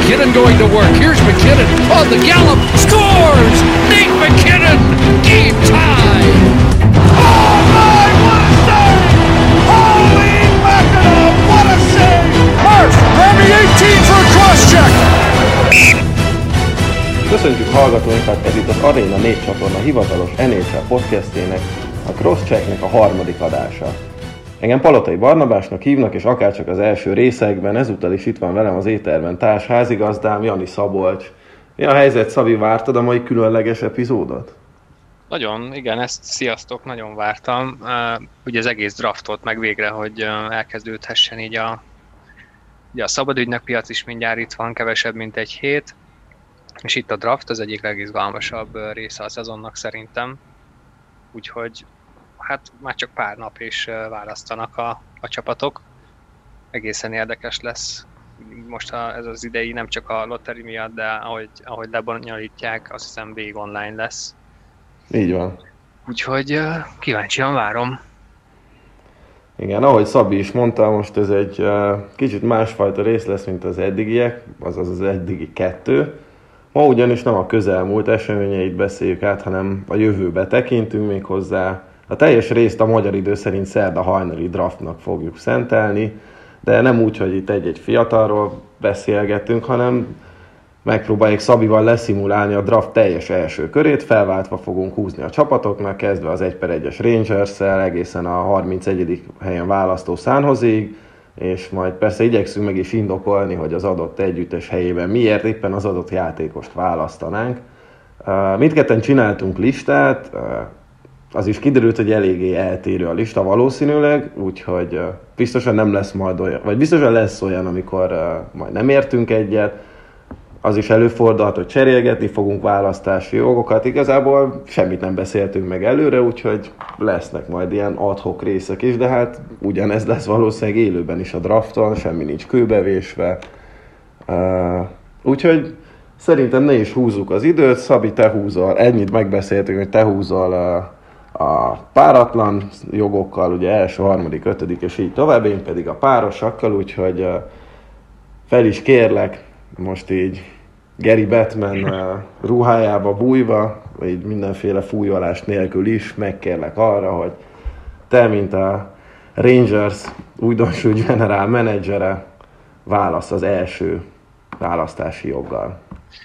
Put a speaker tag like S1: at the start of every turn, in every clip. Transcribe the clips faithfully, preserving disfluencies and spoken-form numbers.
S1: McKinnon going to work. Here's McKinnon on the gallop. Scores! Nate McKinnon! Game tie!
S2: Oh my, what a save! Holy mackerel, what a save! Murph, grab me eighteen for a cross-check!
S3: Köszöntjük hallgatóinkat, ez itt az Arena négy csatorna hivatalos en há el podcastjének, a Crosschecknek a harmadik adása. Engem Palotai Barnabásnak hívnak, és akárcsak az első részekben, ezúttal is itt van velem az éterben társ házigazdám, Jani Szabolcs. Mi a helyzet, Szabi, vártad a mai különleges epizódot?
S4: Nagyon, igen, ezt sziasztok, nagyon vártam. Uh, ugye az egész draftot meg végre, hogy uh, elkezdődhessen így a, ugye a szabadügynök piac is mindjárt itt van, kevesebb, mint egy hét. És itt a draft az egyik legizgalmasabb része a szezonnak szerintem. Úgyhogy hát már csak pár nap és választanak a, a csapatok. Egészen érdekes lesz. Most ha ez az idei nem csak a lotteri miatt, de ahogy, ahogy lebonyolítják, azt hiszem végig online lesz.
S3: Így van.
S4: Úgyhogy kíváncsian várom.
S3: Igen, ahogy Szabi is mondta, most ez egy uh, kicsit másfajta rész lesz, mint az eddigiek, azaz az eddigi kettő. Ma ugyanis nem a közelmúlt eseményeit beszéljük át, hanem a jövőbe tekintünk még hozzá. A teljes részt a magyar idő szerint szerda hajnali draftnak fogjuk szentelni, de nem úgy, hogy itt egy-egy fiatalról beszélgetünk, hanem megpróbáljuk Szabival leszimulálni a draft teljes első körét, felváltva fogunk húzni a csapatoknak, kezdve az egy per egyes Rangers-szel, egészen a harmincegyedik helyen választó San Joséig, és majd persze igyekszünk meg is indokolni, hogy az adott együttes helyében miért éppen az adott játékost választanánk. Mindketten csináltunk listát, az is kiderült, hogy eléggé eltérő a lista valószínűleg, úgyhogy biztosan nem lesz majd olyan, vagy biztosan lesz olyan, amikor majd nem értünk egyet. Az is előfordulhat, hogy cserélgetni fogunk választási jogokat. Igazából semmit nem beszéltünk meg előre, úgyhogy lesznek majd ilyen ad-hoc részek is, de hát ugyanez lesz valószínűleg élőben is a drafton, semmi nincs kőbevésve. Uh, úgyhogy szerintem ne is húzzuk az időt, Szabi, te húzol, ennyit megbeszéltünk, hogy te húzol a, a páratlan jogokkal, ugye első, harmadik, ötödik és így tovább, én pedig a párosakkal, úgyhogy uh, fel is kérlek, most így Gary Batman uh, ruhájába bújva, vagy mindenféle fújolás nélkül is megkérlek arra, hogy te, mint a Rangers újdonsült generál menedzsere, válasz az első választási joggal.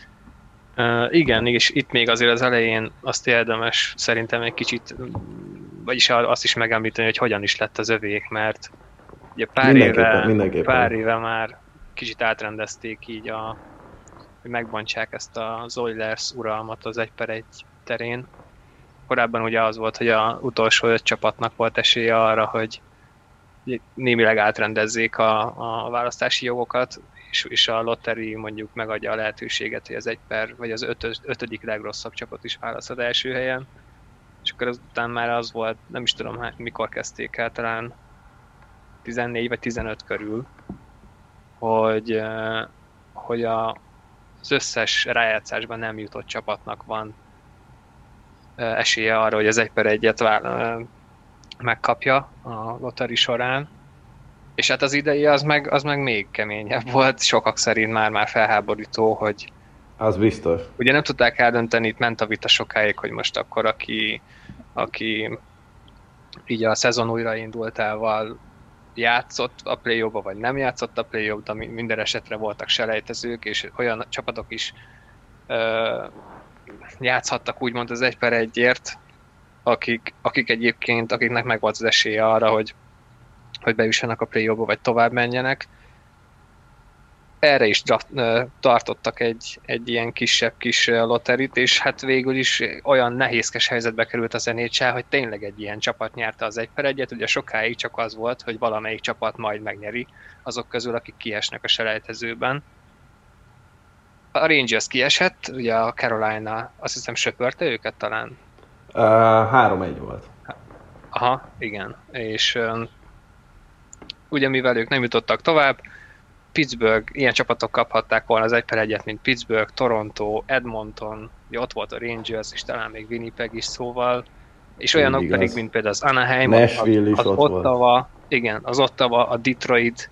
S4: Uh, igen, és itt még azért az elején azt érdemes szerintem egy kicsit, vagyis azt is megemlíteni, hogy hogyan is lett az övék, mert ugye pár,
S3: mindenképpen,
S4: éve, pár éve már kicsit átrendezték így, a, hogy megbontják ezt az Oilers uralmat az egy per egy terén. Korábban ugye az volt, hogy az utolsó öt csapatnak volt esélye arra, hogy némileg átrendezzék a, a választási jogokat, és, és a lotteri mondjuk megadja a lehetőséget, hogy az egy per, vagy az ötös, ötödik legrosszabb csapat is választ az első helyen. És akkor azután már az volt, nem is tudom, hát mikor kezdték el, talán tizennégy vagy tizenöt körül, hogy, hogy a, az összes rájátszásban nem jutott csapatnak van esélye arra, hogy az egy per egyet megkapja a lotteri során. És hát az idei az meg, az meg még keményebb volt, sokak szerint már-már felháborító, hogy
S3: az biztos.
S4: Ugye nem tudták eldönteni, itt ment a vita sokáig, hogy most akkor aki, aki így a szezon újraindultával játszott a play-offba, vagy nem játszott a play-offba, minden esetre voltak selejtezők, és olyan csapatok is ö, játszhattak úgymond az egy per egyért, akik, akik egyébként, akiknek meg volt az esélye arra, hogy, hogy bejussanak a play-offba, vagy tovább menjenek. Erre is draft, ö, tartottak egy, egy ilyen kisebb kis lotterit, és hát végül is olyan nehézkes helyzetbe került az en há el, hogy tényleg egy ilyen csapat nyerte az egy per egyet, ugye sokáig csak az volt, hogy valamelyik csapat majd megnyeri azok közül, akik kiesnek a selejtezőben. A Rangers kiesett, ugye a Carolina azt hiszem söpörte őket talán?
S3: Uh, három egy volt.
S4: Aha, igen. És uh, ugye mivel ők nem jutottak tovább, Pittsburgh, ilyen csapatok kaphatták volna az egy per egyet, mint Pittsburgh, Toronto, Edmonton, ott volt a Rangers, és talán még Winnipeg is, szóval, és olyanok pedig, mint például az Anaheim,
S3: Nashville
S4: az, az,
S3: is ott
S4: Ottawa,
S3: volt.
S4: Igen, az Ottawa, a Detroit,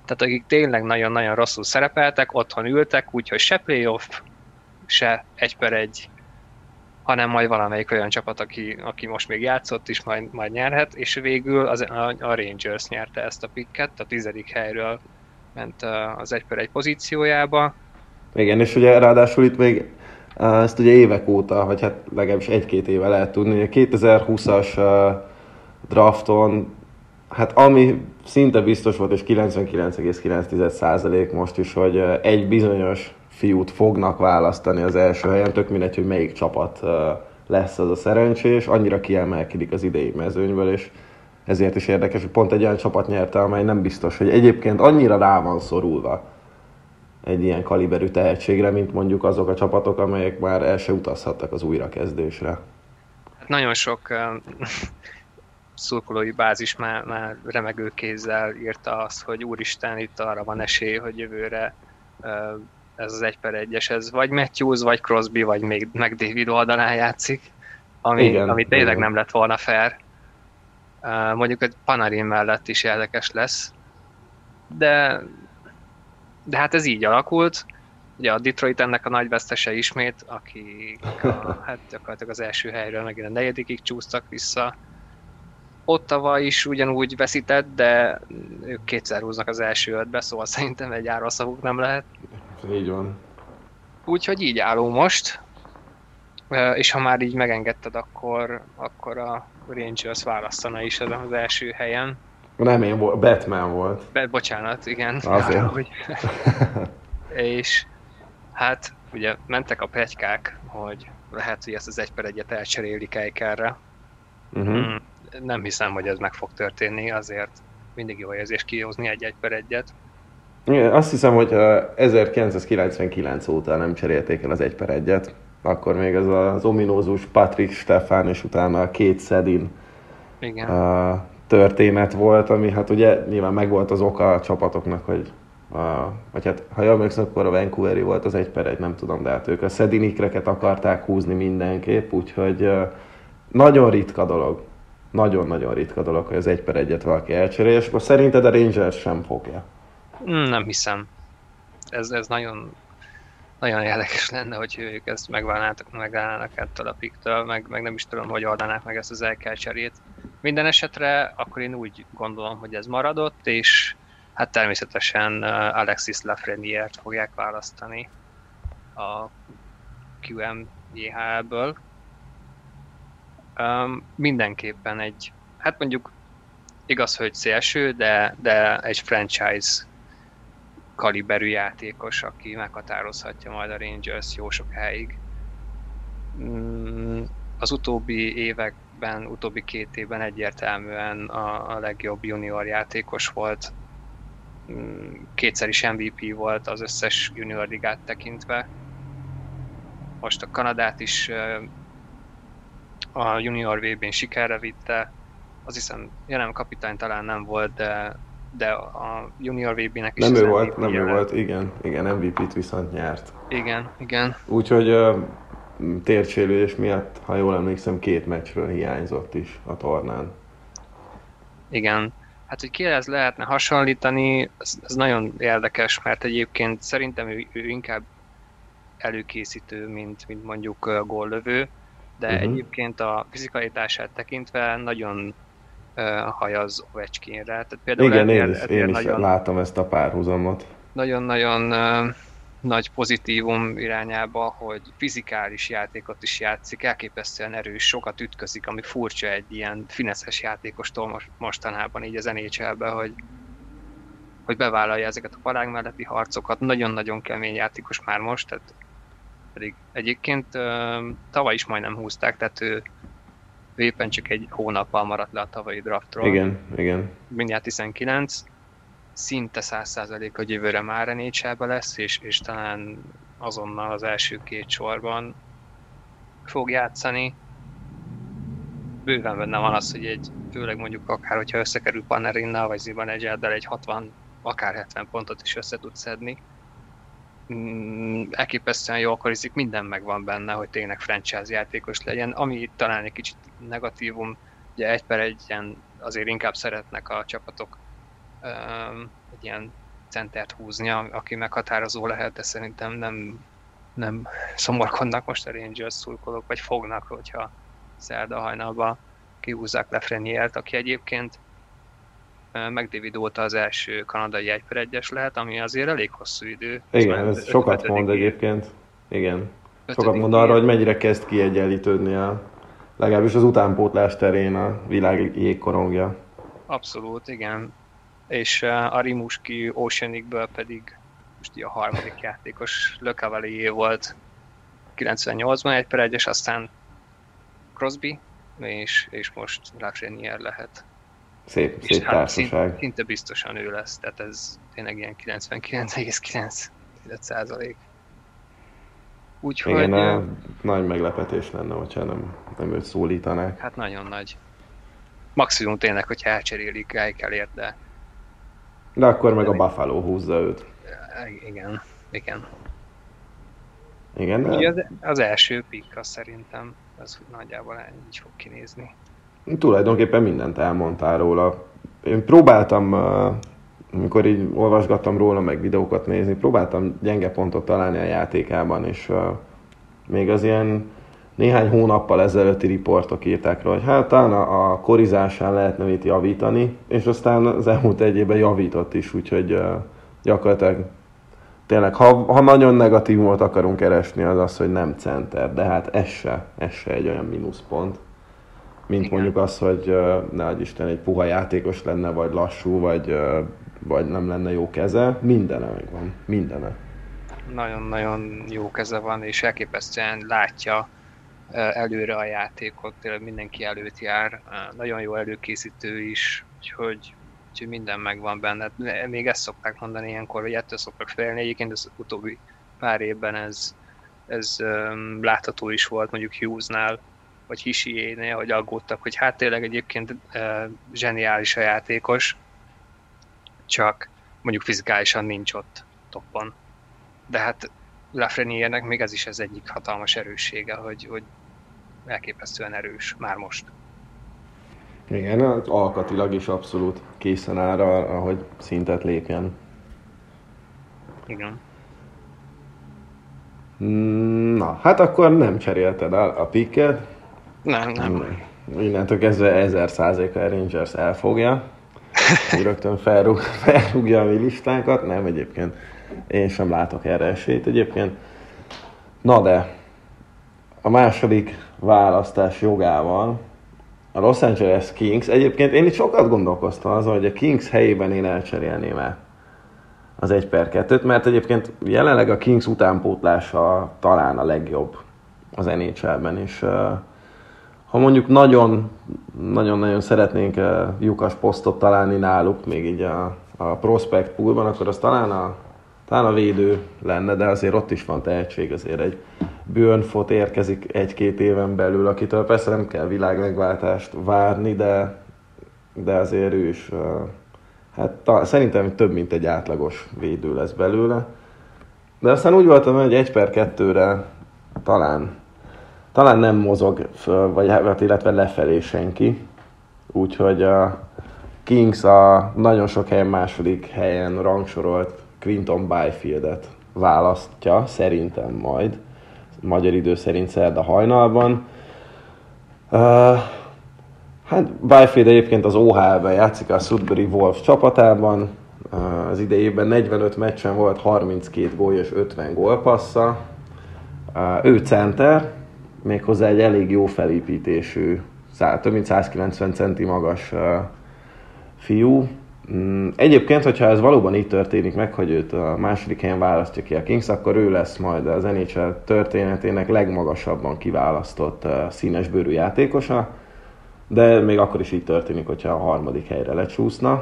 S4: Tehát akik tényleg nagyon-nagyon rosszul szerepeltek, otthon ültek, úgyhogy se playoff, se egy per egy, hanem majd valamelyik olyan csapat, aki, aki most még játszott is, majd, majd nyerhet, és végül az, a, a Rangers nyerte ezt a picket, a tizedik helyről ment az egy per egy pozíciójába.
S3: Igen, és ugye ráadásul itt még ezt ugye évek óta, vagy hát legalábbis egy-két éve lehet tudni, hogy a kétezer-húszas drafton, hát ami szinte biztos volt, és kilencvenkilenc egész kilenc százalék most is, hogy egy bizonyos fiút fognak választani az első helyen, tök mindegy, hogy melyik csapat lesz az a szerencsés, annyira kiemelkedik az idei mezőnyből, és ezért is érdekes, hogy pont egy olyan csapat nyerte, amely nem biztos, hogy egyébként annyira rá van szorulva egy ilyen kaliberű tehetségre, mint mondjuk azok a csapatok, amelyek már el se utazhattak az újrakezdésre.
S4: Hát nagyon sok uh, szurkolói bázis már, már remegő kézzel írta azt, hogy úristen, itt arra van esély, hogy jövőre uh, ez az egy per egyes, ez vagy Matthews, vagy Crosby, vagy még McDavid oldalán játszik, ami,
S3: igen,
S4: ami tényleg
S3: igen.
S4: nem lett volna fair. Uh, mondjuk egy Panarin mellett is érdekes lesz, de, de hát ez így alakult. Ugye a Detroit ennek a nagy vesztese ismét, akik a, hát gyakorlatilag az első helyről megint a negyedikig csúsztak vissza. Ottawa is ugyanúgy veszített, de ők kétszer húznak az első ötbe, szóval szerintem egy árvaszavuk nem lehet.
S3: Így van.
S4: Úgyhogy így állunk most, és ha már így megengedted, akkor, akkor a Rangers választana is ezen az első helyen.
S3: Nem én volt, Batman volt.
S4: Be, bocsánat, igen.
S3: Azért.
S4: Hogy... és hát ugye mentek a pletykák, hogy lehet, hogy ezt az egy per egyet elcserélik Eicherre.
S3: Uh-huh.
S4: Mm, nem hiszem, hogy ez meg fog történni, azért mindig jó érzés kihozni egy egy per egyet.
S3: Igen, azt hiszem, hogy ezerkilencszázkilencvenkilenc óta nem cserélték el az egy per egyet. Akkor még ez az ominózus Patrick Stefan és utána a két Sedin
S4: Igen.
S3: Uh, történet volt, ami hát ugye nyilván megvolt az oka a csapatoknak, hogy uh, vagy hát ha jól emlékszem, akkor a Vancouveri volt az egy per egy, nem tudom, de hát ők a Sedinikreket akarták húzni mindenképp, úgyhogy uh, nagyon ritka dolog. Nagyon-nagyon ritka dolog, hogy az egy per egyet valaki elcserél, és most szerinted a Rangers sem fogja?
S4: Nem hiszem. Ez, ez nagyon, nagyon érdekes lenne, hogy ők ezt megválnának, megválnának ettől a piktől, meg, meg nem is tudom, hogy oldanák meg ezt az Eichel cserét. Minden esetre akkor én úgy gondolom, hogy ez maradott, és hát természetesen Alexis Lafreniere-t fogják választani a Q M J H L-ből. Um, mindenképpen egy, hát mondjuk igaz, hogy szélső, de, de egy franchise kaliberű játékos, aki meghatározhatja majd a Rangers jó sokáig. Az utóbbi években, utóbbi két évben egyértelműen a, a legjobb junior játékos volt. Kétszer is M V P volt az összes junior ligát tekintve. Most a Kanadát is a junior vé bén sikerre vitte. Azt hiszem, jelen kapitány talán nem volt, de, de a junior vé bének is
S3: nem
S4: az
S3: ő
S4: M V P
S3: volt, nem
S4: jelen.
S3: ő volt, igen, igen, em vé pét viszont nyert.
S4: Igen, igen.
S3: Úgyhogy uh, térdsérülés miatt, ha jól emlékszem, két meccsről hiányzott is a tornán.
S4: Igen. Hát, hogy kihez lehetne hasonlítani, ez, ez nagyon érdekes, mert egyébként szerintem ő, ő inkább előkészítő, mint, mint mondjuk uh, góllövő, de uh-huh. egyébként a fizikalitását tekintve nagyon uh, hajaz Ovechkinre. Tehát például
S3: igen,
S4: ezért,
S3: én is,
S4: ezért
S3: én is
S4: nagyon,
S3: látom ezt a párhuzamot.
S4: Nagyon-nagyon uh, nagy pozitívum irányába, hogy fizikális játékot is játszik, elképesztően erős, sokat ütközik, ami furcsa egy ilyen fineszes játékostól most, mostanában így az N H L-ben, hogy, hogy bevállalja ezeket a palág melletti harcokat. Nagyon-nagyon kemény játékos már most, tehát pedig egyébként uh, tavaly is majdnem húzták, tehát ő éppen csak egy hónappal maradt le a tavalyi draftról.
S3: Igen, igen.
S4: Mindjárt tizenkilenc. Szinte száz százalék, hogy jövőre már N H L-be lesz, és, és talán azonnal az első két sorban fog játszani. Bőven benne van az, hogy egy, főleg mondjuk akár, hogyha összekerül Panerinnal vagy Zibanejad-del egy hatvan, akár hetven pontot is össze tud szedni. Mm, elképesztően jól korizik, minden megvan benne, hogy tényleg franchise játékos legyen. Ami talán egy kicsit negatívum, ugye egy per egyen azért inkább szeretnek a csapatok um, egy ilyen centert húznia, aki meghatározó lehet, de szerintem nem, nem szomorkodnak most a Rangers szurkolók, vagy fognak, hogyha szerda hajnalban kihúzzák Lafreniere-t, aki egyébként McDavid óta az első kanadai egy per egyes lehet, ami azért elég hosszú idő.
S3: Igen, ez sokat mond egyébként. Igen. Sokat mond arra, hogy mennyire kezd kiegyenlítődni a, legalábbis az utánpótlás terén a világ jégkorongja.
S4: Abszolút, igen. És a Rimouski Oceanic-ből pedig most a harmadik játékos Le Cavalier volt kilencvennyolcban egy per egyes, aztán Crosby, és, és most Lafreniere lehet.
S3: Szép,
S4: és
S3: szép
S4: hát
S3: társaság.
S4: Szinte, szinte biztosan ő lesz, tehát ez tényleg ilyen kilencvenkilenc egész kilenc százalék. Úgyhogy...
S3: Igen, a nagy meglepetés lenne, hogyha nem, nem őt szólítanák.
S4: Hát nagyon nagy. Maximum tényleg, hogyha elcserélik Geikelért, de...
S3: De akkor meg a Buffalo húzza őt.
S4: Igen, igen.
S3: Igen, de...
S4: Ugye az, az első pick, az szerintem, az nagyjából így fog kinézni.
S3: Tulajdonképpen mindent elmondtál róla. Én próbáltam, amikor így olvasgattam róla, meg videókat nézni, próbáltam gyenge pontot találni a játékában, és még az ilyen néhány hónappal ezelőtti riportok írták róla, hogy hát talán a, a korizásán lehetne itt javítani, és aztán az elmúlt egy évben javított is, úgyhogy gyakorlatilag tényleg, ha, ha nagyon negatívumot akarunk keresni, az az, hogy nem center, de hát ez se, ez se egy olyan mínuszpont, mint igen. Mondjuk az, hogy ne adj Isten, egy puha játékos lenne, vagy lassú, vagy, vagy nem lenne jó keze, mindene megvan, mindene.
S4: Nagyon-nagyon jó keze van, és elképesztően látja előre a játékot, tényleg mindenki előtt jár, nagyon jó előkészítő is, úgyhogy, úgyhogy minden megvan benne. Még ezt szokták mondani ilyenkor, hogy ettől szoktak félni, egyébként az utóbbi pár évben ez, ez um, látható is volt, mondjuk Hughesnál, vagy Hischiénél, hogy aggódtak, hogy hát tényleg egyébként uh, zseniális a játékos, csak mondjuk fizikálisan nincs ott toppon. De hát Lafreniere-nek még ez is az egyik hatalmas erőssége, hogy, hogy elképesztően erős már most.
S3: Igen, alkatilag is abszolút készen áll arra, hogy szintet lépjen.
S4: Igen.
S3: Na, hát akkor nem cserélted el a picket.
S4: Nem, nem.
S3: Innentől kezdve ezer százaléka a Rangers elfogja. Rögtön felrúg, felrúgja a mi listánkat. Nem, egyébként én sem látok erre esélyt egyébként. Na de, a második választás jogával a Los Angeles Kings, egyébként én itt sokat gondolkoztam azon, hogy a Kings helyében én elcserélném el az egy per kettőt, mert egyébként jelenleg a Kings utánpótlása talán a legjobb az en há el-ben, és uh, ha mondjuk nagyon, nagyon-nagyon szeretnénk uh, lyukas posztot találni náluk, még így a, a prospect poolban, akkor az talán a, talán a védő lenne, de azért ott is van tehetség, azért egy Björnfot érkezik egy-két éven belül, akitől persze nem kell világmegváltást várni, de, de azért ő is, uh, hát ta, szerintem több mint egy átlagos védő lesz belőle. De aztán úgy voltam, hogy egy per kettőre talán, talán nem mozog föl, vagy, illetve lefelé senki. Úgyhogy a Kings a nagyon sok helyen második helyen rangsorolt Quinton Byfieldet választja, szerintem majd. Magyar idő szerint szerda hajnalban. Uh, hát Byfield egyébként az o há el-ben játszik a Sudbury Wolves csapatában. Uh, az idejében negyvenöt meccsen volt harminckét gól és ötven gólpassza. Uh, ő center, méghozzá egy elég jó felépítésű, szá, több mint százkilencven centi magas uh, fiú. Um, egyébként, hogyha ez valóban így történik meg, hogy őt a második helyen választja ki a Kings, akkor ő lesz majd az en há el történetének legmagasabban kiválasztott uh, színesbőrű játékosa, de még akkor is így történik, hogyha a harmadik helyre lecsúszna.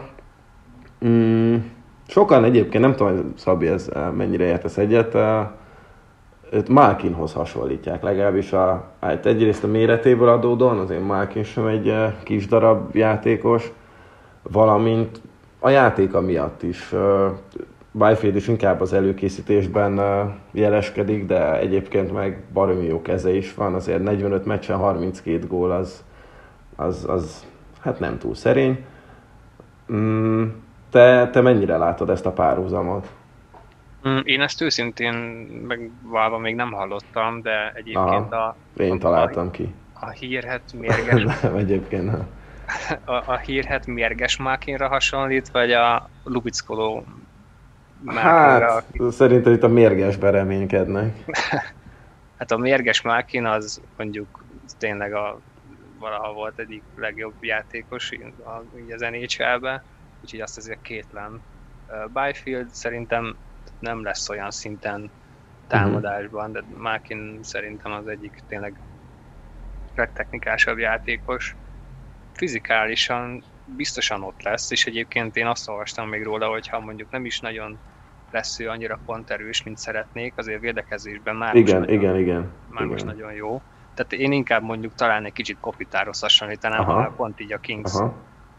S3: Um, sokan egyébként, nem tudom, hogy Szabi, ez mennyire értesz egyet, uh, őt Malkinhoz hasonlítják, legalábbis a, hát egyrészt a méretéből adódóan, azért Malkin sem egy uh, kis darab játékos, valamint a játéka miatt is. Uh, Byfield is inkább az előkészítésben uh, jeleskedik, de egyébként meg baromi jó keze is van, azért negyvenöt meccsen harminckét gól az, az, az hát nem túl szerény. Mm, Te, te mennyire látod ezt a párhuzamot?
S4: Én ezt őszintén megválva még nem hallottam, de egyébként
S3: Aha,
S4: a,
S3: én
S4: a,
S3: találtam ki.
S4: a hírhet mérges,
S3: Nem, egyébként nem.
S4: a, a hírhet mérges Mákinra hasonlít, vagy a Lubickoló Mákinra?
S3: Hát, szerintem itt a mérgesben reménykednek.
S4: Hát a mérges Mákin az mondjuk tényleg a, valaha volt egyik legjobb játékos a, így az en há el-be, úgyhogy azt azért kétlem. Byfield szerintem nem lesz olyan szinten támadásban, de Mákin szerintem az egyik tényleg legtechnikásabb játékos. Fizikálisan biztosan ott lesz, és egyébként én azt olvastam még róla, hogy ha mondjuk nem is nagyon lesz ő annyira ponterős, mint szeretnék, azért védekezésben már
S3: igen,
S4: most,
S3: igen,
S4: nagyon,
S3: igen,
S4: már
S3: igen.
S4: most nagyon jó. Tehát én inkább mondjuk talán egy kicsit Kopitáros hasonlítanám, ha pont így a Kings Aha.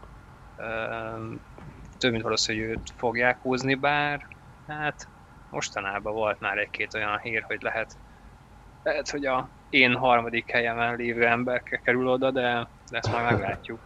S4: több mint valószínű, hogy őt fogják húzni, bár hát mostanában volt már egy-két olyan hír, hogy lehet, lehet hogy a én harmadik helyemen lévő ember kerül oda, de, de ezt majd meglátjuk.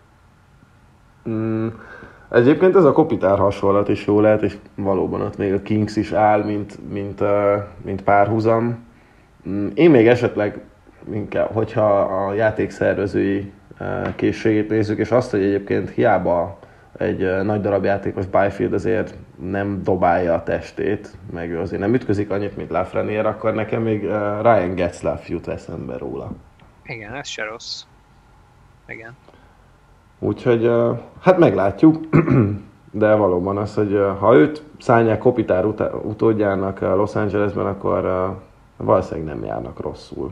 S3: Mm, egyébként ez a Kopitár hasonlat is jó lehet, és valóban ott még a Kings is áll, mint, mint, uh, mint párhuzam. Mm, én még esetleg, inkább, hogyha a játékszervezői uh, készségét nézzük, és azt, hogy egyébként hiába egy uh, nagy darab játékos Byfield azért nem dobálja a testét, meg ő azért nem ütközik annyit, mint Lafreniere, akkor nekem még uh, Ryan Getzlaf jut eszembe róla.
S4: Igen, ez se rossz. Igen.
S3: Úgyhogy uh, hát meglátjuk, de valóban az, hogy uh, ha őt szállják Kopitár ut- utódjának uh, Los Angelesben, akkor uh, valószínűleg nem járnak rosszul.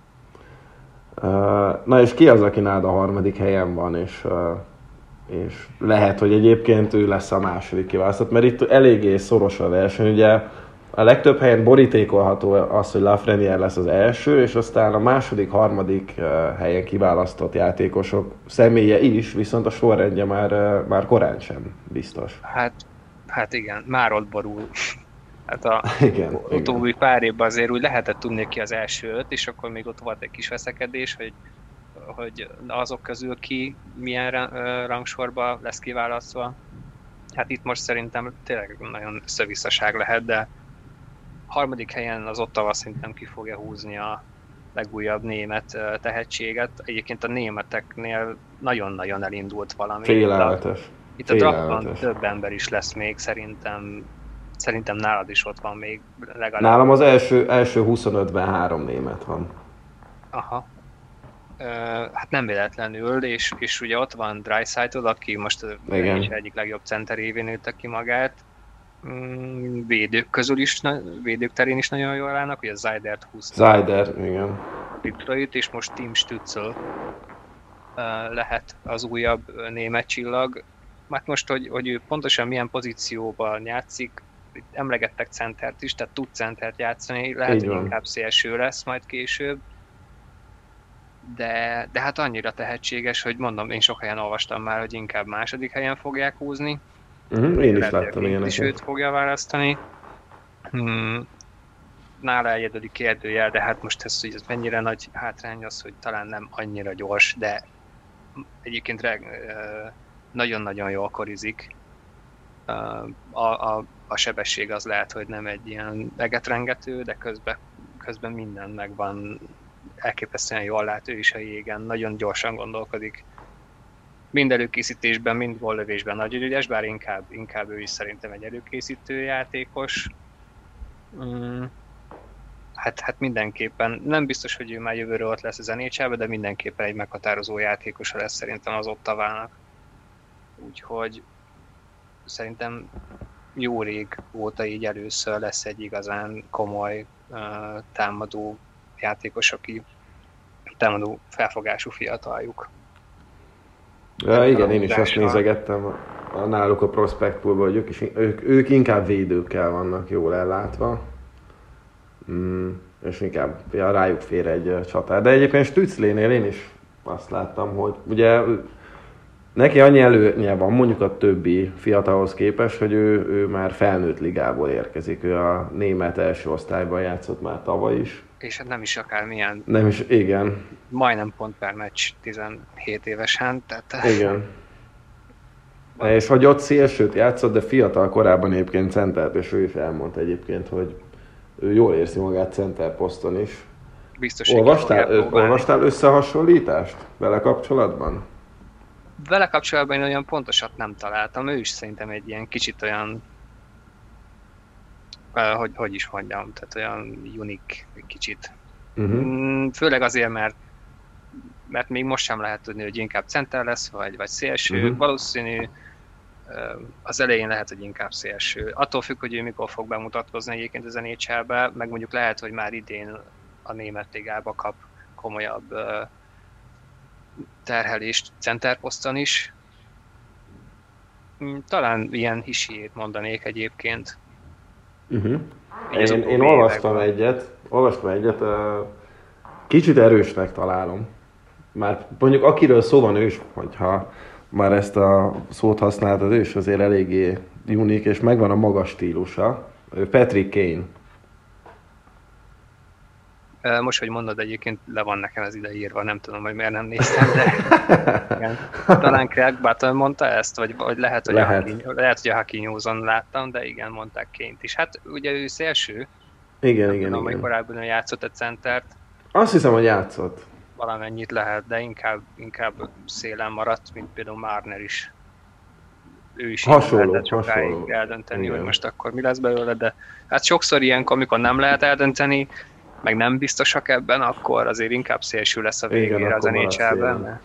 S3: Uh, na és ki az, aki nálad a harmadik helyen van, és, uh, és lehet, hogy egyébként ő lesz a második kiválasztott, mert itt eléggé szoros a verseny, ugye a legtöbb helyen borítékolható az, hogy Lafreniere lesz az első, és aztán a második, harmadik helyen kiválasztott játékosok személye is, viszont a sorrendje már, már korán sem biztos.
S4: Hát, hát igen, már ott borul. Hát a
S3: igen,
S4: utóbbi
S3: igen.
S4: pár évben azért úgy lehetett tudni ki az első öt, és akkor még ott volt egy kis veszekedés, hogy, hogy azok közül ki milyen rangsorba lesz kiválasztva. Hát itt most szerintem tényleg nagyon összevisszaság lehet, de harmadik helyen az Ottawa szerintem ki fogja húzni a legújabb német tehetséget. Egyébként a németeknél nagyon-nagyon elindult valami.
S3: Félelmetes.
S4: Itt a draftban több ember is lesz még, szerintem szerintem nálad is ott van még legalább.
S3: Nálam az első, első huszonötben három német van.
S4: Aha. Uh, hát nem véletlenül, és, és ugye ott van Draisaitl, aki most is egyik legjobb center évén nőtte ki magát. Védők közül is, védők terén is nagyon jól állnak, hogy a Zaidert húzta.
S3: Zaider, igen.
S4: Detroit, és most Tim Stützl lehet az újabb német csillag. Hát most, hogy, hogy ő pontosan milyen pozícióban játszik, emlegettek centert is, tehát tud centert játszani, lehet, hogy inkább szélső lesz majd később. De, de hát annyira tehetséges, hogy mondom, én sok helyen olvastam már, hogy inkább második helyen fogják húzni.
S3: Uh-huh, én is láttam ilyeneket.
S4: És őt fogja választani. Hmm. Nála egyedüli kérdőjel, de hát most ez, hogy ez mennyire nagy hátrány az, hogy talán nem annyira gyors, de egyébként reg, nagyon-nagyon jól korizik. A, a, a sebesség az lehet, hogy nem egy ilyen egetrengető, de közben, közben minden megvan, elképesztően jól lát ő is a jégen, nagyon gyorsan gondolkodik. Mind előkészítésben, mind góllövésben nagyon ügyes, bár inkább, inkább ő is szerintem egy előkészítő játékos. Mm. Hát, hát mindenképpen, nem biztos, hogy ő már jövőre ott lesz az en há el-ben, de mindenképpen egy meghatározó játékosa lesz szerintem az Ottavának. Úgyhogy szerintem jó rég óta így először lesz egy igazán komoly uh, támadó játékos, aki támadó felfogású fiataljuk.
S3: Ja, igen, én is azt nézegettem a, náluk a prospect poolban, hogy ők, is, ők, ők inkább védőkkel vannak jól ellátva. Mm, és inkább ja, rájuk fér egy csatár. De egyébként Stützlénél én is azt láttam, hogy ugye neki annyi előnye van mondjuk a többi fiatalhoz képest, hogy ő, ő már felnőtt ligából érkezik. Ő a német első osztályban játszott már tavaly is.
S4: És hát nem is akármilyen.
S3: Nem is, igen.
S4: Majdnem pont per meccs tizenhét évesen. Tehát...
S3: Igen. És hogy ott szélsőt játszott, de fiatal korában egyébként centert, és ő is elmondta egyébként, hogy ő jól érzi magát center poszton is.
S4: Biztos,
S3: olvastál, ö, olvastál összehasonlítást vele kapcsolatban?
S4: Vele kapcsolatban én olyan pontosat nem találtam, ő is szerintem egy ilyen kicsit olyan, hogy, hogy is mondjam, tehát olyan unik egy kicsit. Uh-huh. Főleg azért, mert, mert még most sem lehet tudni, hogy inkább center lesz, vagy, vagy szélső. Uh-huh. Valószínű az elején lehet, hogy inkább szélső. Attól függ, hogy ő mikor fog bemutatkozni egyébként az en há el-be, meg mondjuk lehet, hogy már idén a német ligába kap komolyabb terhelést centerposzton is. Talán ilyen hisiét mondanék egyébként.
S3: Uh-huh. Én, én olvastam egyet, olvastam egyet, kicsit erősnek találom. Már mondjuk akiről szó van ő is, hogyha már ezt a szót használtad, ő is azért eléggé unik, és megvan a magas stílusa. Patrick Kane.
S4: Most, hogy mondod, egyébként le van nekem ez ide írva, nem tudom, hogy miért nem néztem, de igen. Talán Craig Button mondta ezt, vagy, vagy lehet, hogy lehet. A Hockey, lehet, hogy a Hockey News-on láttam, de igen, mondták Kane-t is. Hát ugye ő szélső.
S3: Igen,
S4: nem
S3: igen,
S4: tudom,
S3: igen.
S4: hogy korábban játszott egy centert.
S3: Azt hiszem, hogy játszott.
S4: Valamennyit lehet, de inkább, inkább szélen maradt, mint például Marner is. Ő is
S3: hasonló,
S4: lehetett sokáig
S3: hasonló.
S4: eldönteni,
S3: Igen.
S4: hogy most akkor mi lesz belőle, de hát sokszor ilyenkor, amikor nem lehet eldönteni, meg nem biztosak ebben, akkor azért inkább szélső lesz a végére. Igen, az en há el-ben.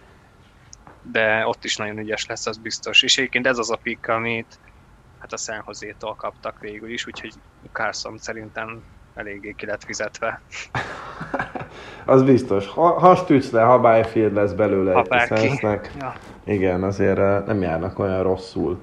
S4: De ott is nagyon ügyes lesz, az biztos. És egyébként ez az a pick, amit hát a San Jose-tól kaptak végül is, úgyhogy Carson szerintem eléggé ki lett fizetve.
S3: Az biztos. Ha, ha stütsz le, ha Byfield lesz belőle
S4: ha
S3: egy
S4: bárki.
S3: Ja. Igen, azért nem járnak olyan rosszul.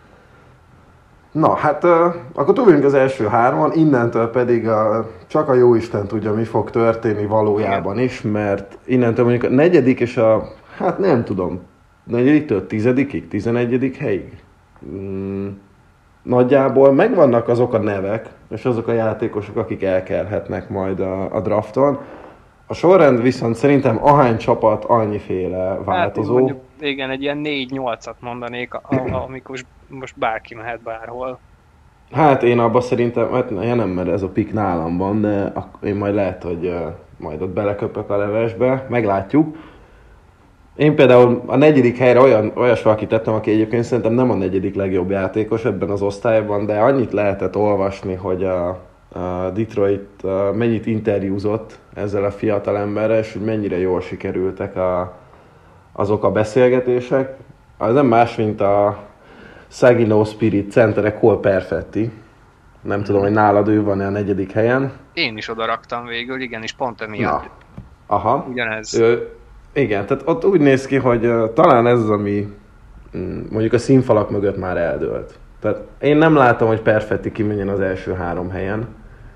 S3: Na, hát uh, akkor túljunk az első hárman, innentől pedig a, csak a jóisten tudja, mi fog történni valójában is, mert innentől mondjuk a negyedik és a, hát nem tudom, negyediktől tizedikig, tizenegyedik helyig. Mm, nagyjából megvannak azok a nevek, és azok a játékosok, akik elkelhetnek majd a, a drafton. A sorrend viszont szerintem ahány csapat, annyiféle változó. Hát mondjuk,
S4: igen, egy ilyen négy-nyolcat mondanék, amikor most bárki mehet bárhol.
S3: Hát én abban szerintem, hát ja nem, mert ez a pick nálam van, de én majd lehet, hogy uh, majd ott beleköpök a levesbe, meglátjuk. Én például a negyedik helyre olyan, olyas valakit tettem, aki egyébként szerintem nem a negyedik legjobb játékos ebben az osztályban, de annyit lehetett olvasni, hogy a, a Detroit uh, mennyit interjúzott ezzel a fiatal emberrel, és hogy mennyire jól sikerültek a, azok a beszélgetések. Az nem más, mint a Saginaw Spirit centere Cole Perfetti. Nem tudom, hogy nálad ő van-e a negyedik helyen.
S4: Én is oda raktam végül, igen, és pont emiatt.
S3: Na. Aha.
S4: Ugyanez.
S3: Ő, igen, tehát ott úgy néz ki, hogy uh, talán ez az, ami mm, mondjuk a színfalak mögött már eldőlt. Tehát én nem látom, hogy Perfetti kimenjen az első három helyen.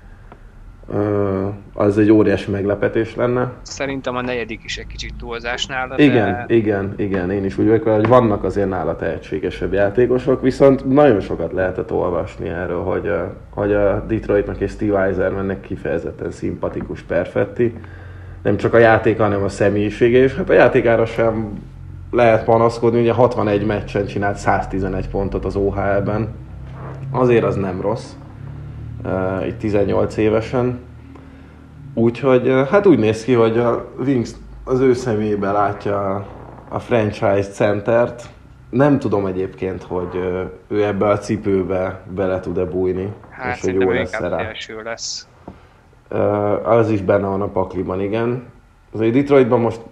S3: Uh, az egy óriási meglepetés lenne.
S4: Szerintem a negyedik is egy kicsit túlzás nála,
S3: igen,
S4: de...
S3: igen, igen, én is úgy vagyok, hogy vannak azért nála tehetségesebb játékosok, viszont nagyon sokat lehetett olvasni erről, hogy a, hogy a Detroitnak és Steve Yzermannek kifejezetten szimpatikus Perfetti. Nem csak a játéka, hanem a személyisége, és hát a játékára sem lehet panaszkodni, ugye hatvanegy meccsen csinált száztizenegy pontot az o há el-ben. Azért az nem rossz. Uh, itt tizennyolc évesen. Úgyhogy uh, hát úgy néz ki, hogy a Wings az ő személyében látja a, a franchise centert. Nem tudom egyébként, hogy uh, ő ebbe a cipőbe bele tud-e bújni.
S4: Hát
S3: és hogy jó lesz
S4: inkább
S3: rá.
S4: első lesz.
S3: Uh, az is benne van a pakliban, igen. Azért Detroitban most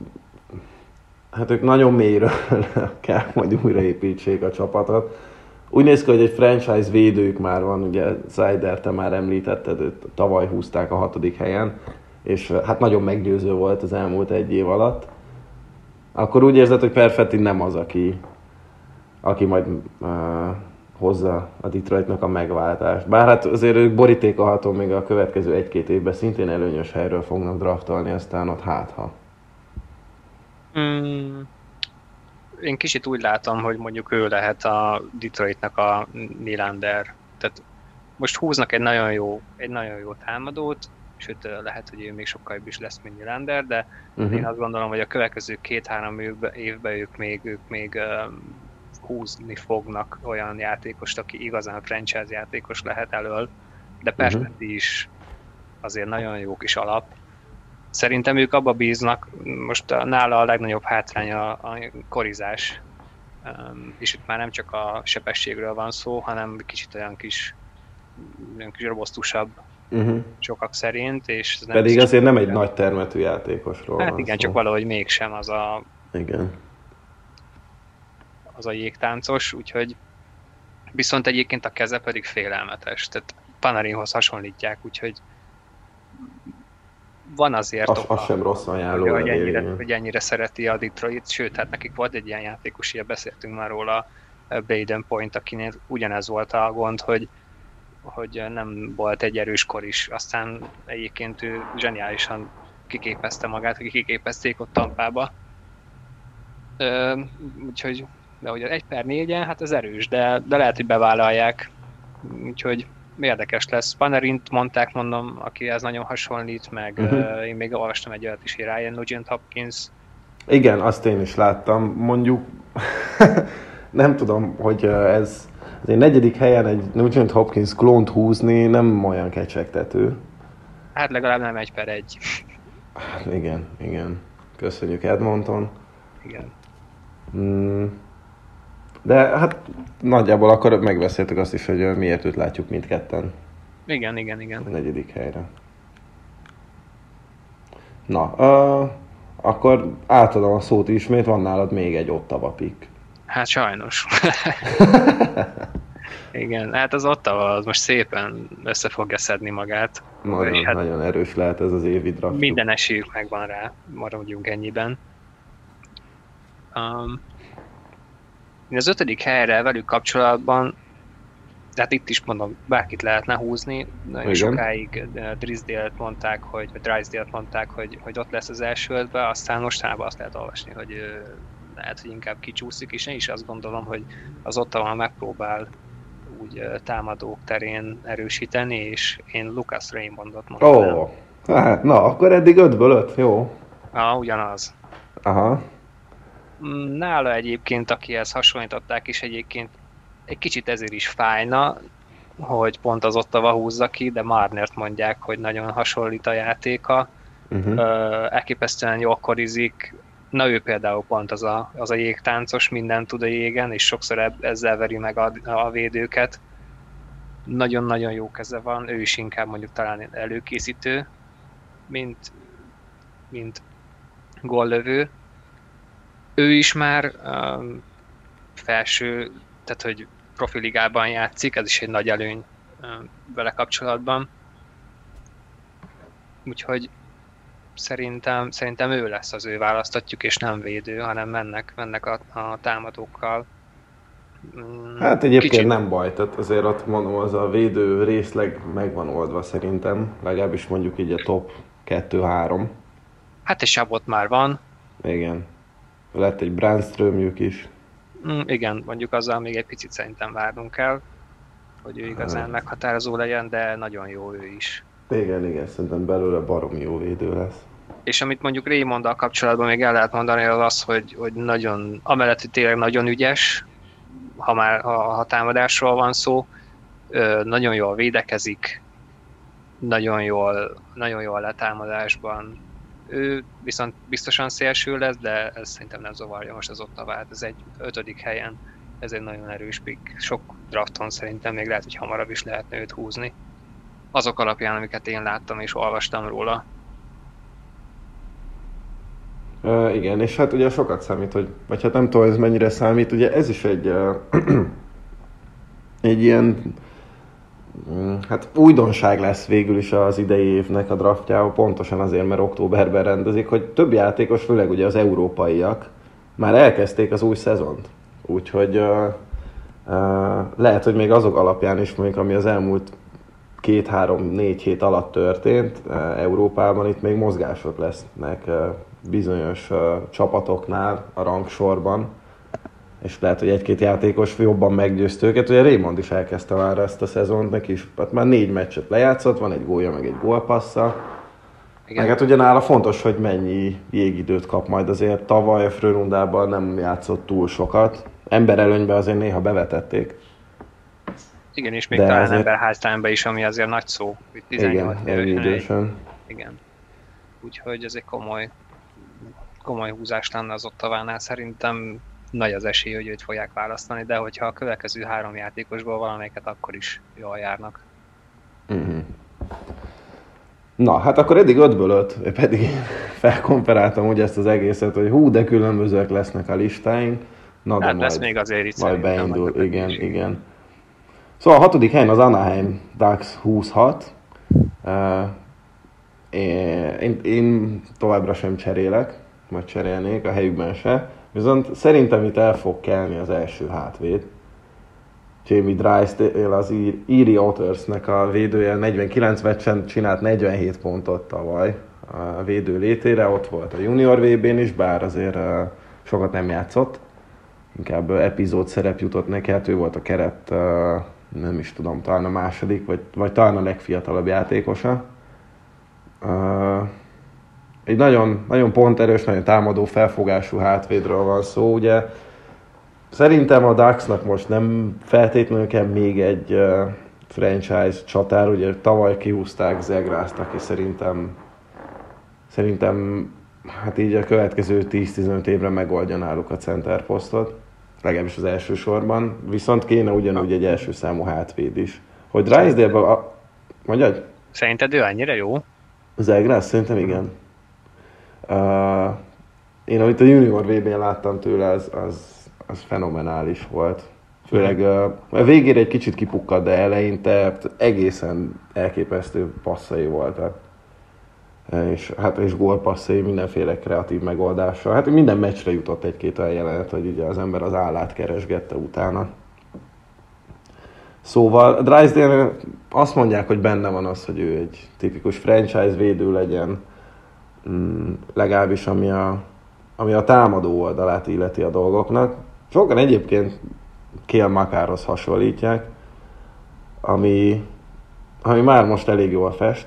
S3: hát ők nagyon mélyről kell, majd újraépítsék a csapatot. Úgy néz ki, hogy egy franchise védők már van, ugye Seider, te már említetted, őt tavaly húzták a hatodik helyen, és hát nagyon meggyőző volt az elmúlt egy év alatt. Akkor úgy érzed, hogy Perfetti nem az, aki, aki majd uh, hozza a Detroitnak a megváltást. Bár hát azért ők borítékolható még a következő egy-két évben szintén előnyös helyről fognak draftolni, aztán ott hátha.
S4: Mm. Én kicsit úgy látom, hogy mondjuk ő lehet a Detroitnak a Nylander. Tehát most húznak egy nagyon jó, egy nagyon jó támadót, sőt lehet, hogy ő még sokkal jobb is lesz, mint Nylander, de uh-huh. én azt gondolom, hogy a következő két-három évben, évben ők még, ők még uh, húzni fognak olyan játékost, aki igazán franchise játékos lehet elől, de persze uh-huh. is azért nagyon jó kis alap. Szerintem ők abba bíznak, most nála a legnagyobb hátránya a korizás, és itt már nem csak a sebességről van szó, hanem kicsit olyan kis, olyan kis robosztusabb uh-huh. sokak szerint. És
S3: nem pedig azért nem egy nagy termetű játékosról
S4: hát
S3: van
S4: igen,
S3: szó.
S4: csak valahogy mégsem az a,
S3: igen.
S4: az a jégtáncos, úgyhogy viszont egyébként a keze pedig félelmetes, tehát Panarinhoz hasonlítják, úgyhogy van azért
S3: az, az sem rossz ajánló,
S4: hogy ennyire, hogy ennyire szereti a Detroit, sőt, hát nekik volt egy ilyen játékos, ilyen beszéltünk már róla, Baden Point, akinél ugyanez volt a gond, hogy, hogy nem volt egy erős kor is, aztán egyébként ő zseniálisan kiképezte magát, akik kiképezték ott Tampába. Ö, úgyhogy, de hogy az egy per négyen, hát ez erős, de, de lehet, hogy bevállalják, úgyhogy érdekes lesz. Panarint mondták, mondom, aki ez nagyon hasonlít, meg uh-huh. én még olvastam egy olyat is, hogy Ryan Nugent-Hopkins.
S3: Igen, azt én is láttam. Mondjuk nem tudom, hogy ez az én negyedik helyen egy Nugent-Hopkins klónt húzni nem olyan kecsegtető.
S4: Hát legalább nem egy per egy.
S3: Hát igen, igen. Köszönjük Edmonton.
S4: Igen.
S3: Mm. De hát nagyjából akkor megbeszéltük azt is, hogy miért őt látjuk mindketten.
S4: Igen, igen, igen.
S3: A negyedik helyre. Na, uh, akkor átadom a szót ismét, van nálad még egy Ottawa pick.
S4: Hát sajnos. Igen, hát az Ottawa az most szépen össze fogja szedni magát.
S3: Nagyon, hát nagyon erős lehet ez az évi draft.
S4: Minden esélyük megvan rá, maradjunk ennyiben. Um, az ötödik helyre velük kapcsolatban, tehát itt is mondom, bárkit lehetne húzni. Nagyon igen. Sokáig Drysdale-t mondták, hogy, vagy Drysdale-t mondták, hogy, hogy ott lesz az első ötben, aztán mostanában azt lehet olvasni, hogy lehet, hogy inkább kicsúszik, és én is azt gondolom, hogy az Ottawa megpróbál úgy támadók terén erősíteni, és én Lucas Raymondot mondtam.
S3: Ó, oh, hát na, akkor eddig ötből öt, jó.
S4: Ah, ugyanaz.
S3: Aha.
S4: Nála egyébként, akihez hasonlították is egyébként egy kicsit ezért is fájna, hogy pont az Ottawa húzza ki, de Marnert mondják, hogy nagyon hasonlít a játéka. Uh-huh. Elképesztően jól korizik. Na ő például pont az a, az a jégtáncos, mindent tud a jégen, és sokszor ezzel veri meg a, a védőket. Nagyon-nagyon jó keze van, ő is inkább mondjuk talán előkészítő, mint, mint góllövő. Ő is már um, felső, tehát hogy profiligában játszik, ez is egy nagy előny um, vele kapcsolatban. Úgyhogy szerintem, szerintem ő lesz az ő választatjuk, és nem védő, hanem mennek, mennek a, a támadókkal.
S3: Hát egyébként kicsit nem baj, tehát azért ott mondom, az a védő részleg meg van oldva szerintem, legalábbis mondjuk így a top kettő-három.
S4: Hát és Chabot már van.
S3: Igen. Lett egy Brandströmjük is.
S4: Mm, igen, mondjuk azzal még egy picit szerintem várnunk kell, hogy ő igazán hát meghatározó legyen, de nagyon jó ő is.
S3: Igen, igen, szerintem belőle baromi jó védő lesz.
S4: És amit mondjuk Raymonddal kapcsolatban még el lehet mondani, az az, hogy, hogy nagyon, amellett, hogy tényleg nagyon ügyes, ha már ha, ha támadásról van szó, nagyon jól védekezik, nagyon jól, nagyon jól letámadásban. Ő viszont biztosan szélső lesz, de ez szerintem nem zavarja most az Ottawát. Ez egy ötödik helyen, ez egy nagyon erős pick. Sok drafton szerintem még lehet, hogy hamarabb is lehetne őt húzni. Azok alapján, amiket én láttam és olvastam róla.
S3: Uh, igen, és hát ugye sokat számít, hogy, vagy hát nem tudom, ez mennyire számít, ugye ez is egy uh, egy ilyen hát újdonság lesz végül is az idei évnek a draftjában, pontosan azért, mert októberben rendezik, hogy több játékos, főleg ugye az európaiak már elkezdték az új szezont. Úgyhogy uh, uh, lehet, hogy még azok alapján is, mondjuk, ami az elmúlt két-három-négy hét alatt történt uh, Európában, itt még mozgások lesznek uh, bizonyos uh, csapatoknál a rangsorban, és lehet, hogy egy-két játékos jobban meggyőzte őket. Ugye Raymond is elkezdte már ezt a szezont, neki is hát már négy meccset lejátszott, van egy gólja, meg egy gólpassza. Igen. Meg hát ugye nála fontos, hogy mennyi jégidőt kap majd, azért tavaly a Frölundában nem játszott túl sokat, emberelőnybe azért néha bevetették.
S4: Igen, és még
S3: de
S4: talán
S3: azért...
S4: emberhátrányba is, ami azért nagy szó.
S3: Igen, idősen.
S4: Igen. Úgyhogy ez egy komoly, komoly húzás lenne az Ottavánál. Szerintem nagy az esély, hogy őt fogják választani, de hogyha a következő három játékosból valamelyiket, akkor is jól járnak.
S3: Mm-hmm. Na, hát akkor eddig ötből öt, pedig felkomperáltam úgy ezt az egészet, hogy hú, de különbözőek lesznek a listáink. Na, de
S4: hát
S3: majd,
S4: lesz még azért itt
S3: majd beindul,
S4: majd
S3: igen, igen. Szóval a hatodik helyen az Anaheim Ducks húzhat. Uh, én, én, én továbbra sem cserélek, majd cserélnék a helyükben se. Viszont szerintem itt el fog kelni az első hátvéd. Jamie Drysdale, az Erie Ottersnek a védője, negyvenkilenc meccsen csinált negyvenhét pontot tavaly a védő létére. Ott volt a junior vé bén is, bár azért uh, sokat nem játszott. Inkább uh, epizód szerep jutott neki, hát ő volt a keret, uh, nem is tudom, talán a második, vagy, vagy talán a legfiatalabb játékosa. Uh, egy nagyon, nagyon ponterős, nagyon támadó felfogású hátvédről van szó, ugye. Szerintem a Ducksnak most nem feltétlenül kell még egy uh, franchise csatár, ugye tavaly kihúzták Zegrászt, aki szerintem, szerintem hát így a következő tíz-tizenöt évre megoldja náluk a center posztot, legalábbis az első sorban, viszont kéne ugyanúgy egy első számú hátvéd is. Hogy Drysdale-ben, a... mondjad?
S4: Szerinted ő annyira jó?
S3: Zegrász? Szerintem igen. Uh, én amit a junior vé bén láttam tőle, az, az az fenomenális volt. Főleg a végére egy kicsit kipukkad, de eleinte egészen elképesztő passzai voltak. És, hát, és gólpasszai, mindenféle kreatív megoldással. Hát minden meccsre jutott egy-két olyan jelenet, hogy ugye az ember az állát keresgette utána. Szóval Drysdale azt mondják, hogy benne van az, hogy ő egy tipikus franchise védő legyen, mm, legalábbis ami a, ami a támadó oldalát illeti a dolgoknak. Sokan egyébként Cale Makarhoz hasonlítják, ami, ami már most elég jól fest.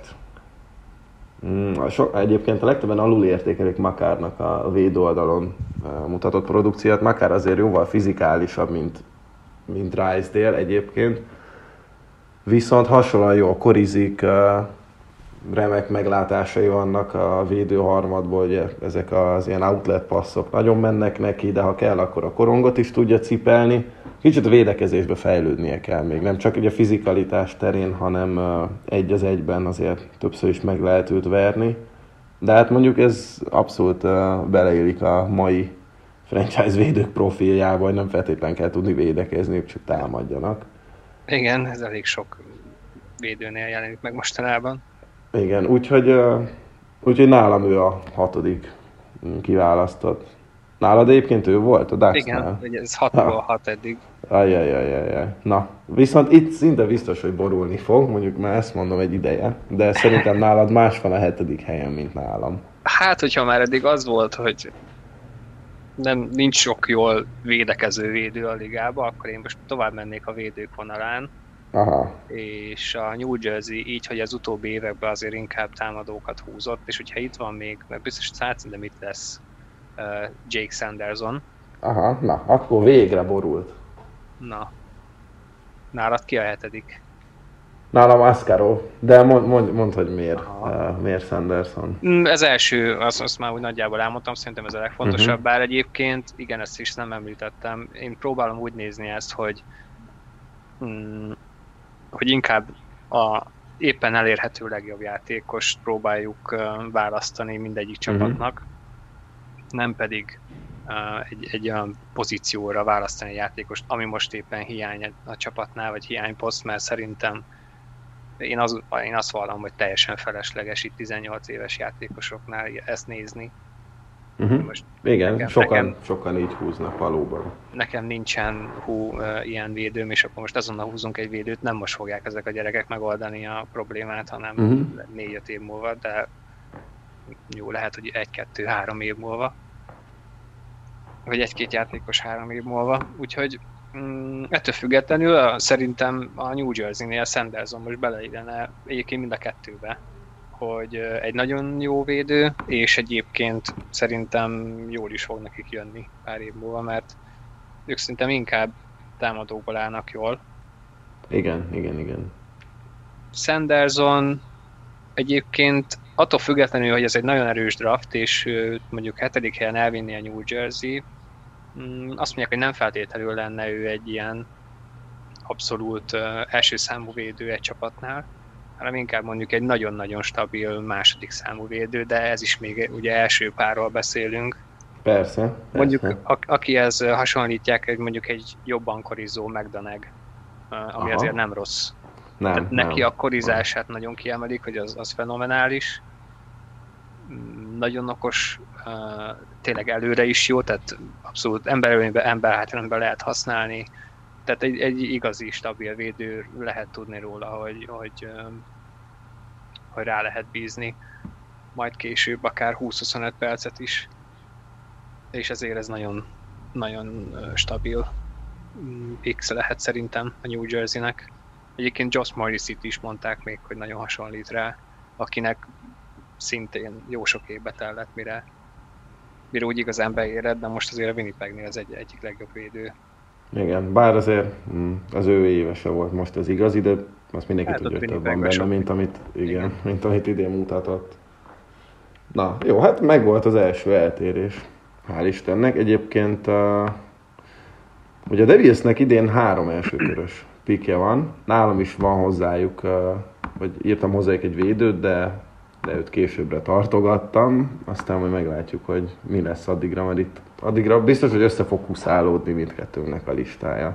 S3: So, egyébként a legtöbben alul értékelik Makarnak a védő oldalon mutatott produkciót. Makar azért jóval fizikálisabb, mint, mint Drysdale egyébként. Viszont hasonlóan jól korizik, remek meglátásai vannak a védő harmadból, ugye ezek az ilyen outlet passzok nagyon mennek neki, de ha kell, akkor a korongot is tudja cipelni. Kicsit a védekezésbe fejlődnie kell még, nem csak ugye a fizikalitás terén, hanem egy az egyben azért többször is meg lehet őt verni. De hát mondjuk ez abszolút beleillik a mai franchise védők profiljába, hogy nem feltétlenül kell tudni védekezni, ők csak támadjanak.
S4: Igen, ez elég sok védőnél jelenik meg mostanában.
S3: Igen, úgyhogy, úgyhogy nálam ő a hatodik kiválasztott. Nálad egyébként ő volt a Ducksnál?
S4: Igen, ez hatból hat eddig.
S3: Ajajajajaj. Na, viszont itt szinte biztos, hogy borulni fog, mondjuk már ezt mondom egy ideje, de szerintem nálad más van a hetedik helyen, mint nálam.
S4: Hát, hogyha már eddig az volt, hogy nem, nincs sok jól védekező védő a ligába, akkor én most tovább mennék a védők vonalán.
S3: Aha.
S4: És a New Jersey így, hogy az utóbbi években azért inkább támadókat húzott, és hogyha itt van még, mert biztos, hogy szerintem itt lesz uh, Jake Sanderson.
S3: Aha, na, akkor végre borult.
S4: Na, nálad ki a hetedik?
S3: Nálam Ascaro, de mond, mond, mond hogy miért, uh, miért Sanderson.
S4: Ez első, azt, azt már úgy nagyjából elmondtam, szerintem ez a legfontosabb, uh-huh. Bár egyébként, igen, ezt is nem említettem, én próbálom úgy nézni ezt, hogy mm, hogy inkább a éppen elérhető legjobb játékost próbáljuk uh, választani mindegyik csapatnak, uh-huh. Nem pedig uh, egy, egy olyan pozícióra választani a játékost, ami most éppen hiány a csapatnál, vagy hiányposzt, mert szerintem én, az, én azt vallom, hogy teljesen felesleges itt tizennyolc éves játékosoknál ezt nézni.
S3: Uh-huh. Most igen, nekem, sokan,
S4: nekem,
S3: sokan így húznak valóban.
S4: Nekem nincsen hú, uh, ilyen védőm, és akkor most azonnal húzunk egy védőt, nem most fogják ezek a gyerekek megoldani a problémát, hanem uh-huh. négy-öt év múlva, de jó, lehet, hogy egy-kettő-három év múlva, vagy egy-két játékos három év múlva, úgyhogy mm, ettől függetlenül a, szerintem a New Jersey-nél Sanderson most beleillene egyébként mind a kettőbe, hogy egy nagyon jó védő, és egyébként szerintem jól is fog nekik jönni pár év múlva, mert ők szerintem inkább támadóból állnak jól.
S3: Igen, igen, igen.
S4: Sanderson egyébként attól függetlenül, hogy ez egy nagyon erős draft, és mondjuk hetedik helyen elvinni a New Jersey, azt mondják, hogy nem feltétlenül lenne ő egy ilyen abszolút első számú védő egy csapatnál, hanem inkább mondjuk egy nagyon-nagyon stabil második számú védő, de ez is még ugye első párról beszélünk.
S3: Persze. persze.
S4: Mondjuk a, akihez hasonlítják, hogy mondjuk egy jobban korizó McDonagh, ami Aha. azért nem rossz.
S3: Nem,
S4: nem, neki
S3: nem,
S4: a korizását nem. nagyon kiemelik, hogy az, az fenomenális. Nagyon okos, tényleg előre is jó, tehát abszolút emberelőnyben, emberhátrányban lehet használni. Tehát egy, egy igazi, stabil védő lehet tudni róla, hogy, hogy, hogy rá lehet bízni. Majd később akár húsz-huszonöt percet is. És ezért ez nagyon, nagyon stabil X lehet szerintem a New Jersey-nek. Egyébként Josh Morris-it is mondták még, hogy nagyon hasonlít rá, akinek szintén jó sok évbe tellett, mire, mire úgy igazán beéred, de most azért a Winnipegnél az egy, egyik legjobb védő.
S3: Igen, bár azért az ő évese volt most az igazi, de azt mindenki
S4: hát
S3: tudja, hogy több
S4: van
S3: van benne, mint amit, igen, igen. mint amit idén mutatott. Na, jó, hát megvolt az első eltérés. Hál' Istennek. Egyébként uh, ugye a Devilsnek idén három elsőkörös pikje van. Nálam is van hozzájuk, uh, vagy írtam hozzájuk egy védőt, de, de őt későbbre tartogattam. Aztán majd meglátjuk, hogy mi lesz addigra, mert itt addigra biztos, hogy össze fog huszálódni mindkettőnknek a listája.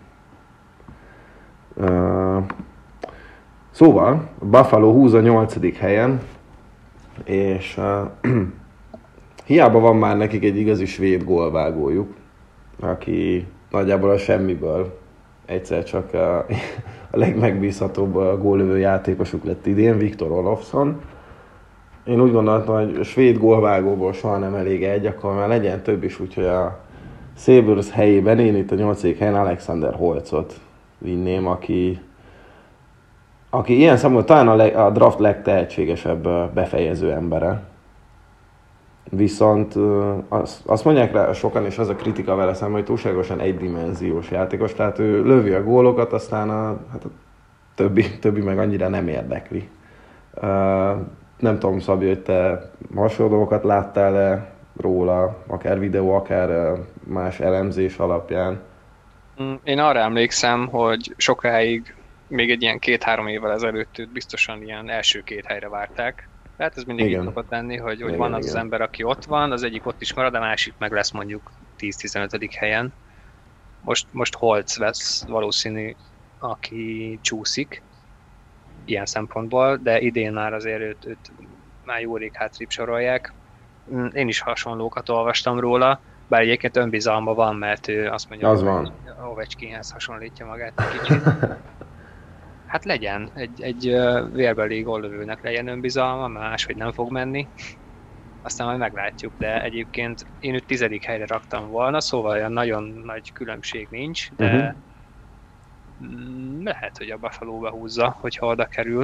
S3: Uh, szóval, Buffalo húz a nyolcadik helyen, és uh, hiába van már nekik egy igazi svéd gólvágójuk, aki nagyjából a semmiből egyszer csak a, a legmegbízhatóbb góllövő játékosuk lett idén, Viktor Olofsson. Én úgy gondoltam, hogy a svéd gólvágóból soha nem elég egy, akkor már legyen több is, úgyhogy a Sabres helyében én itt a nyolcadik helyen Alexander Holzot vinném, aki, aki ilyen számomra talán a, leg, a draft legtehetségesebb befejező embere. Viszont azt, azt mondják rá sokan, és az a kritika vele szemben, hogy túlságosan egydimenziós játékos, tehát ő lövi a gólokat, aztán a, hát a többi, többi meg annyira nem érdekli. Uh, nem tudom, Szabi, hogy te hasonló dolgokat láttál-e róla, akár videó, akár más elemzés alapján?
S4: Én arra emlékszem, hogy sokáig, még egy ilyen két-három évvel ezelőtt őt biztosan ilyen első két helyre várták. Tehát ez mindig így szokott lenni, hogy, hogy igen, van az igen. az ember, aki ott van, az egyik ott is marad, a másik meg lesz mondjuk tíz-tizenötödik helyen. Most, most Holtz lesz valószínű, aki csúszik ilyen szempontból, de idén már azért őt, őt már jó rég hátrébb sorolják. Én is hasonlókat olvastam róla, bár egyébként önbizalma van, mert ő azt mondja,
S3: az
S4: hogy
S3: van.
S4: Ovechkinhez hasonlítja magát egy kicsit. Hát legyen, egy, egy vérbeli góllövőnek legyen önbizalma, máshogy nem fog menni. Aztán majd meglátjuk, de egyébként én őt tizedik helyre raktam volna, szóval olyan nagyon nagy különbség nincs, de uh-huh. lehet, hogy a Buffalo-ba húzza, hogyha oda kerül.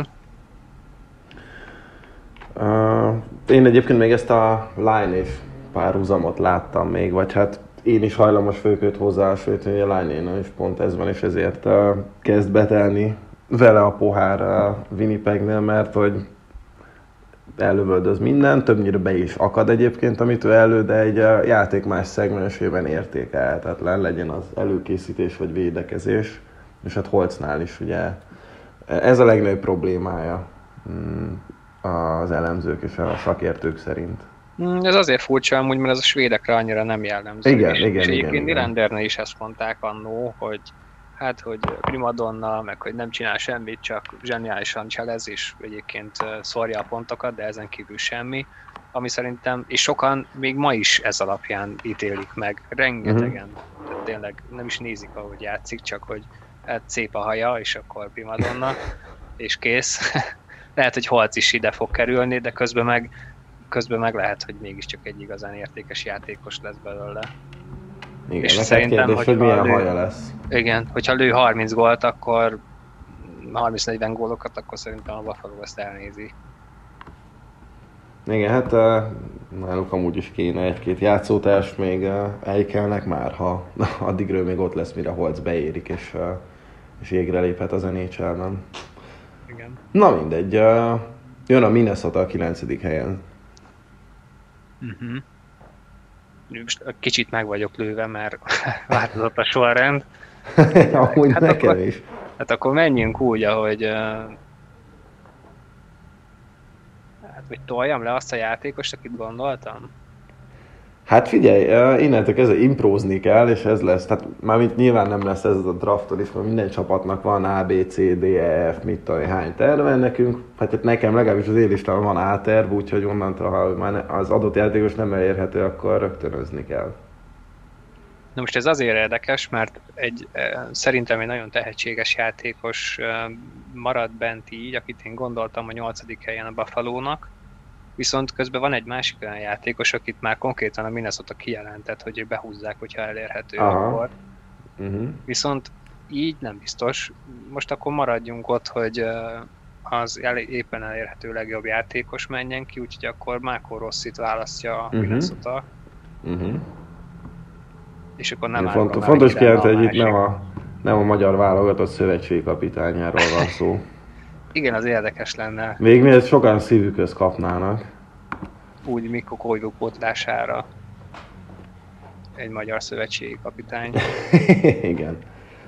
S3: Uh, én egyébként még ezt a Line-és párhuzamot láttam még, vagy hát én is hajlamos vagyok őt hozzáhasonlítani, hogy a Line-én is pont ez van, és ezért uh, kezd betelni vele a pohár a Winnipegnél, mert hogy ellövöldöz minden, többnyire be is akad egyébként, amit ő elő, de egy uh, játék más szegmensében értékelhetetlen, legyen az előkészítés vagy védekezés, és hát Holtznál is ugye ez a legnagyobb problémája az elemzők és a szakértők szerint.
S4: Ez azért furcsa amúgy, mert ez a svédekre annyira nem jellemző.
S3: Igen,
S4: és,
S3: igen,
S4: és
S3: igen.
S4: egyébként
S3: Nylandernél
S4: is ezt mondták annó, hogy hát, hogy primadonna, meg hogy nem csinál semmit, csak zseniálisan cselez, és egyébként szórja a pontokat, de ezen kívül semmi. Ami szerintem, és sokan még ma is ez alapján ítélik meg, rengetegen. Uh-huh. Tehát tényleg nem is nézik, ahogy játszik, csak hogy hát szép a haja, és akkor primadonna, és kész. Lehet, hogy Holtz is ide fog kerülni, de közben meg, közben meg lehet, hogy mégiscsak egy igazán értékes játékos lesz belőle.
S3: Igen,
S4: és szerintem,
S3: kérdés, hogy milyen
S4: lő,
S3: haja lesz.
S4: Igen, hogyha lő harminc gólt, akkor harminc-negyven gólokat, akkor szerintem a Buffalo ezt elnézi.
S3: Igen, hát uh, náluk amúgy is kéne egy-két játszótárs még elkelnek már, ha addigra még ott lesz, mire Holtz beérik, és, és jégre léphet az en há el-ben.
S4: Igen.
S3: Na mindegy, jön a Minnesota a kilencedik helyen.
S4: Uh-huh. Most kicsit meg vagyok lőve, mert változott a sorrend.
S3: Amúgy
S4: hát
S3: nekem
S4: akkor,
S3: is.
S4: Hát akkor menjünk úgy, ahogy... Uh, hát, hogy toljam le azt a játékost, akit gondoltam?
S3: Hát figyelj, innentől kezdve imprózni kell, és ez lesz. Tehát mármint nyilván nem lesz ez a drafton is, mert minden csapatnak van A, B, C, D, E, F, mit tudom, hány terve nekünk. Hát nekem legalábbis az én listában van A terv, úgyhogy onnantól, ha már az adott játékos nem elérhető, akkor rögtönözni kell.
S4: Na most ez azért érdekes, mert egy, szerintem egy nagyon tehetséges játékos maradt bent így, akit én gondoltam a nyolcadik helyen a Buffalo-nak, viszont közben van egy másik olyan játékos, akit már konkrétan a Minnesota kijelentett, hogy ők behúzzák, hogyha elérhető.
S3: Aha.
S4: Akkor.
S3: Uh-huh.
S4: Viszont így nem biztos. Most akkor maradjunk ott, hogy az éppen elérhető legjobb játékos menjen ki, úgyhogy akkor Marco Rossit választja a
S3: uh-huh.
S4: Minnesota.
S3: Uh-huh.
S4: És akkor nem
S3: Font, fontos kijelenteni, hogy itt nem a, nem a magyar válogatott szövetségi kapitányáról van szó.
S4: Igen, az érdekes lenne.
S3: Még miért sokan szívükhöz kapnának.
S4: Úgy Mikko Koivu pótlására egy magyar szövetségi kapitány.
S3: Igen.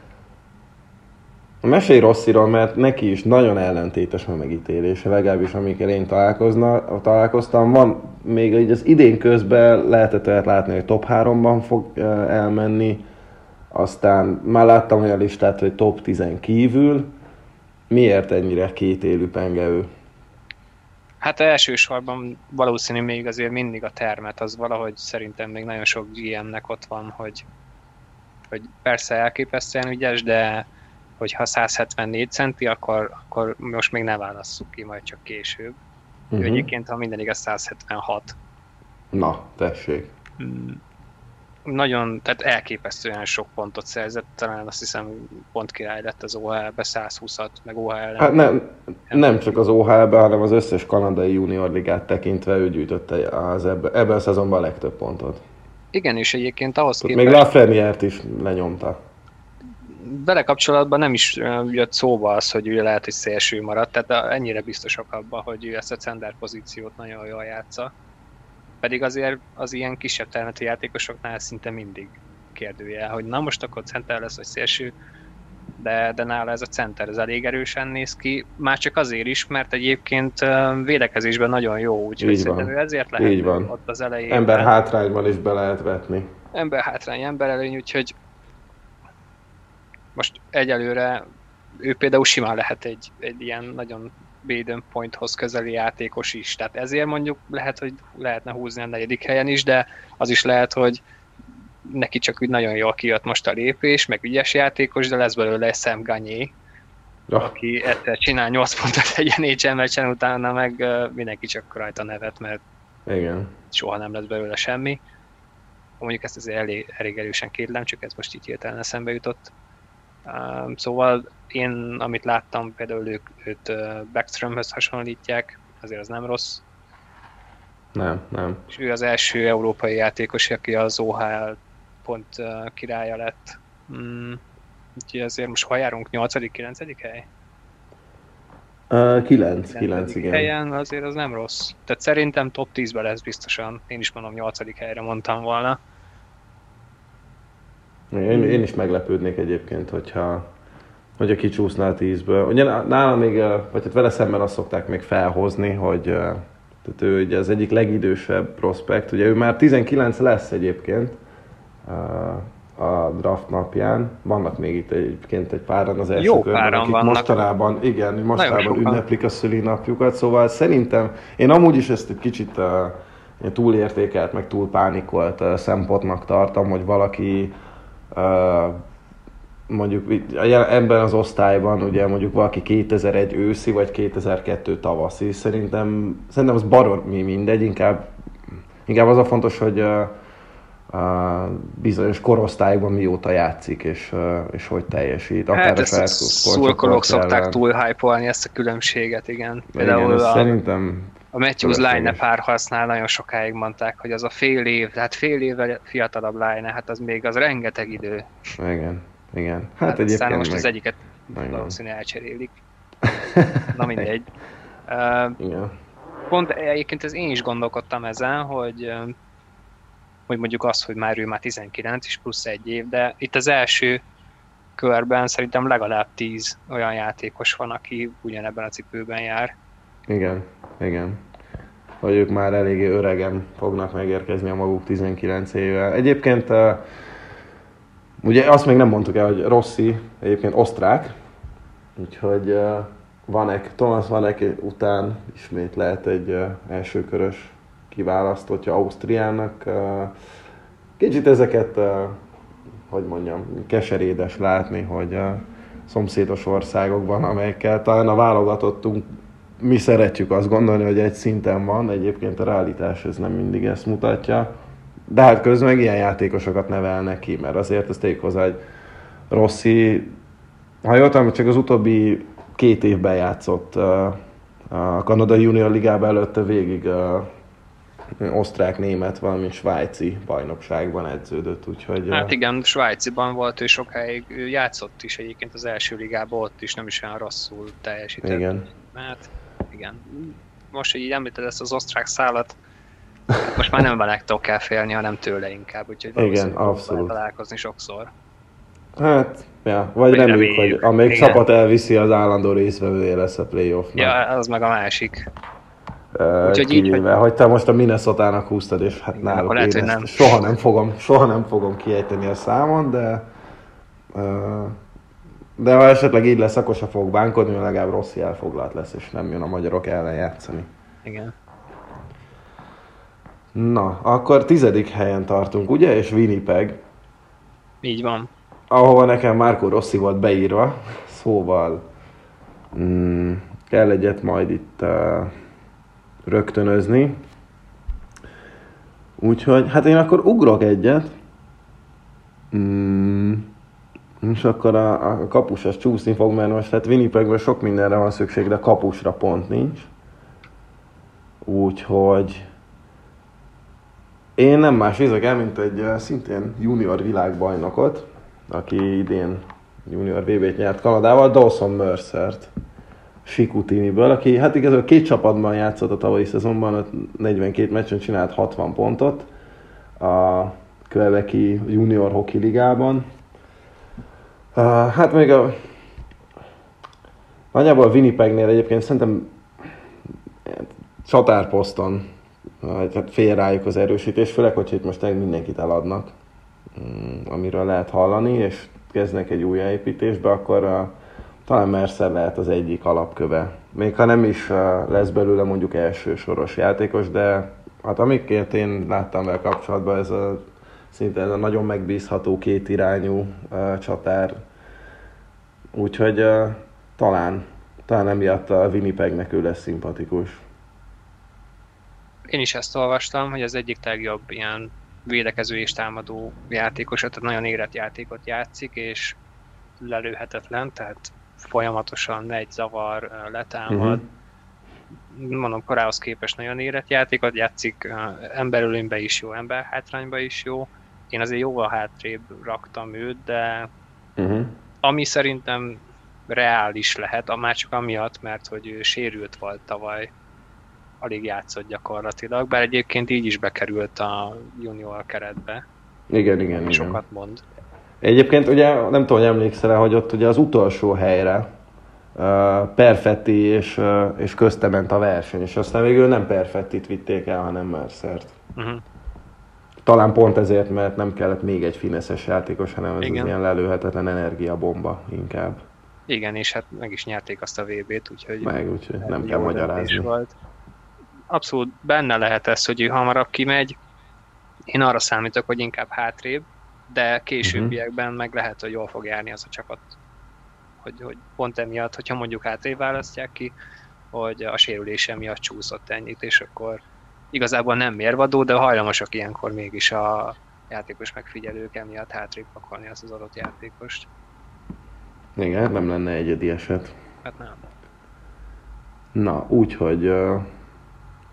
S3: Mesélj Rossiról, mert neki is nagyon ellentétes a megítélése, legalábbis amikor én találkoztam. Van még így az idén közben lehetett olyat látni, hogy top háromban fog elmenni, aztán már láttam olyan listát, hogy top tízen kívül. Miért ennyire kétélű penge ő?
S4: Hát elsősorban valószínű még azért mindig a termet, az valahogy szerintem még nagyon sok gé em-nek ott van, hogy, hogy persze elképesztően ügyes, de hogyha száz hetvennégy centi, akkor, akkor most még ne válasszuk ki, majd csak később. Uh-huh. Ő egyébként, ha minden igaz, száz hetvenhat.
S3: Na, tessék.
S4: Mm. Nagyon, tehát elképesztően sok pontot szerzett, talán azt hiszem pont király lett az o há el-be, száz húszat, meg o há el-en.
S3: Hát nem, nem csak az o há el-be, hanem az összes kanadai junior ligát tekintve ő gyűjtötte az ebbe, ebben a szezonban a legtöbb pontot.
S4: Igen, és egyébként ahhoz
S3: képest...
S4: képest...
S3: Még Lafrenière-t is lenyomta.
S4: Vele kapcsolatban nem is jött szóba az, hogy ugye lehet, hogy szélső maradt, tehát ennyire biztosak abban, hogy ő ezt a center pozíciót nagyon jól játsza. Pedig azért az ilyen kisebb termetű játékosoknál szinte mindig kérdőjel, hogy na most akkor center lesz, vagy szélső, de, de nála ez a center, ez elég erősen néz ki, már csak azért is, mert egyébként védekezésben nagyon jó, úgyhogy szerintem ő ezért lehet ott az elején.
S3: Ember hátrányban is be lehet vetni.
S4: Ember hátrány, ember előny, úgyhogy most egyelőre ő például simán lehet egy, egy ilyen nagyon Baden Pointhoz közeli játékos is. Tehát ezért mondjuk lehet, hogy lehetne húzni a negyedik helyen is, de az is lehet, hogy neki csak úgy nagyon jól kijött most a lépés, meg ügyes játékos, de lesz belőle egy Sam Gagné, ja. aki egyszer csinál nyolc pontot egy en há el meccsen, utána meg mindenki csak rajta nevet, mert
S3: igen.
S4: soha nem lesz belőle semmi. Mondjuk ezt azért elég, elég erősen kétlem, csak ez most így hirtelen eszembe jutott. Um, szóval én, amit láttam, például ők, őt uh, Backströmhöz hasonlítják, azért az nem rossz.
S3: Nem, nem.
S4: És ő az első európai játékos, aki az o há el pont uh, királya lett. Mm, úgyhogy azért most hol járunk? nyolcadik kilencedik hely?
S3: Uh, kilenc, kilenc, igen.
S4: helyen azért az nem rossz. Tehát szerintem top tízben lesz biztosan. Én is mondom, nyolcadik helyre mondtam volna.
S3: Én, én is meglepődnék egyébként, hogyha, hogyha kicsúszná a tízből. Ugye nálam még, vagy hát vele szemben azt szokták még felhozni, hogy tehát ő ugye az egyik legidősebb prospekt. Ugye ő már tizenkilenc lesz egyébként a draft napján. Vannak még itt egyébként egy páran az első
S4: Jó
S3: körben,
S4: páran
S3: akik
S4: vannak.
S3: mostanában, igen, mostanában ünneplik a szülinapjukat. Szóval szerintem, én amúgy is ezt egy kicsit uh, túlértékelt, meg túl pánikolt uh, szempontnak tartom, hogy valaki Uh, mondjuk ebben az osztályban ugye mondjuk valaki kétezer-egy őszi vagy kétezer-kettő tavaszi, szerintem, szerintem az baromi mindegy, inkább, inkább az a fontos, hogy uh, uh, bizonyos korosztályban mióta játszik és, uh, és hogy teljesít. Akár
S4: hát ezt szurkolók szokták túl hype-olni ezt a különbséget, igen.
S3: Például igen, a... szerintem
S4: A Matthews Line párharcnál nagyon sokáig mondták, hogy az a fél év, tehát fél évvel fiatalabb Line, hát az még az rengeteg idő.
S3: Igen, igen.
S4: Hát, hát aztán most meg... az egyiket valószínűleg elcserélik. Na mindegy. Uh,
S3: igen.
S4: Pont egyébként ez én is gondolkodtam ezen, hogy, hogy mondjuk az, hogy már ő már tizenkilenc és plusz egy év, de itt az első körben szerintem legalább tíz olyan játékos van, aki ugyanebben a cipőben jár.
S3: Igen, igen. Hogy ők már eléggé öregen fognak megérkezni a maguk tizenkilenc éve. Egyébként uh, ugye azt még nem mondtuk el, hogy Rossi egyébként osztrák, úgyhogy uh, Vanek, Thomas Vanek után ismét lehet egy uh, elsőkörös kiválasztottja Ausztriának. Uh, kicsit ezeket, uh, hogy mondjam, keserédes látni, hogy a uh, szomszédos országokban, amelyekkel talán a válogatottunk, mi szeretjük azt gondolni, hogy egy szinten van, egyébként a realitás ez nem mindig ezt mutatja, de hát közben meg ilyen játékosokat nevelnek ki, mert azért ezt tegyük hozzá, hogy Rossi, ha jól tudom, csak az utóbbi két évben játszott uh, a Kanadai Junior Ligában, előtte végig uh, osztrák-német, valami svájci bajnokságban edződött, úgyhogy...
S4: Hát igen, svájciban volt ő sokáig, ő játszott is egyébként az első ligában, ott is nem is olyan rosszul teljesített.
S3: Igen.
S4: Hát igen. Most, hogy így említed ezt az osztrák szálat, hát most már nem Vanektól kell félni, hanem tőle inkább, úgyhogy
S3: igen, abszolút.
S4: Találkozni sokszor.
S3: Hát, ja, vagy reméljük, reméljük, hogy amelyik igen. Csapat elviszi, az állandó részvevője lesz a playoffnak.
S4: Ja, az meg a másik.
S3: Uh, Úgyhogy így, hogy... hogy te most a Minnesotának húztad, és hát igen, náluk
S4: lehet,
S3: én
S4: nem.
S3: soha nem fogom, soha nem fogom kiejteni a számon, de uh, de ha esetleg így lesz, akkor se fog bánkodni, mert legalább Rossi elfoglalt lesz, és nem jön a magyarok ellen játszani.
S4: Igen.
S3: Na, akkor tizedik helyen tartunk, ugye? És Winnipeg.
S4: Így van.
S3: Ahova nekem Marco Rossi volt beírva, szóval mm, kell egyet majd itt uh, rögtönözni. Úgyhogy, hát én akkor ugrok egyet. Mm, és akkor a, a kapus az csúszni fog, mert most hát Winnipegben sok mindenre van szükség, de a kapusra pont nincs. Úgyhogy én nem más nézek el, mint egy uh, szintén junior világbajnokot, aki idén junior vé bét nyert Kanadával, Dawson Mercert, Chicoutimi-ből, aki hát igazából két csapatban játszott a tavalyi szezonban, negyvenkét meccsen csinált hatvan pontot a Quebeci Junior Hockey Ligában. Uh, hát még a nagyjából a Winnipegnél egyébként szerintem csatárposzton hát fél rájuk az erősítés, főleg, hogyha itt most mindenkit eladnak, amiről lehet hallani, és kezdnek egy új építésbe, akkor uh, talán Mercer lehet az egyik alapköve. Még ha nem is uh, lesz belőle mondjuk első soros játékos, de hát amiket én láttam vele kapcsolatban, ez a szinte ez a nagyon megbízható kétirányú uh, csatár. Úgyhogy uh, talán, talán emiatt a Winnipegnek ő lesz szimpatikus.
S4: Én is ezt olvastam, hogy az egyik legjobb ilyen védekező és támadó játékos, tehát nagyon érett játékot játszik, és lelőhetetlen, tehát folyamatosan megy, zavar, letámad. Uh-huh. Mondom, korához képest nagyon érett játékot játszik, emberölőnybe is jó, emberhátrányba is jó. Én azért jóval hátrébb raktam őt, de uh-huh. ami szerintem reális lehet, már csak amiatt, mert hogy ő sérült volt tavaly, alig játszott gyakorlatilag, bár egyébként így is bekerült a junior keretbe.
S3: Igen, igen, igen.
S4: Sokat mond.
S3: Egyébként ugye nem tudom, hogy emlékszel, hogy ott ugye az utolsó helyre uh, Perfetti és, uh, és közte ment a verseny, és aztán végül nem Perfettit vitték el, hanem Mercert. Uh-huh. Talán pont ezért, mert nem kellett még egy fineszes játékos, hanem ez igen. Az ilyen lelőhetetlen energiabomba inkább.
S4: Igen, és hát meg is nyerték azt a vé bét, úgyhogy...
S3: Meg, úgyhogy nem kell magyarázni. Volt.
S4: Abszolút benne lehet ez, hogy ő hamarabb kimegy. Én arra számítok, hogy inkább hátrébb, de későbbiekben uh-huh. meg lehet, hogy jól fog járni az a csapat. Hogy, hogy pont emiatt, hogyha mondjuk hátrébb választják ki, hogy a sérülése miatt csúszott ennyit, és akkor igazából nem mérvadó, de hajlamosak ilyenkor mégis a játékos megfigyelők emiatt hátrébb pakolni azt az adott játékost.
S3: Igen, nem lenne egyedi eset.
S4: Hát nem.
S3: Na, úgyhogy uh,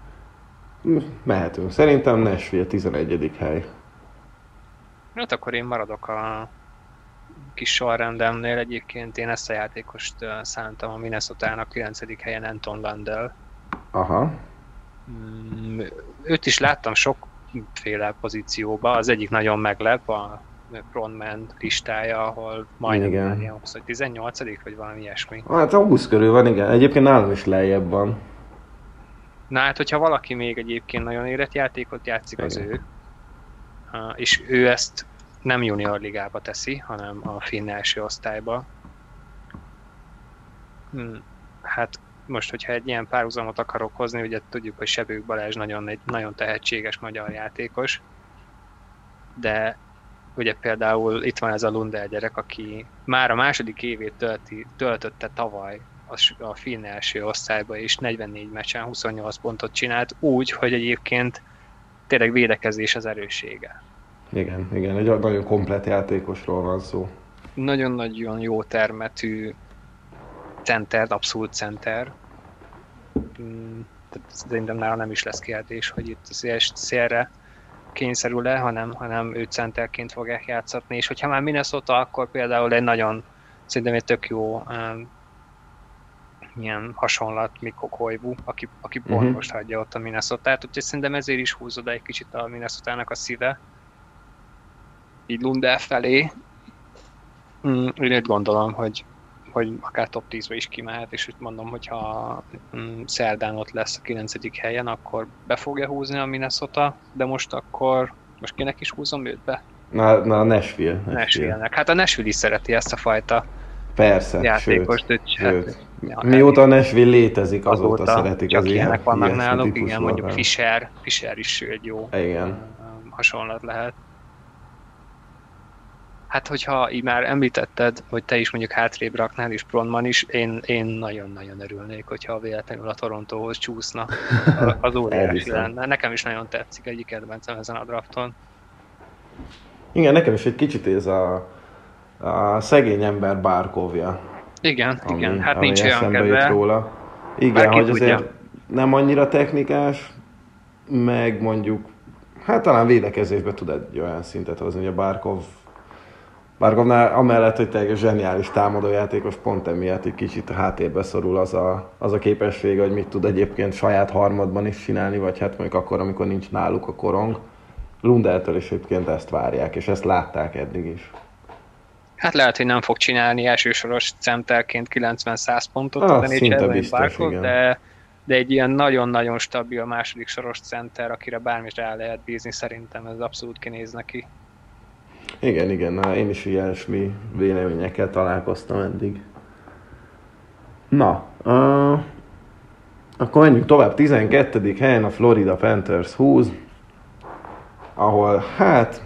S3: Mehetünk. Szerintem Nashville tizenegyedik hely.
S4: Hát akkor én maradok a kis sorrendemnél. Egyébként én ezt a játékost szántam a Minnesotának kilencedik helyen Anton Lundell.
S3: Aha.
S4: Mm, őt is láttam sokféle pozícióba. Az egyik nagyon meglep, a frontman listája, ahol majdnem
S3: Igen.
S4: ilyen húsz, tizennyolcadik vagy valami ilyesmi.
S3: Hát a húsz körül van, igen. Egyébként nálam is lejjebb van.
S4: Na hát, hogyha valaki még egyébként nagyon érett játékot játszik, az
S3: Igen.
S4: ő. Uh, és ő ezt nem junior ligába teszi, hanem a finn első osztályba. Hmm. Hát most, hogyha egy ilyen párhuzamot akarok hozni, ugye tudjuk, hogy Sebők Balázs nagyon, egy nagyon tehetséges magyar játékos, de ugye például itt van ez a Lundell gyerek, aki már a második évét tölti, töltötte tavaly a, a finn első osztályba, és negyvennégy meccsen huszonnyolc pontot csinált, úgy, hogy egyébként tényleg védekezés az erőssége.
S3: Igen, igen. Egy nagyon komplett játékosról van szó.
S4: Nagyon-nagyon jó termetű center, abszolút center. Tehát szerintem nála nem is lesz kérdés, hogy itt szél, szélre kényszerül le, hanem, hanem ő centerként fogják játszatni, és hogyha már Minnesota, akkor például egy nagyon, szerintem egy tök jó um, ilyen hasonlat Mikko Koivu, aki, aki pont
S3: Uh-huh.
S4: most hagyja ott a Minnesotát, úgyhogy szerintem ezért is húzod egy kicsit a Minnesotának a szíve, így Lundell felé. Mm, én úgy gondolom, hogy, hogy akár top tízbe is kimehet, és úgy mondom, hogyha mm, szerdán ott lesz a kilencedik helyen, akkor be fogja húzni a Minnesota, de most akkor, most kinek is húzom őt be?
S3: Na, na Nashville. Nashville.
S4: Nashville-nek. Hát a Nashville is szereti ezt a fajta
S3: Persze,
S4: játékost,
S3: sőt,
S4: hogy
S3: sőt.
S4: hát, ja,
S3: Mióta a Nashville létezik, azóta,
S4: azóta
S3: szeretik
S4: csak
S3: az ilyen,
S4: ilyenek vannak
S3: ilyesmi
S4: náluk,
S3: típusú
S4: igen, mondjuk
S3: akár.
S4: Fischer, Fischer is egy jó
S3: Igen.
S4: um, hasonlat lehet. Hát, hogyha így már említetted, hogy te is mondjuk hátrébb raknál, és Bronman is, én, én nagyon-nagyon örülnék, hogyha véletlenül a Torontóhoz csúszna. Az óriási
S3: Elhiszem.
S4: lenne. Nekem is nagyon tetszik, egyik kedvencem ezen a drafton.
S3: Igen, nekem is egy kicsit ez a, a szegény ember Barkovja.
S4: Igen,
S3: Ami,
S4: igen, hát
S3: ami
S4: nincs olyan
S3: eszembe jut
S4: kedve.
S3: róla. Igen,
S4: Bárki
S3: hogy azért
S4: tudja.
S3: nem annyira technikás, meg mondjuk, hát talán védekezésbe tud egy olyan szintet hozni, hogy a Barkov Barkovnál amellett, hogy tényleg zseniális támadójátékos, pont emiatt egy kicsit háttérbe szorul az a, az a képessége, hogy mit tud egyébként saját harmadban is csinálni, vagy hát mondjuk akkor, amikor nincs náluk a korong. Lundelltől is egyébként ezt várják, és ezt látták eddig is.
S4: Hát lehet, hogy nem fog csinálni elsősoros centerként kilencven-száz pontot
S3: Ah,
S4: a
S3: szinte
S4: en há el-ben,
S3: biztos,
S4: Barkov,
S3: igen.
S4: de, de egy ilyen nagyon-nagyon stabil második soros center, akire bármit rá lehet bízni, szerintem ez abszolút kinéz neki.
S3: Igen, igen, na, én is ilyesmi véleményekkel találkoztam eddig. Na, uh, akkor menjünk tovább. tizenkettedik helyen a Florida Panthers húz, ahol hát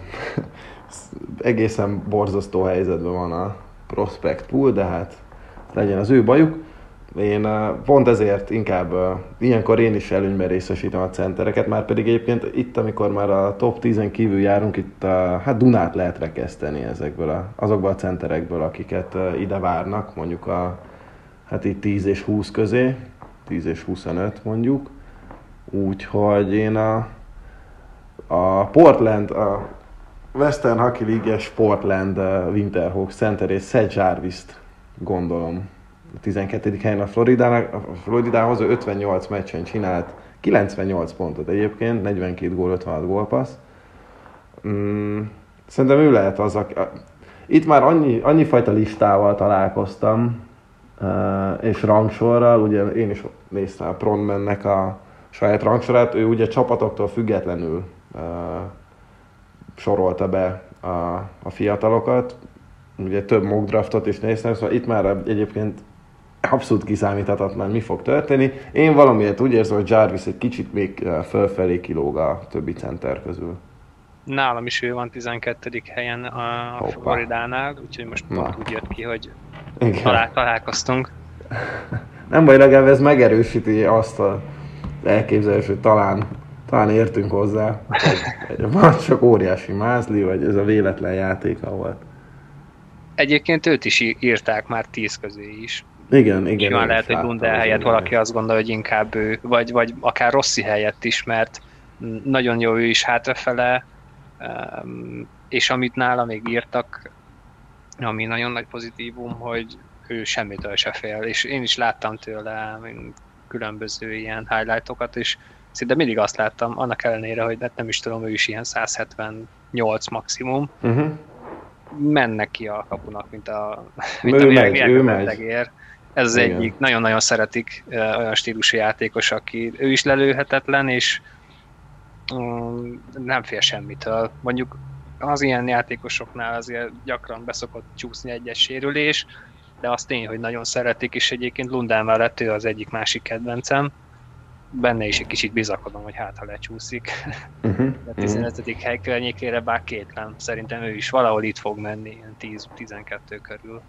S3: egészen borzasztó helyzetben van a prospect pool, de hát legyen az ő bajuk. Én uh, pont ezért inkább uh, ilyenkor én is előnyben részesítem a centereket, már pedig egyébként itt, amikor már a top tízen kívül járunk, itt uh, hát Dunát lehet rekeszteni ezekből a, azokból a centerekből, akiket uh, ide várnak, mondjuk a hát itt tíz és húsz közé, tíz és huszonöt mondjuk. Úgyhogy én a, a Portland, a Western Hockey League-es Portland uh, Winterhawks centerét, Seth Jarvist gondolom. A tizenkettedik helyen a Floridának, a Floridához ötvennyolc meccsen csinált kilencvennyolc pontot egyébként, negyvenkét gól, ötvenhat gólpassz. Mm, szerintem ő lehet az, aki... Itt már annyi, annyi fajta listával találkoztam, uh, és rangsorral, ugye én is néztem a Prontmannek a saját rangsorát, ő ugye csapatoktól függetlenül uh, sorolta be a, a fiatalokat, ugye több mock draftot is néztem, szóval itt már egyébként abszolút kiszámíthatatlan, mi fog történni. Én valamiért úgy érzem, hogy Jarvis egy kicsit még fölfelé kilóg a többi center közül.
S4: Nálam is ő van tizenkettedik helyen a
S3: Hoppá.
S4: Floridánál, úgyhogy most
S3: Na.
S4: pont úgy jött ki, hogy
S3: Igen.
S4: talál, találkoztunk.
S3: Nem baj, legalább ez megerősíti azt a elképzelés, hogy talán, talán értünk hozzá, hogy van csak óriási mázli, vagy ez a véletlen játéka volt.
S4: Egyébként őt is í- írták már tíz közé is.
S3: Igen, igen.
S4: Simán
S3: én
S4: lehet,
S3: is
S4: hogy
S3: láttam
S4: Lundell
S3: az
S4: helyett
S3: ilyen.
S4: valaki azt gondolja, hogy inkább ő, vagy, vagy akár Rossi helyett is, mert nagyon jó ő is hátrafele, és amit nála még írtak, ami nagyon nagy pozitívum, hogy ő semmitől se fél, és én is láttam tőle különböző ilyen highlightokat, és szinte mindig azt láttam, annak ellenére, hogy nem is tudom, ő is ilyen száz hetvennyolc maximum, uh-huh. mennek ki a kapunak, mint a, mint
S3: ő
S4: a
S3: megy, ő megy.
S4: Ér. Ez az igen. Egyik, nagyon-nagyon szeretik olyan stílusú játékos, aki ő is lelőhetetlen, és um, nem fél semmitől. Mondjuk az ilyen játékosoknál azért gyakran beszokott csúszni egy-egy sérülés, de azt tény, hogy nagyon szeretik, és egyébként Lundell mellett ő az egyik másik kedvencem. Benne is egy kicsit bizakodom, hogy hát ha lecsúszik. Uh-huh. A tizenötödik hely környékére, bár kétlem. Szerintem ő is valahol itt fog menni, ilyen tíz-tizenkettő körül.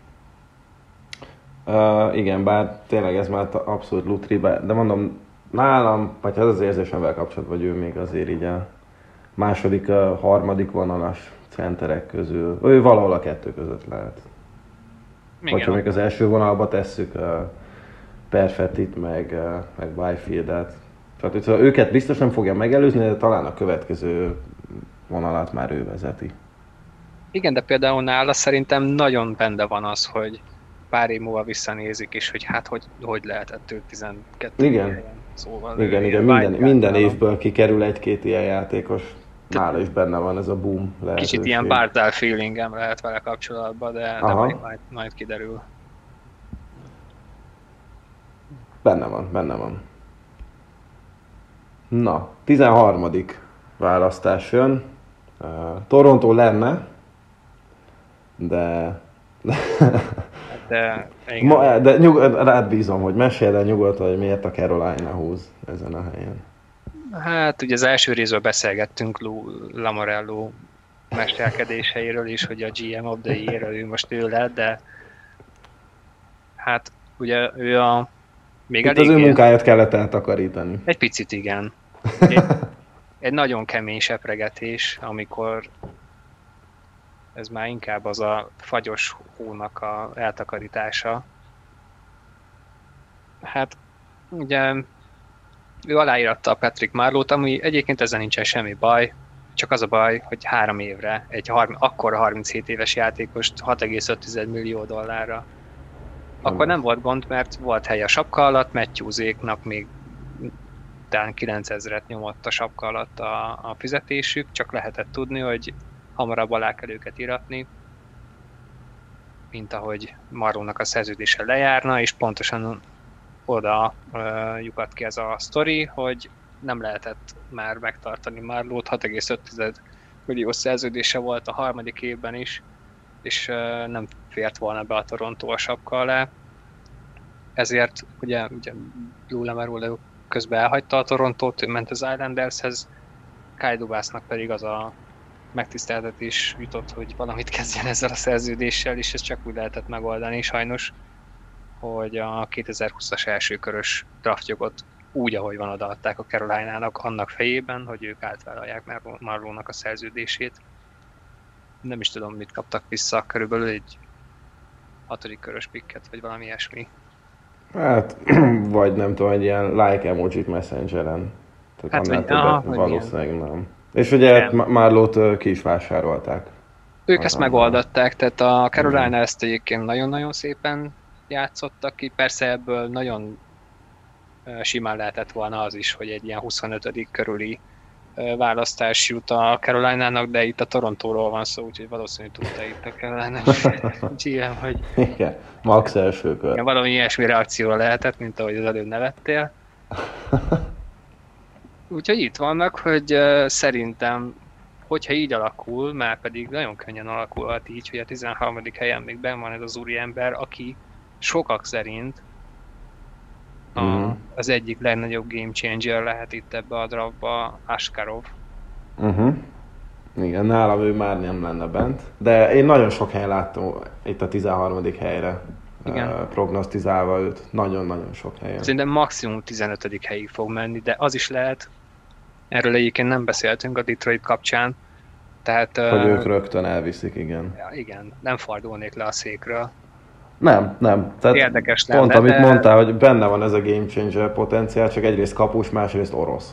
S3: Uh, igen, bár tényleg ez már abszolút lutri, de mondom, nálam, vagy az az érzésemvel kapcsolatban, hogy ő még azért így a második, a harmadik vonalas centerek közül, ő valahol a kettő között lehet. Vagy ha még az első vonalba tesszük a Perfettit, meg, meg Byfieldet. Tehát hogy őket biztos nem fogja megelőzni, de talán a következő vonalat már ő vezeti.
S4: Igen, de például nála szerintem nagyon benne van az, hogy pár év múlva visszanézik, és hogy hát hogy, hogy lehetett ő tizenkettő
S3: igen.
S4: helyen. Szóval
S3: igen, igen, minden, minden évből kikerül egy-két ilyen játékos. Nála is benne van ez a boom lehetőség.
S4: Kicsit ilyen Bartál feelingem lehet vele kapcsolatban, de, de majd, majd, majd kiderül.
S3: Benne van, benne van. Na, tizenharmadik választás jön. Uh, Toronto lenne, de...
S4: de,
S3: Ma, de nyug, rád bízom, hogy mesélj el nyugodtan, hogy miért a Carolina húz ezen a helyen.
S4: Hát ugye az első részből beszélgettünk Lou Lamoriello mesterkedéseiről is, hogy a gé em of the Year ő most ő lett, de hát ugye ő a még
S3: itt az ő munkáját kellett eltakarítani.
S4: Egy picit igen. Egy, egy nagyon kemény sepregetés, amikor ez már inkább az a fagyos hónak a eltakarítása. Hát ugye ő aláíratta a Patrick Marleau-t, ami egyébként ezzel nincsen semmi baj, csak az a baj, hogy három évre egy harm, akkora harminchét éves játékost hat egész öt millió dollárra. Akkor nem volt gond, mert volt hely a sapka alatt, Matthewséknak még talán kilencezret nyomott a sapka alatt a, a fizetésük, csak lehetett tudni, hogy hamarabb alá kell őket iratni, mint ahogy Marleaunak a szerződése lejárna, és pontosan oda uh, lyukadt ki ez a sztori, hogy nem lehetett már megtartani Marleaut, hat egész öt millió szerződése volt a harmadik évben is, és uh, nem fért volna be a Toronto a sapka alá. Ezért ugye, ugye Lou Lamoriello közben elhagyta a Torontót, ő ment az Islandershez, Kyle Dubasnak pedig az a megtiszteltetés jutott, hogy valamit kezdjen ezzel a szerződéssel, és ezt csak úgy lehetett megoldani sajnos, hogy a kétezer-húszas elsőkörös draftjogot úgy, ahogy van, odaadták a Carolinának annak fejében, hogy ők átvállalják Marleaunak a szerződését. Nem is tudom, mit kaptak vissza, körülbelül egy hatodik körös picket, vagy valami ilyesmi.
S3: Hát, vagy nem tudom, egy ilyen like emojit Messengeren. Tehát hát, annál többet valószínűleg nem. És ugye Marleaut ki is vásárolták.
S4: Ők ezt megoldották, tehát a Carolina ezt egyébként nagyon-nagyon szépen játszottak ki. Persze ebből nagyon simán lehetett volna az is, hogy egy ilyen huszonötödik körüli választás jut a Carolinának, de itt a Torontóról van szó, úgyhogy valószínűleg tudta itt a Carolina gé em, hogy
S3: igen, max első kör.
S4: Igen, valami ilyesmi reakcióra lehetett, mint ahogy az előbb nevettél. Úgyhogy itt vannak, hogy uh, szerintem, hogyha így alakul, már pedig nagyon könnyen alakulhat így, hogy a tizenharmadik helyen még benn van ez az úriember, aki sokak szerint a, mm. az egyik legnagyobb game changer lehet itt ebbe a draftba, Askarov.
S3: Uh-huh. Igen, nálam ő már nem lenne bent, de én nagyon sok helyen láttam itt a tizenharmadik helyre uh, prognosztizálva őt, nagyon-nagyon sok helyen.
S4: Szerintem maximum tizenötödik helyig fog menni, de az is lehet, erről egyébként nem beszéltünk a Detroit kapcsán, tehát...
S3: Hogy uh, ők rögtön elviszik, igen.
S4: Ja, igen, nem fordulnék le a székről.
S3: Nem, nem. Tehát
S4: érdekes
S3: lenne, pont
S4: lenne,
S3: amit
S4: de...
S3: mondtál, hogy benne van ez a game changer potenciál, csak egyrészt kapus, másrészt orosz.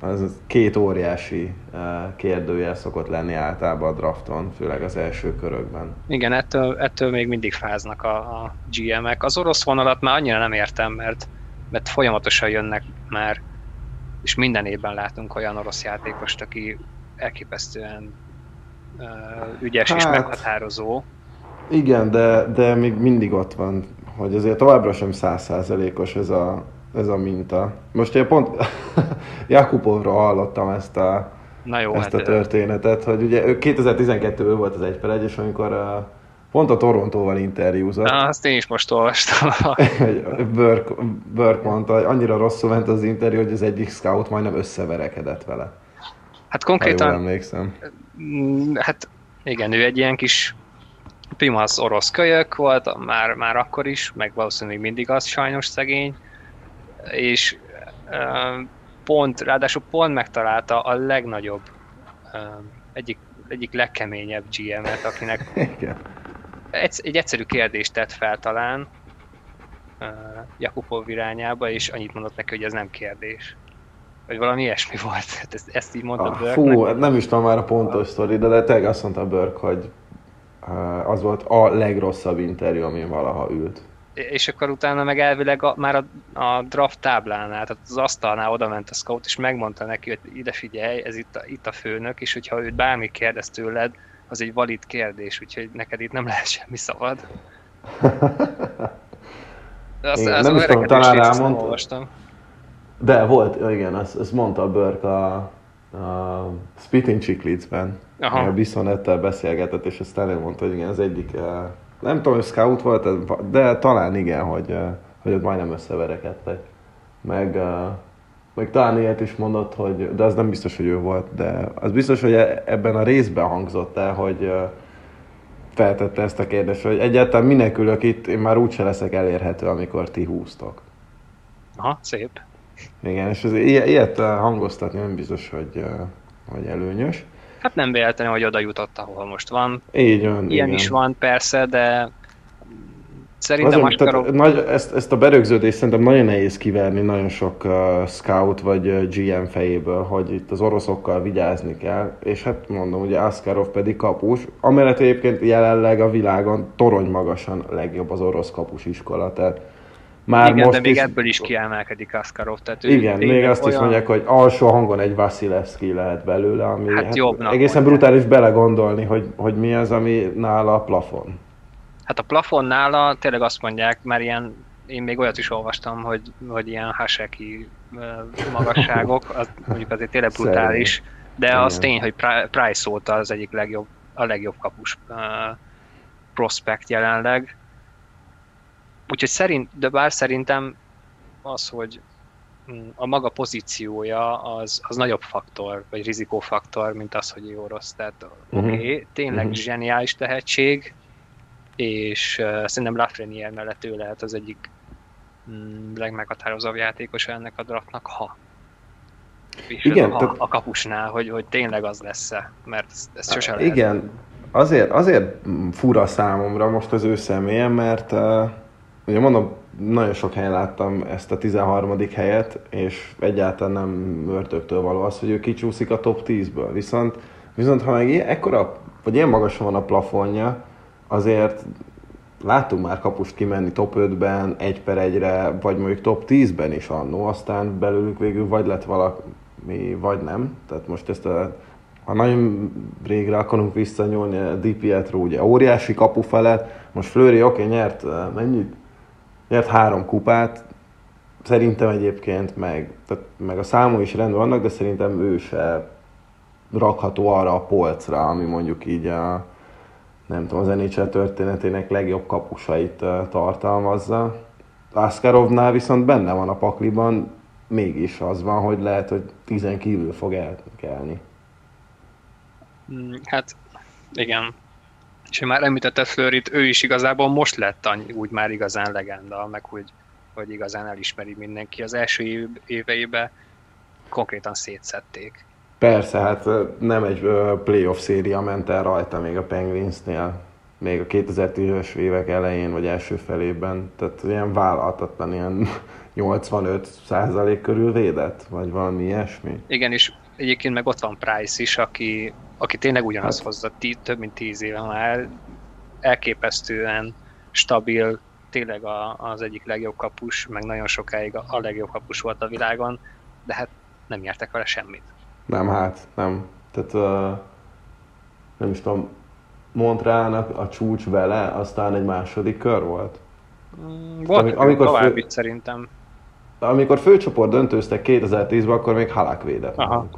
S3: az két óriási kérdőjel szokott lenni általában a drafton, főleg az első körökben.
S4: Igen, ettől, ettől még mindig fáznak a, a gé em-ek. Az orosz vonalat már annyira nem értem, mert, mert folyamatosan jönnek már, és minden évben látunk olyan orosz játékost, aki elképesztően uh, ügyes hát, és meghatározó.
S3: Igen, de, de még mindig ott van, hogy azért továbbra sem száz százalékos ez a, ez a minta. Most én pont Jakupovról hallottam ezt a, Na jó, ezt hát a történetet, hogy ugye ő kétezer-tizenkettőben volt az egy per egy, és amikor uh, pont a Torontóval interjúzott.
S4: Na, azt én is most olvastam.
S3: Burke, Burke mondta, hogy annyira rosszul ment az interjú, hogy az egyik scout majdnem összeverekedett vele.
S4: Hát konkrétan...
S3: Ha jól emlékszem.
S4: Hát igen, ő egy ilyen kis pimasz orosz kölyök volt, már, már akkor is, meg valószínűleg mindig az, sajnos szegény. És uh, pont, ráadásul pont megtalálta a legnagyobb, uh, egyik, egyik legkeményebb gé em-et, akinek egy, egy egyszerű kérdést tett fel talán uh, Jakubov irányába, és annyit mondott neki, hogy ez nem kérdés. Vagy valami ilyesmi volt. Ezt, ezt így mondta ah, Burke.
S3: Fú, nem is tudom már a pontos sztori, de, de tényleg azt mondta Burke, hogy uh, az volt a legrosszabb interjú, amin valaha ült.
S4: És akkor utána meg elvileg a, már a, a draft táblánál, tehát az asztalnál oda ment a scout, és megmondta neki, hogy ide figyelj, ez itt a, itt a főnök, és hogyha őt bármi kérdez tőled, az egy valid kérdés, úgyhogy neked itt nem lehet semmi szabad. De azt,
S3: igen,
S4: az
S3: nem is tudom, talán rámondta. De volt, igen, azt, azt mondta a Burke a, a Spitting Chicklets-ben, a Bissonnettel beszélgetett, és aztán ő mondta, hogy igen, az egyik... Nem tudom, hogy scout volt, de talán igen, hogy, hogy ott majdnem összeverekedtek. Meg, meg talán ilyet is mondott, hogy, de az nem biztos, hogy ő volt, de az biztos, hogy ebben a részben hangzott el, hogy feltette ezt a kérdést, hogy egyáltalán minek ülök itt, én már úgyse leszek elérhető, amikor ti húztok.
S4: Aha, szép.
S3: Igen, és az, ilyet hangoztatni nem biztos, hogy, hogy előnyös.
S4: Hát nem véletlenül, hogy oda jutott, ahol most van.
S3: Így van,
S4: Ilyen
S3: igen.
S4: is van persze, de szerintem
S3: Askarov... nagy, ezt, ezt a berögződést szerintem nagyon nehéz kiverni nagyon sok uh, scout vagy uh, gé em fejéből, hogy itt az oroszokkal vigyázni kell, és hát mondom, ugye Askarov pedig kapus, amellett egyébként jelenleg a világon torony magasan legjobb az orosz kapus iskola, tehát már
S4: igen,
S3: most
S4: de még
S3: is...
S4: ebből is kiemelkedik Askarov. Tehát
S3: igen, még azt olyan... is mondják, hogy alsó hangon egy Vasilevski lehet belőle, ami
S4: hát
S3: hát
S4: jobbnak
S3: egészen mondják. Brutális belegondolni, hogy, hogy mi az, ami nála a plafon.
S4: Hát a plafon nála tényleg azt mondják, mert ilyen, én még olyat is olvastam, hogy, hogy ilyen haseki magasságok, az mondjuk azért tényleg brutális, Szerint. de igen. Az tény, hogy Price óta az egyik legjobb, a legjobb kapus uh, prospekt jelenleg. Úgyhogy szerint, de bár szerintem az, hogy a maga pozíciója az, az nagyobb faktor, vagy rizikófaktor, mint az, hogy jó orosz. Tehát uh-huh. oké, okay, tényleg uh-huh. zseniális tehetség, és uh, szerintem Lafreniere mellett ő lehet az egyik mm, legmeghatározóbb játékos ennek a draftnak, ha. És igen, a, tehát... a kapusnál, hogy, hogy tényleg az lesz-e, mert ezt, ezt sose lehet.
S3: Igen, azért, azért fura számomra most az ő személyen, mert uh, ugye mondom, nagyon sok helyen láttam ezt a tizenharmadik helyet, és egyáltalán nem ördögtől való az, hogy ő kicsúszik a top tízből. Viszont, viszont ha meg ilyen, ekkora, vagy ilyen magasan van a plafonja, azért láttunk már kapust kimenni top ötben, egy per egyre, vagy mondjuk top tízben is annó, aztán belőlük végül vagy lett valami, vagy nem. Tehát most ezt a, ha nagyon régre akarunk visszanyúlni, a Di Pietro ugye óriási kapu felett, most Fleury oké, okay, nyert mennyit? Nyert három kupát, szerintem egyébként meg, tehát meg a számú is rendben vannak, de szerintem ő se rakható arra a polcra, ami mondjuk így a, nem tudom, az en há el történetének legjobb kapusait uh, tartalmazza. Askarovnál viszont benne van a pakliban, mégis az van, hogy lehet, hogy tizen kívül fog elkelni.
S4: Hát igen. És már említetted Fleuryt, ő is igazából most lett úgy már igazán legenda, meg hogy, hogy igazán elismeri mindenki. Az első év, éveiben konkrétan szétszedték.
S3: Persze, hát nem egy playoff széria ment el rajta még a Penguinsnél. még a kétezer-tízes évek elején, vagy első felében, tehát ilyen vállalhatatlan, ilyen nyolcvanöt százalék körül védett, vagy valami ilyesmi.
S4: Igen, és egyébként meg ott van Price is, aki, aki tényleg ugyanazt
S3: Hát.
S4: hozza, tí, több mint tíz éve már, elképesztően stabil, tényleg a, az egyik legjobb kapus, meg nagyon sokáig a, a legjobb kapus volt a világon, de hát nem nyertek vele semmit.
S3: Nem, hát nem. Tehát uh, nem is tudom, Montrealnak a csúcs vele, aztán egy második kör volt.
S4: Mm, volt
S3: Ami- amikor
S4: tovább
S3: fő-
S4: itt szerintem.
S3: Amikor főcsoport döntőztek kétezer-tízben, akkor még Halak védett.
S4: Aha.
S3: náluk.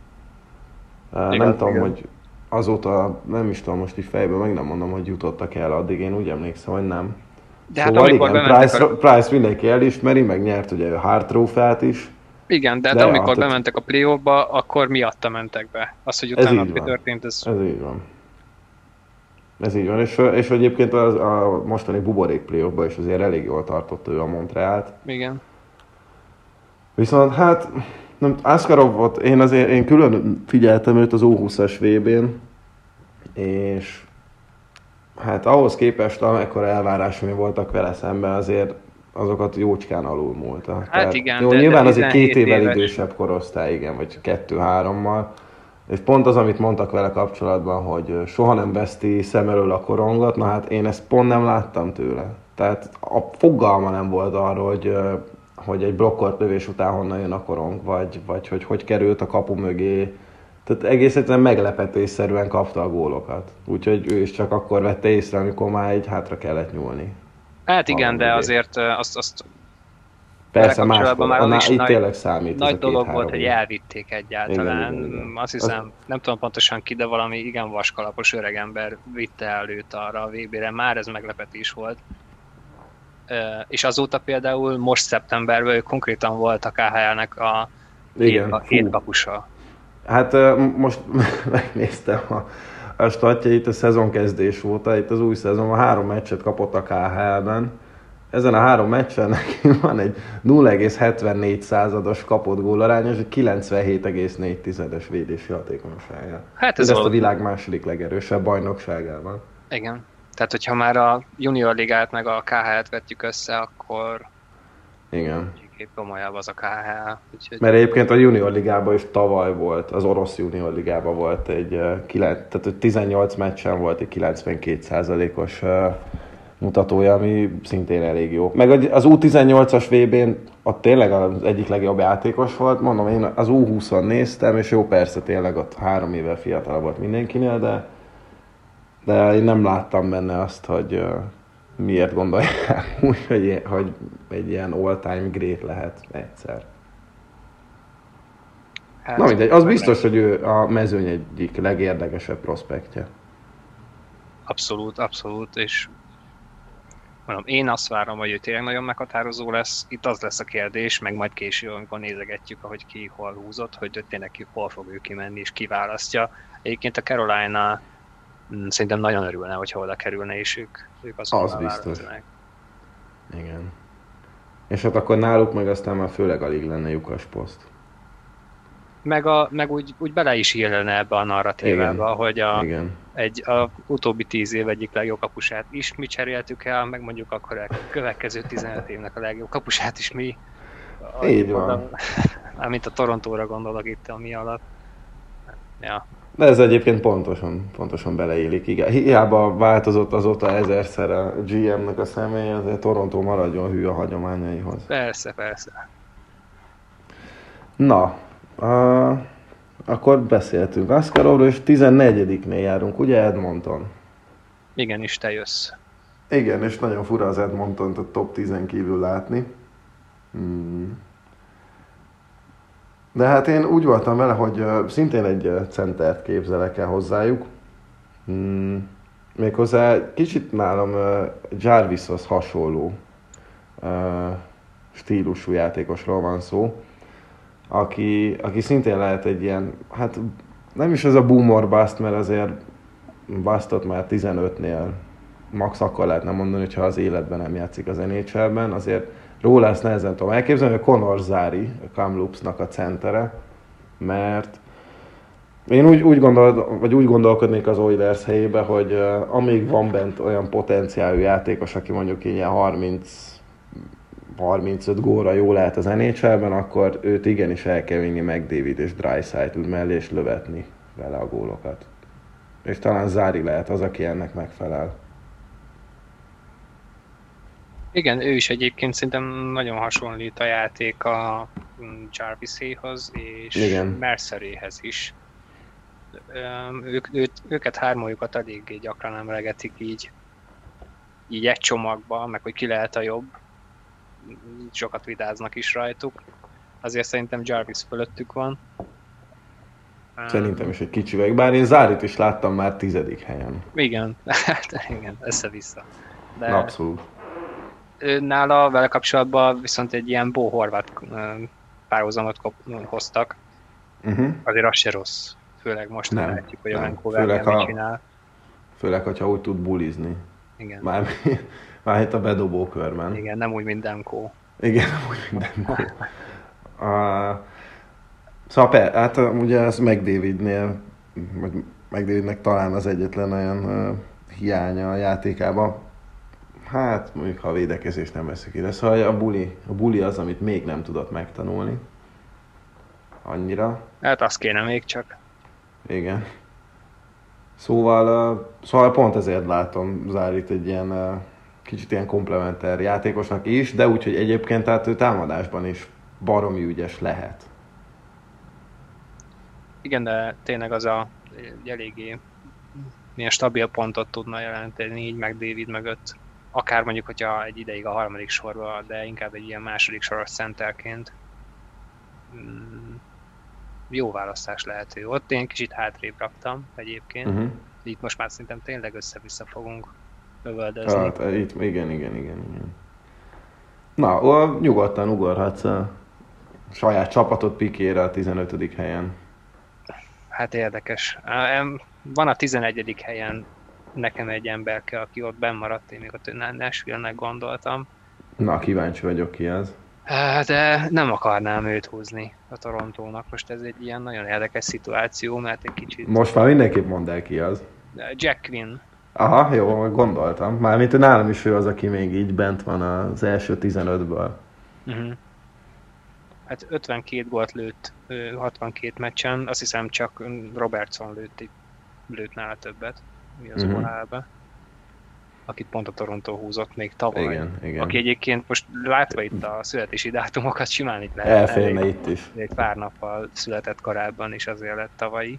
S3: Uh,
S4: Igaz,
S3: nem tudom,
S4: igen.
S3: hogy azóta, nem is tudom most így fejben, meg nem mondom, hogy jutottak el addig, én úgy emlékszem, hogy nem.
S4: De hát
S3: Szóval
S4: amikor
S3: igen,
S4: bementek
S3: Price,
S4: a...
S3: Price mindenki elismeri, meg nyert ugye a Hart trófeát is.
S4: Igen, de hát
S3: De
S4: amikor
S3: ja, tehát-
S4: bementek a play-offba, akkor miatta mentek be. Az, hogy
S3: Ez
S4: utána
S3: így
S4: mi
S3: van.
S4: történt, ez...
S3: Ez így van. Ez így van, és, és egyébként az, a mostani buborék playoffban is azért elég jól tartott ő a Montrealt.
S4: Igen.
S3: Viszont hát, nem, Ascarovot én azért én külön figyeltem őt az O húszas vé bén, és hát ahhoz képest, amekkora elvárásai voltak vele szemben, azért azokat jócskán alul múlta.
S4: Hát igen,
S3: jó,
S4: de-
S3: nyilván
S4: de
S3: azért két
S4: tizenhét
S3: évvel
S4: éves.
S3: idősebb korosztály, igen, vagy kettő-hárommal. És pont az, amit mondtak vele kapcsolatban, hogy soha nem veszti szem elől a korongot, na hát én ezt pont nem láttam tőle. Tehát a fogalma nem volt arról, hogy, hogy egy blokkolt lövés után honnan jön a korong, vagy, vagy hogy hogy került a kapu mögé. Tehát egész egyszerűen meglepetésszerűen kapta a gólokat. Úgyhogy ő is csak akkor vette észre, amikor már így hátra kellett nyúlni.
S4: Hát igen,
S3: Valami
S4: de
S3: mögé.
S4: azért ö, azt, azt
S3: Persze
S4: Vele kapcsolatban
S3: máskor,
S4: már az
S3: annál,
S4: is
S3: itt
S4: nagy-
S3: tényleg számít
S4: nagy
S3: ez a
S4: dolog
S3: két-három
S4: volt, hogy
S3: év.
S4: elvitték egyáltalán.
S3: Igen, igen, igen.
S4: Azt hiszem, nem tudom pontosan ki, de valami igen vaskalapos öregember vitte el őt arra a vé bére. Már ez meglepetés volt. Ö, és azóta például most szeptemberben ő konkrétan volt a ká há el-nek a
S3: Igen,
S4: hét, a
S3: fú.
S4: hét kapusa.
S3: Hát ö, most megnéztem a, a statjait a szezonkezdés óta, itt az új szezonban három meccset kapott a ká há el-ben. Ezen a három meccsen neki van egy nulla egész hetvennégy százados kapott gólarányos, egy kilencvenhét egész négy tizedes védési hatékonysága.
S4: Hát
S3: Ez
S4: ez
S3: ezt a
S4: volt.
S3: világ második legerősebb bajnokságában.
S4: Igen. Tehát, hogyha már a junior ligát meg a ká há el-t vetjük össze, akkor
S3: Igen.
S4: kicsit komolyabb az a ká há el. Úgyhogy
S3: Mert egyébként a junior ligában is tavaly volt, az orosz junior ligában volt egy, eh, kilenc, tehát hogy tizennyolc meccsen volt egy kilencvenkét százalékos eh, mutatója, ami szintén elég jó. Meg az U tizennyolcas vé bén ott tényleg az egyik legjobb játékos volt, mondom, én az U húszon néztem, és jó, persze tényleg ott három évvel fiatalabb volt mindenkinél, de, de én nem láttam benne azt, hogy uh, miért gondolják úgy, hogy, hogy egy ilyen all-time great lehet egyszer.
S4: hát,
S3: Na mindegy, az biztos, hogy ő a mezőny egyik legérdekesebb prospektje.
S4: Abszolút, abszolút, és mondom, én azt várom, hogy ő tényleg nagyon meghatározó lesz. Itt az lesz a kérdés, meg majd később, amikor nézegetjük, ahogy ki hol húzott, hogy tényleg ki hol fog ő kimenni, és kiválasztja. Egyébként a Carolina mm, szerintem nagyon örülne, hogyha oda kerülne, és ők, ők
S3: Az
S4: azonnal
S3: biztos.
S4: választanak.
S3: Igen. És hát akkor náluk meg aztán már főleg alig lenne lyukas poszt.
S4: Meg, a, meg úgy, úgy bele is illene ebbe a narratívába,
S3: Igen.
S4: hogy a,
S3: Igen.
S4: egy, a utóbbi tíz év egyik legjobb kapusát is mi cseréltük el, meg mondjuk akkor a következő tizenöt évnek a legjobb kapusát is mi.
S3: Így van.
S4: Mármint a Torontóra gondolok itt, ami alatt. Ja.
S3: De ez egyébként pontosan, pontosan beleillik. Igen. Hiába változott azóta ezerszer a gé em-nek a személy, azért Toronto maradjon hű a hagyományaihoz.
S4: Persze, persze.
S3: Na, uh, akkor beszéltünk Ascarovról, és tizennegyediknél járunk, ugye Edmonton?
S4: Igenis, te jössz.
S3: Igen, és nagyon fura az Edmontont a top tízen kívül látni. Hmm. De hát én úgy voltam vele, hogy uh, szintén egy uh, centert képzelek el hozzájuk. Hmm. Méghozzá kicsit nálam uh, Jarvishoz hasonló uh, stílusú játékosról van szó, aki, aki szintén lehet egy ilyen, hát nem is ez a boom or bust, mert azért bustot már tizenötnél max akkor lehetne mondani, hogyha az életben nem játszik az en há el-ben, azért róla ezt nehezen tudom elképzelni, hogy Conor Zary, a Kamloops-nak a centere, mert Én úgy, úgy, gondol, vagy úgy gondolkodnék az Oilers helyébe, hogy uh, amíg van bent olyan potenciálú játékos, aki mondjuk ilyen harminc harmincöt gólra jó lehet az en há el-ben, akkor őt igenis el kell vinni McDavid és Draisaitl mellé, és lövetni vele a gólokat. És talán Zari lehet az, aki ennek megfelel.
S4: Igen, ő is egyébként szerintem nagyon hasonlít a játék a Jarviséhoz és
S3: Igen.
S4: Merceréhez is. Ők, őt, őket hármójukat eléggé gyakran emlegetik így, így egy csomagba, meg hogy ki lehet a jobb. Sokat vitáznak is rajtuk. Azért szerintem Jarvis fölöttük van.
S3: Szerintem is egy kicsivel, bár én Zárit is láttam már tizedik helyen.
S4: Igen, igen, össze-vissza.
S3: De abszolút.
S4: Nála vele kapcsolatban viszont egy ilyen Bo Horvat párhuzamot hoztak. Uh-huh. Azért az se rossz. Főleg most nem látjuk, hogy a Vancouver mit csinál.
S3: Főleg, hogyha úgy tud bulizni.
S4: Igen.
S3: Már, már itt a bedobó körben.
S4: Igen, nem úgy, mint Demko.
S3: Igen, nem úgy, mint Demko. uh, szóval per, hát ugye ez McDavidnél, vagy McDavidnek talán az egyetlen olyan uh, hiánya a játékában. Hát mondjuk, ha a védekezés nem veszik ide. Szóval a buli, a buli az, amit még nem tudott megtanulni. Annyira.
S4: Hát azt kéne még csak.
S3: Igen. Szóval, uh, szóval pont ezért látom Zárit egy ilyen uh, kicsit ilyen komplementer játékosnak is, de úgy, hogy egyébként tehát ő támadásban is baromi ügyes lehet.
S4: Igen, de tényleg az a eléggé milyen stabil pontot tudna jelenteni így meg David mögött. Akár mondjuk, hogyha egy ideig a harmadik sorba, de inkább egy ilyen második soros centerként. Mm, jó választás lehet ő. Ott én kicsit hátrébb raktam egyébként. Uh-huh. Itt most már szerintem tényleg össze-vissza fogunk lövöldözni.
S3: Hát, itt, igen, igen, igen, igen. Na, ó, nyugodtan ugorhatsz a saját csapatot Pikére a tizenötödik helyen.
S4: Hát érdekes. Van a tizenegyedik helyen nekem egy emberke, aki ott benn maradt, én még ott Nashville-nek gondoltam.
S3: Na, kíváncsi vagyok ki az.
S4: De nem akarnám őt húzni a Torontónak. Most ez egy ilyen nagyon érdekes szituáció, mert egy kicsit...
S3: Most már mindenképp mondd el ki az.
S4: Jack Quinn.
S3: Aha, jó, gondoltam. Mármint nálam is ő az, aki még így bent van az első tizenötből. Uh-huh.
S4: Hát ötvenkét gólt lőtt hatvankét meccsen, azt hiszem csak Robertson lőtt, lőtt nála többet, mi az uh-huh. órába, akit pont a Toronto húzott még tavaly.
S3: Igen, igen.
S4: Aki egyébként most látva itt a születési dátumokat simán itt lehet.
S3: Elférne elég, itt is.
S4: Egy pár nappal született korábban is azért lett tavalyi.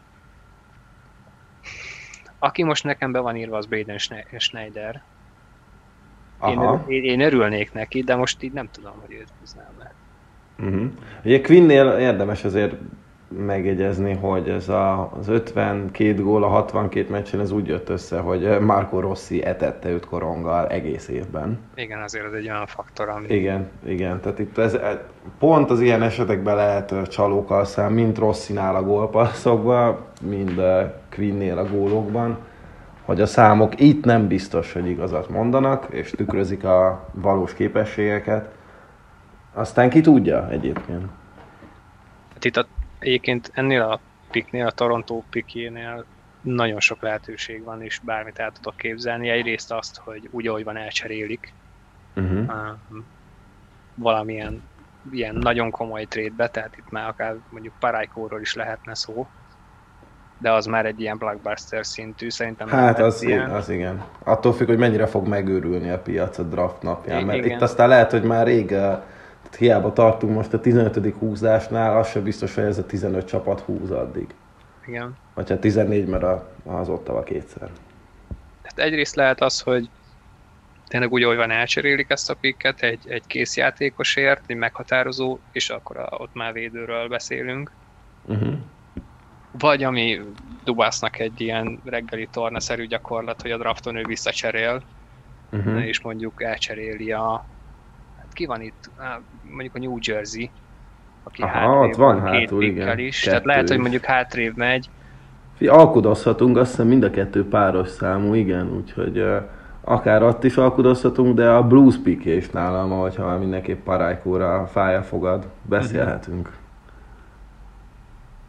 S4: Aki most nekem be van írva, az Braden Schneider. Én, én, én örülnék neki, de most így nem tudom, hogy őt húznám le.
S3: Uh-huh. Ugye Quinnnél érdemes azért megjegyezni, hogy ez a, az ötvenkét gól a hatvankét meccsen ez úgy jött össze, hogy Marco Rossi etette őt koronggal egész évben.
S4: Igen, azért ez egy olyan faktor, ami...
S3: Igen, igen. Tehát itt ez, pont az ilyen esetekben lehet csalókkal szám, mint Rossinál a gólpasszokban, mind Quinnnél a gólokban, hogy a számok itt nem biztos, hogy igazat mondanak, és tükrözik a valós képességeket. Aztán ki tudja egyébként.
S4: Hát itt a, egyébként ennél a piknél, a Toronto pikjénél nagyon sok lehetőség van, és bármit el tudok képzelni. Egyrészt azt, hogy úgy, ahogy van, elcserélik. Uh-huh. Uh, valamilyen ilyen nagyon komoly trade-be, tehát itt már akár mondjuk Paraykoról is lehetne szó. De az már egy ilyen blockbuster szintű, szerintem.
S3: Hát az, ilyen... az igen. Attól függ, hogy mennyire fog megőrülni a piac a draft napján. Mert igen. Itt aztán lehet, hogy már rég hiába tartunk most a tizenötödik húzásnál, az sem biztos, hogy ez a tizenöt csapat húz addig.
S4: Igen.
S3: Vagy hát tizennégy, mert az Ottawa kétszer.
S4: Tehát egyrészt lehet az, hogy tényleg úgy, ahogy van, elcserélik ezt a pikket egy, egy kész játékosért, egy meghatározó, és akkor a, ott már védőről beszélünk. Uh-huh. Vagy ami Dubásznak egy ilyen reggeli tornaszerű gyakorlat, hogy a drafton ő visszacserél, uh-huh. és mondjuk elcseréli a... Hát ki van itt? Mondjuk a New Jersey, aki
S3: Aha,
S4: hátrébb
S3: van
S4: két
S3: hátul,
S4: pikkel is. Kettő. Tehát lehet, hogy mondjuk hátrébb megy.
S3: Alkudozhatunk, azt hiszem mind a kettő páros számú, igen, úgyhogy uh, akár ott is alkudozhatunk, de a Blues pick is nálam, hogyha mindenképp Paraykóra a fája fogad, beszélhetünk.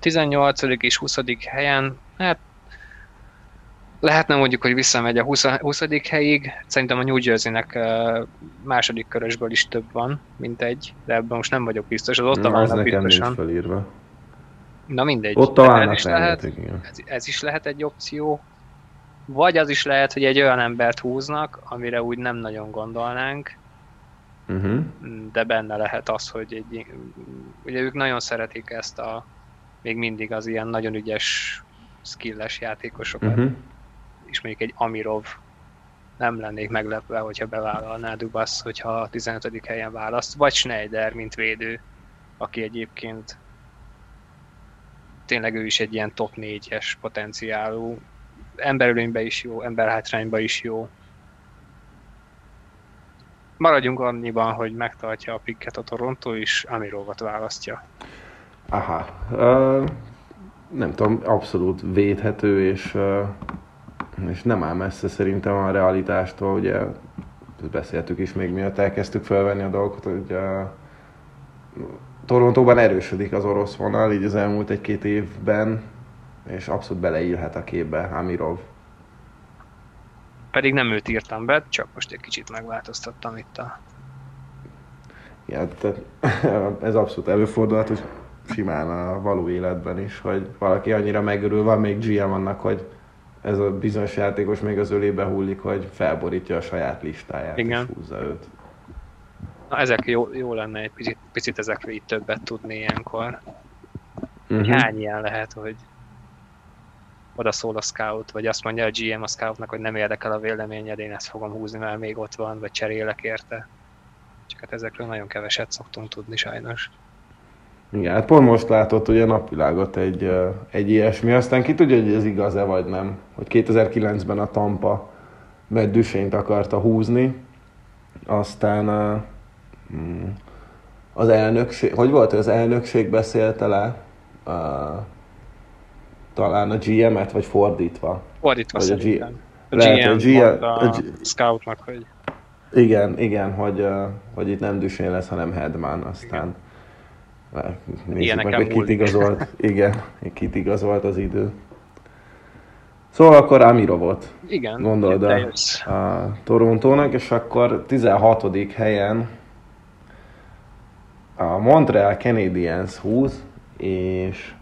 S4: tizennyolcadik és huszadik helyen, hát lehetne mondjuk, hogy visszamegy a huszadik helyig. Szerintem a New Jersey-nek második körösből is több van, mint egy, de ebben most nem vagyok biztos. Az Ottawa-nak biztosan.
S3: Nincs felírva.
S4: Na mindegy.
S3: Ottawa-nak
S4: ez, lehet, ez, ez is lehet egy opció. Vagy az is lehet, hogy egy olyan embert húznak, amire úgy nem nagyon gondolnánk, uh-huh. de benne lehet az, hogy egy, ugye ők nagyon szeretik ezt a még mindig az ilyen nagyon ügyes, skilles játékosokat. Uh-huh. És mondjuk egy Amirov nem lennék meglepve, hogyha bevállalná Dubas, hogyha a tizenötödik helyen választ, vagy Schneider, mint védő, aki egyébként tényleg ő is egy ilyen top négyes potenciálú, emberölőnyben is jó, emberhátrányban is jó. Maradjunk annyiban, hogy megtartja a picket a Toronto, és Amirovot választja.
S3: Aha. Uh, nem tudom, abszolút védhető, és, uh, és nem áll messze szerintem a realitástól. Ugye beszéltük is még miatt elkezdtük felvenni a dolgokat, hogy uh, Torontóban erősödik az orosz vonal, így az elmúlt egy-két évben, és abszolút beleillhet a képbe Amirov.
S4: Pedig nem őt írtam be, csak most egy kicsit megváltoztattam itt a...
S3: Ja, tehát ez abszolút előfordulhat, hogy simán a való életben is, hogy valaki annyira megörül, van még gé em annak, hogy ez a bizonyos játékos még az ölébe hullik, hogy felborítja a saját listáját. Igen. És húzza őt.
S4: Na ezek jó, jó lenne egy picit, picit ezekre így többet tudni ilyenkor. Uh-huh. Hány ilyen lehet, hogy oda szól a scout, vagy azt mondja a gé em a scoutnak, hogy nem érdekel a véleményed, én ezt fogom húzni, mert még ott van, vagy cserélek érte. Csak hát ezekről nagyon keveset szoktunk tudni sajnos.
S3: Igen, hát pont most látott ugye napvilágot egy, egy ilyesmi, aztán ki tudja, hogy ez igaz-e vagy nem. Hogy kétezer-kilencben a Tampa Matt Duchene-t akarta húzni, aztán az elnökség, hogy volt, hogy az elnökség beszélte le a, talán a gé em-et, vagy fordítva?
S4: Fordítva vagy szerintem. A gé em, a gé em mondta a scoutnak, hogy...
S3: Igen, igen, hogy, hogy itt nem Duchene lesz, hanem Hedman, aztán nézzük meg, hogy kit igazolt. Igen, kit igazolt az idő. Szóval akkor Amirovot
S4: igen,
S3: gondolod a, a Torontónak, és akkor tizenhatodik helyen a Montreal Canadiens húz, és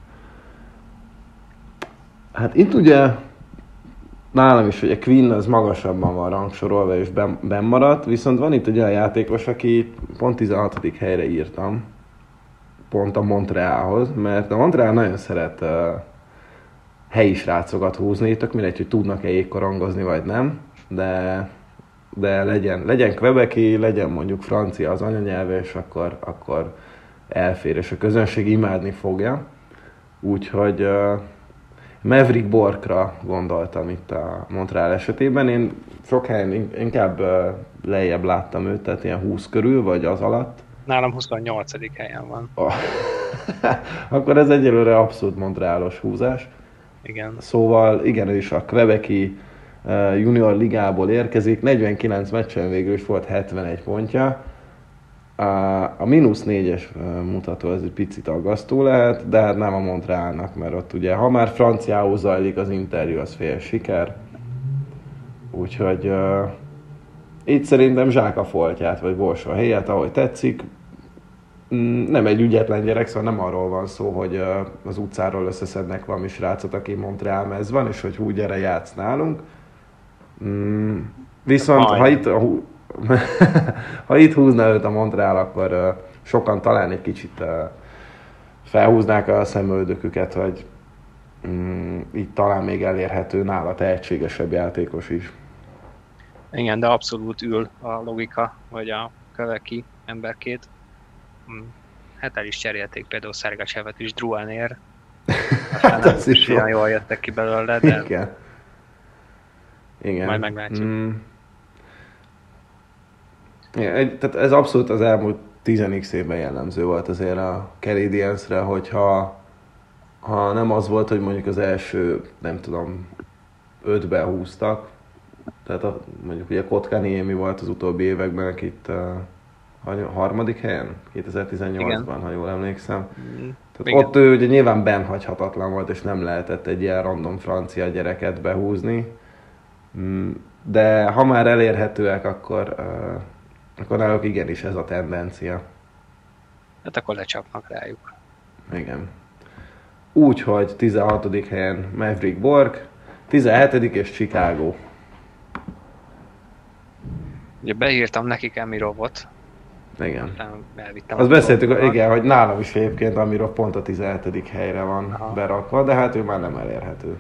S3: hát itt ugye nálam is, hogy a Quinn az magasabban van rangsorolva és benn maradt, viszont van itt egy olyan játékos, aki pont tizenhatodik helyre írtam, pont a Montrealhoz, mert a Montreal nagyon szeret uh, helyi srácokat húzni, tök mindegy, hogy tudnak-e jégkorongozni vagy nem, de, de legyen, legyen Quebeci, legyen mondjuk francia az anyanyelve, és akkor, akkor elfér, és a közönség imádni fogja. Úgyhogy uh, Maverick Borkra gondoltam itt a Montreal esetében. Én sok helyen inkább uh, lejjebb láttam őt, tehát ilyen húsz körül, vagy az alatt.
S4: Nálam huszonnyolcadik helyen van.
S3: Oh. Akkor ez egyelőre abszolút Montrealos húzás.
S4: Igen.
S3: Szóval igen, ő is a Quebeci uh, junior ligából érkezik, negyvenkilenc meccsen végül is volt hetvenegy pontja. Uh, a mínusz négyes uh, mutató ez egy picit aggasztó lehet, de hát nem a Montrealnak, mert ott ugye, ha már franciául zajlik az interjú, az fél siker. Úgyhogy uh, itt szerintem zsák a foltját, vagy borsa a helyet, ahogy tetszik. Nem egy ügyetlen gyerek, szóval nem arról van szó, hogy az utcáról összeszednek valami srácot, aki Montreal mez van, és hogy hú, gyere, játsz nálunk. Viszont ha itt, ha itt húzna őt a Montreal, akkor sokan talán egy kicsit felhúznák a szemöldöküket, hogy itt talán még elérhető nála tehetségesebb játékos is.
S4: Igen, de abszolút ül a logika, vagy a Quebeci emberkét. Hát el is cserélték például Szergacsevet is Drouinért.
S3: Hát
S4: nem is olyan jól jöttek ki belőle, de
S3: igen. Igen.
S4: Majd meglátjuk. Mm.
S3: Igen, egy, tehát ez abszolút az elmúlt tíz x évben jellemző volt azért a Canadiensre, hogyha ha nem az volt, hogy mondjuk az első, nem tudom, ötben húztak, tehát a, mondjuk ugye Kotkaniemi volt az utóbbi években, itt a harmadik helyen, kétezer-tizennyolcban, igen, ha jól emlékszem. Mm. Tehát ott ő ugye nyilván benhagyhatatlan volt, és nem lehetett egy ilyen random francia gyereket behúzni. De ha már elérhetőek, akkor, uh, akkor náluk igenis ez a tendencia.
S4: Hát akkor lecsapnak rájuk.
S3: Igen. Úgyhogy tizenhatodik helyen Maverick Borg, tizenhetedik és Chicago.
S4: Ugye beírtam nekik Emirovot.
S3: Igen.
S4: Elvittem.
S3: Azt beszéltük, igen, hogy nálam is egyébként Amirov pont a tizenhetedik helyre van
S4: Aha.
S3: berakva, de hát ő már nem elérhető.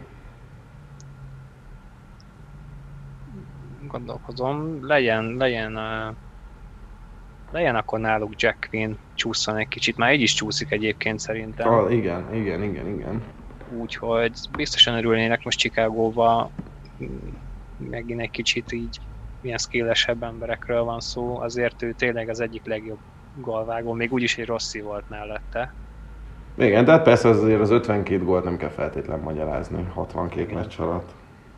S4: Gondolkozom, legyen, legyen, uh, legyen akkor náluk Jack Quinn, csúszson egy kicsit, már így is csúszik egyébként szerintem.
S3: Ah, igen, igen, igen, igen.
S4: Úgyhogy biztosan örülnének most Chicagóba, megint egy kicsit így milyen skillesebb emberekről van szó, azért ő tényleg az egyik legjobb gólvágó, még úgyis egy Rossi volt mellette.
S3: Igen, tehát persze azért az ötvenkét gólt nem kell feltétlenül magyarázni hatvankét meccs alatt.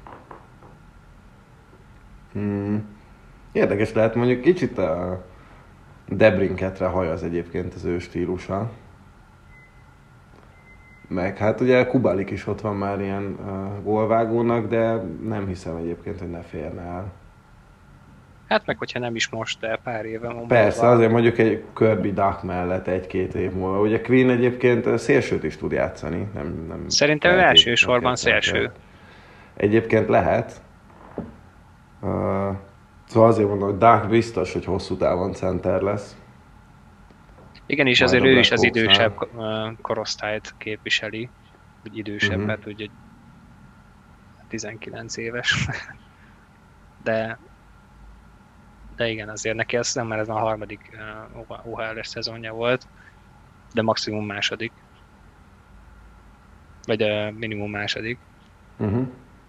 S3: Hmm. Érdekes lehet, mondjuk kicsit a Debrinketre hajaz egyébként az ő stílusa. Meg hát ugye Kubalik is ott van már ilyen uh, gólvágónak, de nem hiszem egyébként, hogy ne férne el.
S4: Hát meg hogyha nem is most, de pár éve múlva.
S3: Persze, azért mondjuk egy Kirby Duck mellett egy-két év múlva. Ugye Quinn egyébként szélsőt is tud játszani. Nem, nem
S4: Szerintem ő elsősorban szélső.
S3: Egyébként lehet. Uh, szóval azért mondom, hogy Duck biztos, hogy hosszú távon center lesz.
S4: Igen, és
S3: Majd
S4: azért ő is az
S3: Blackhawksnál.
S4: idősebb uh, korosztályt képviseli. Úgy idősebbet, uh-huh. ugye tizenkilenc éves. de de igen, azért neki az nem, mert ez a harmadik uh, o há el-es szezonja volt, de maximum második. Vagy uh, minimum második.
S3: Uh-huh.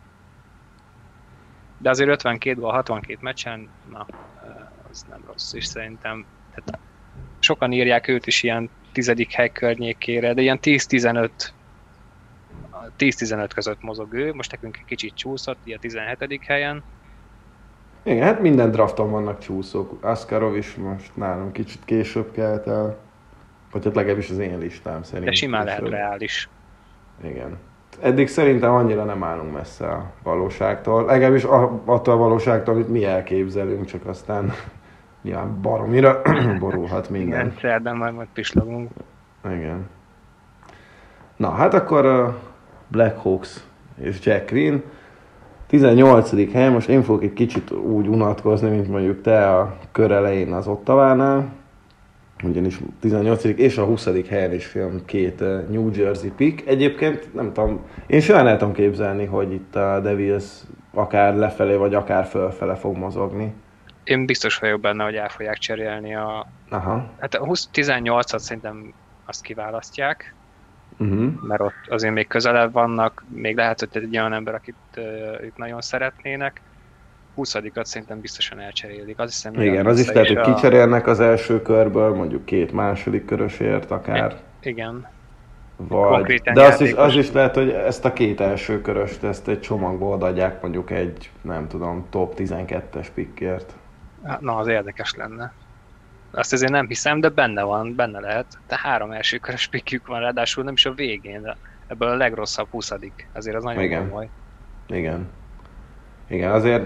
S4: De azért ötvenkét gól, hatvankét meccsen, na, az nem rossz is szerintem. Tehát sokan írják őt is ilyen tizedik hely környékére, de ilyen tíz-tizenöt tíz-tizenöt között mozog ő, most nekünk egy kicsit csúszott, ilyen tizenhetedik helyen.
S3: Igen, hát minden drafton vannak csúszók. Askarov is most nálam kicsit később kelt el. Vagy hát legalábbis az én listám szerint.
S4: De simán
S3: később.
S4: lehet reális.
S3: Igen. Eddig szerintem annyira nem állunk messze a valóságtól. Legalábbis attól a valóságtól, amit mi elképzelünk, csak aztán nyilván baromira borulhat minden.
S4: Igen, szerdán majd majd pislogunk.
S3: Igen. Na, hát akkor a Blackhawks és Jack Quinn. tizennyolcadik hely, most én fogok egy kicsit úgy unatkozni, mint mondjuk te a kör elején az Ottawánál. Ugyanis tizennyolcadik és a huszadik helyen is film két New Jersey pick. Egyébként nem tudom, én soha el tudom képzelni, hogy itt a Devils akár lefelé, vagy akár fölfele fog mozogni.
S4: Én biztos vagyok benne, hogy el fogják cserélni a...
S3: Aha.
S4: Hát a húsz tizennyolcat szerintem azt kiválasztják,
S3: Uh-huh.
S4: mert ott azért még közelebb vannak, még lehet, hogy egy olyan ember, akit uh, ők nagyon szeretnének. huszadikat szerintem biztosan elcserélik. Az hiszem,
S3: igen, az is lehet, hogy a... kicserélnek az első körből, mondjuk két második körösért akár.
S4: Igen.
S3: Vagy... De az is, az is lehet, hogy ezt a két első köröst, ezt egy csomagba odaadják mondjuk egy, nem tudom, top tizenkettes pickért.
S4: Na, az érdekes lenne. Azt azért nem hiszem, de benne van, benne lehet. De három első körös pickjük van, ráadásul nem is a végén, de ebből a legrosszabb huszadik. Azért az nagyon
S3: igen.
S4: komoly.
S3: Igen. Igen, azért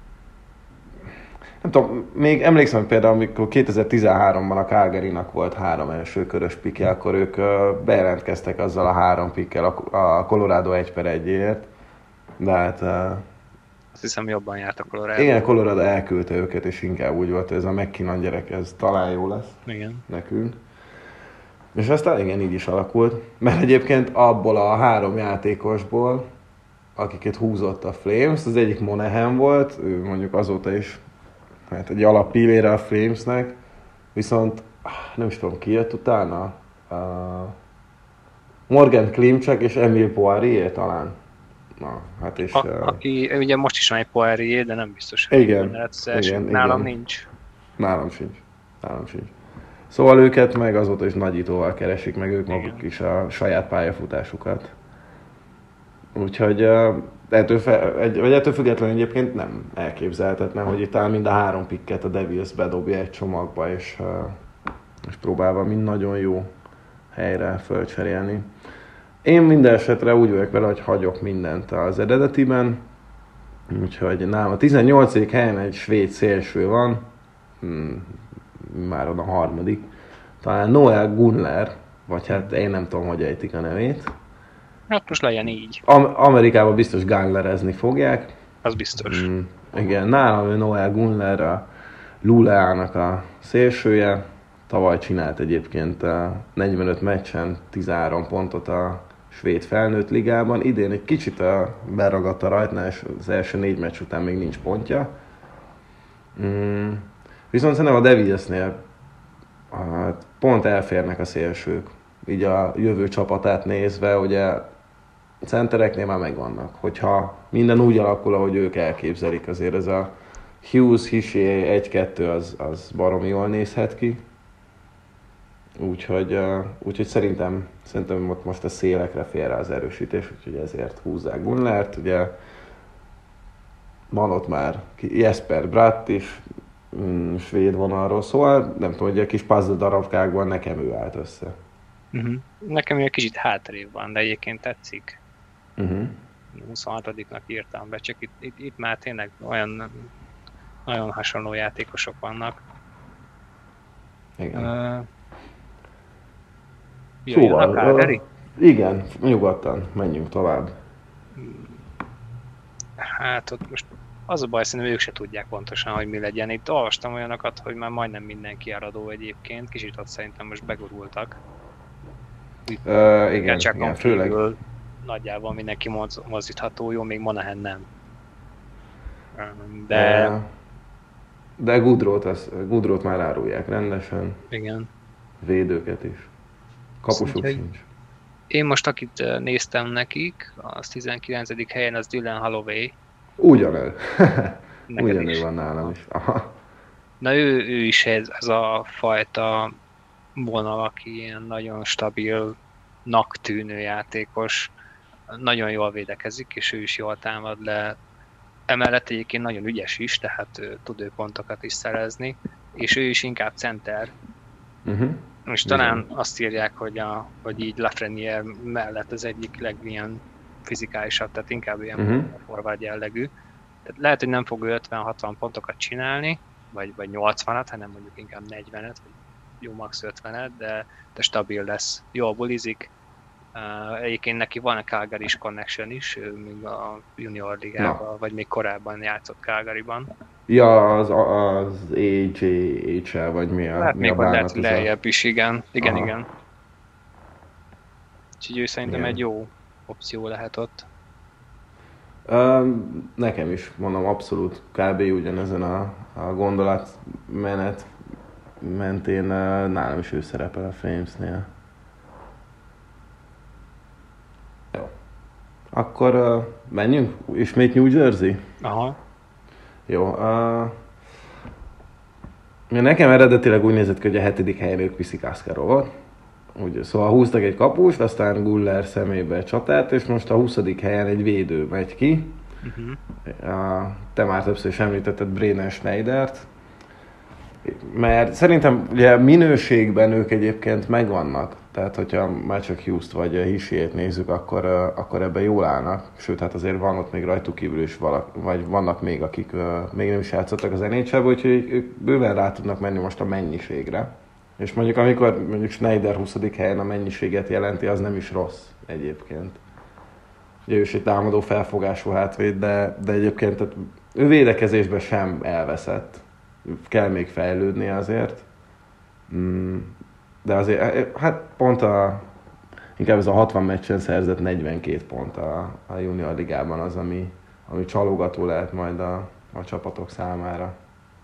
S3: nem tudom, még emlékszem, hogy például amikor kétezer-tizenháromban a Calgarynak volt három első körös pickje, akkor ők bejelentkeztek azzal a három pickkel a Colorado egy per egyért. De hát...
S4: Azt hiszem jobban járt a Colorado.
S3: Igen, Colorado elküldte őket, és inkább úgy volt, hogy ez a McKinnon gyerek, ez talán jó lesz
S4: igen.
S3: nekünk. És aztán igen, így is alakult. Mert egyébként abból a három játékosból, akiket húzott a Flames, az egyik Monahan volt, ő mondjuk azóta is hát egy alappillére a Flamesnek, viszont nem is tudom, ki jött utána? Uh, Morgan Klimczak és Emil Poirier talán. Na, hát és,
S4: a, uh, aki ugye most is van egy Poirier, de nem biztos,
S3: hogy igen, igen, igen,
S4: nálam
S3: igen.
S4: nincs.
S3: Nálam sincs. Nálam sincs. Szóval őket meg azóta is nagyítóval keresik, meg ők igen. maguk is a saját pályafutásukat. Úgyhogy uh, ettől, fe, egy, vagy ettől függetlenül egyébként nem elképzelhetetlen, hogy itt áll mind a három picket a Devils bedobja egy csomagba, és, uh, és próbálva mind nagyon jó helyre fölcserélni. Én minden esetre úgy vagyok vele, hogy hagyok mindent az eredetiben, úgyhogy nálam a tizennyolcadik helyen egy svéd szélső van, hmm, már oda a harmadik, talán Noel Gunler, vagy hát én nem tudom, hogy ejtik a nevét.
S4: Hát most legyen így.
S3: Am- Amerikában biztos Gunlerezni fogják.
S4: Az biztos.
S3: Mm, igen, nálam Noel Gunler a Luleának a szélsője. Tavaly csinált egyébként a negyvenöt meccsen tizenhárom pontot a svéd felnőtt ligában. Idén egy kicsit a beragadt a rajtnál, és az első négy meccs után még nincs pontja. Mm, viszont szerintem a Devilsnél pont elférnek a szélsők. Így a jövő csapatát nézve, ugye a centereknél már megvannak. Hogyha minden úgy alakul, ahogy ők elképzelik, azért ez a Hughes, Hischier egy-kettő az, az baromi jól nézhet ki. Úgyhogy, uh, úgyhogy szerintem, szerintem ott most a szélekre fér rá az erősítés, úgyhogy ezért húzzák Gunlert. Ugye van ott már Jesper Bratt is, mm, svéd vonalról, szóval nem tudom, hogy a kis puzzle darabkákban nekem ő állt össze.
S4: Uh-huh. Nekem egy kicsit hátrébb van, de egyébként tetszik.
S3: Uh-huh.
S4: huszonhatodiknak írtam be, csak itt, itt, itt már tényleg olyan nagyon hasonló játékosok vannak.
S3: Igen.
S4: Uh,
S3: Szóval,
S4: a Calgary?
S3: Uh, igen, nyugodtan, menjünk tovább.
S4: Hát ott most az a baj, szerintem ők se tudják pontosan, hogy mi legyen. Itt olvastam olyanokat, hogy már majdnem mindenki eladó egyébként, kicsit ott szerintem most begurultak.
S3: Uh, igen,
S4: csak
S3: igen, főleg.
S4: Kívül nagyjából mindenki moz- mozdítható, jó, még Monahan nem. De...
S3: Uh, de Goodrow-t, az, Goodrow-t már árulják rendesen.
S4: Igen.
S3: Védőket is. Kapusuk sincs.
S4: Én most, akit néztem nekik, az tizenkilencedik helyen az Dylan Holloway.
S3: Ugyanez. Ugyanez van nálam is. Aha.
S4: Na ő, ő is ez, ez a fajta vonal, aki ilyen nagyon stabilnak tűnő játékos, nagyon jól védekezik, és ő is jól támad le. Emellett egyébként nagyon ügyes is, tehát ő tud ő pontokat is szerezni, és ő is inkább center. Uh-huh. És talán bizony azt írják, hogy, a, hogy így Lafreniere mellett az egyik legilyen fizikálisabb, tehát inkább ilyen uh-huh. forward jellegű. Tehát lehet, hogy nem fog ötven-hatvan pontokat csinálni, vagy, vagy nyolcvanat, hanem mondjuk inkább negyvenet, vagy jó max ötvenet, de, de stabil lesz. Jól bulizik. Uh, egyébként neki van a Calgary-s connection is, ő még a junior ligában, na, vagy még korábban játszott Calgaryban.
S3: Ja, az, az á jé há el, vagy mi a,
S4: hát
S3: mi
S4: még
S3: a bánat?
S4: lehet lejjebb is, igen. Igen, aha, igen. Úgyhogy ő szerintem igen, egy jó opció lehet ott.
S3: Uh, nekem is, mondom, abszolút kb. Ugyanezen a, a gondolatmenet mentén uh, nálam is ő szerepel a Flamesnél. Jó. Akkor uh, menjünk? Ismét New Jersey?
S4: Aha.
S3: Jó. Uh, nekem eredetileg úgy nézett ki, hogy a hetedik helyen ők viszik Ascarovot. Úgy, szóval húztak egy kapust, aztán Guller szemébe egy csatát, és most a huszadik helyen egy védő megy ki. Uh-huh. Uh, te már többször is említetted Braden Schneidert. Mert szerintem ugye minőségben ők egyébként megvannak. Tehát, hogyha már csak Hughes-t vagy Hissiert nézzük, akkor, akkor ebben jól állnak. Sőt, hát azért van ott még rajtuk kívül is valaki, vagy vannak még, akik uh, még nem is játszottak az en há el-be, úgyhogy ők bőven rá tudnak menni most a mennyiségre. És mondjuk amikor mondjuk Schneider huszadik helyen a mennyiséget jelenti, az nem is rossz egyébként. Ugye ő is egy támadó felfogású hátvéd, de, de egyébként tehát ő védekezésben sem elveszett. Kell még fejlődni azért. Mm, de azért, hát pont a, inkább ez a hatvan meccsen szerzett negyvenkét pont a, a junior ligában az, ami, ami csalogató lehet majd a, a csapatok számára.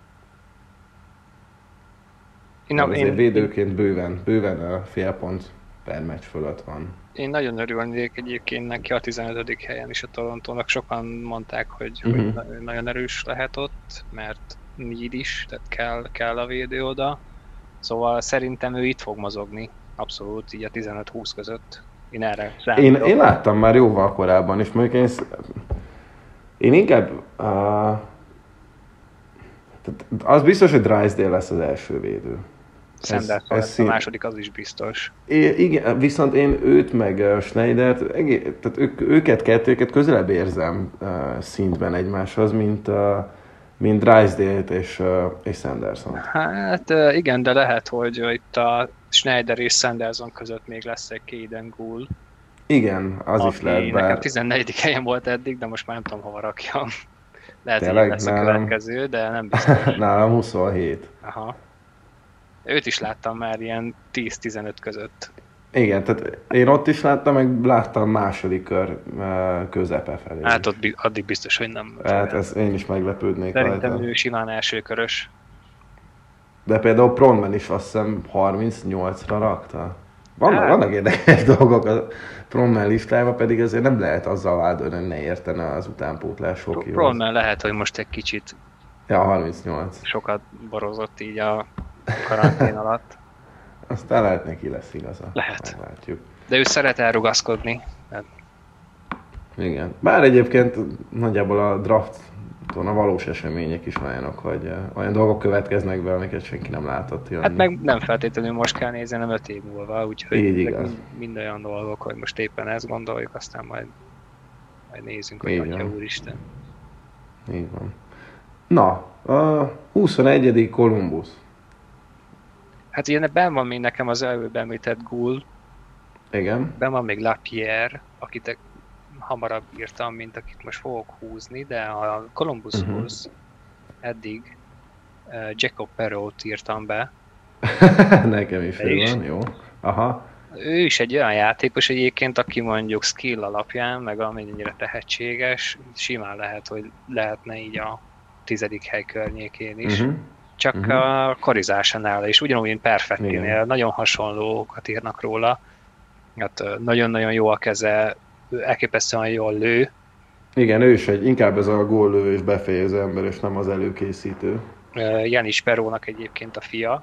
S3: Én, azért én, védőként bőven, bőven a fél pont per meccs fölött van.
S4: Én nagyon örülnék egyébként neki a tizenötödik helyen is a Torontónak. Sokan mondták, hogy,
S3: uh-huh.
S4: hogy nagyon erős lehet ott, mert need is, tehát kell, kell a védő oda. Szóval szerintem ő itt fog mozogni, abszolút, így a tizenöt-húsz között. Én erre
S3: én, én láttam már jóval korábban, és mondjuk én, én inkább... Uh, az biztos, hogy Drysdale lesz az első védő.
S4: Sanderson lesz a második, az is biztos.
S3: É, igen, viszont én őt meg Schneidert, egész, tehát ők, őket kettőket közelebb érzem uh, szintben egymáshoz, mint, uh, mint Drysdale-t és, uh, és Sanderson.
S4: Hát uh, igen, de lehet, hogy itt a Schneider és Sanderson között még lesz egy Caden Gould.
S3: Igen, az is lehet, bár...
S4: Nekem tizennegyedik helyen volt eddig, de most már nem tudom, hova rakjam. Lehet, hogy lesz nálam... a következő, de nem biztos.
S3: Nálam huszonhét.
S4: Aha. Őt is láttam már ilyen tíz-tizenöt között.
S3: Igen, tehát én ott is láttam, meg láttam második kör közepe felé.
S4: Hát ott addig biztos, hogy nem.
S3: Hát ez én is meglepődnék.
S4: Szerintem rajta. Ő simán elsőkörös.
S3: De például Pronman is azt hiszem harmincnyolcra rakta. Vannak, hát. vannak érdekes dolgok a Pronman listában, pedig ezért nem lehet azzal vádolni, hogy ne értene az utánpótlás hokihoz.
S4: Pronman lehet, hogy most egy kicsit
S3: ja, harmincnyolc.
S4: Sokat borozott így a karantén alatt.
S3: Aztán lehet neki lesz igaza.
S4: Lehet.
S3: Meglátjuk.
S4: De ő szeret elrugaszkodni. Hát.
S3: Igen. Bár egyébként nagyjából a drafton a valós események is olyanok, hogy uh, olyan dolgok következnek be, amiket senki nem látott jönni.
S4: Hát meg nem feltétlenül most kell nézni, hanem öt év múlva, úgyhogy
S3: mind,
S4: mind olyan dolgok, hogy most éppen ezt gondoljuk, aztán majd, majd nézzünk, hogy Atya Úristen.
S3: Így van. Na, a huszonegyedik Columbus.
S4: Hát ilyen benn van még nekem az előbb említett Gould.
S3: Igen.
S4: Benn van még Lapierre, akit hamarabb írtam, mint akit most fogok húzni, de a Columbushoz uh-huh. eddig uh, Jacob Perreault írtam be.
S3: Nekem is ő van, jó. Aha.
S4: Ő is egy olyan játékos egyébként, aki mondjuk skill alapján, meg amennyire tehetséges, simán lehet, hogy lehetne így a tizedik hely környékén is. Uh-huh. Csak uh-huh. a korizásánál is, ugyanúgy, mint Perfettinél, nagyon hasonlókat írnak róla. Hát nagyon-nagyon jó a keze, elképesztően jól lő.
S3: Igen, ő is egy, inkább ez a góllövő és befejező ember, és nem az előkészítő.
S4: Janis Perreaultnak egyébként a fia.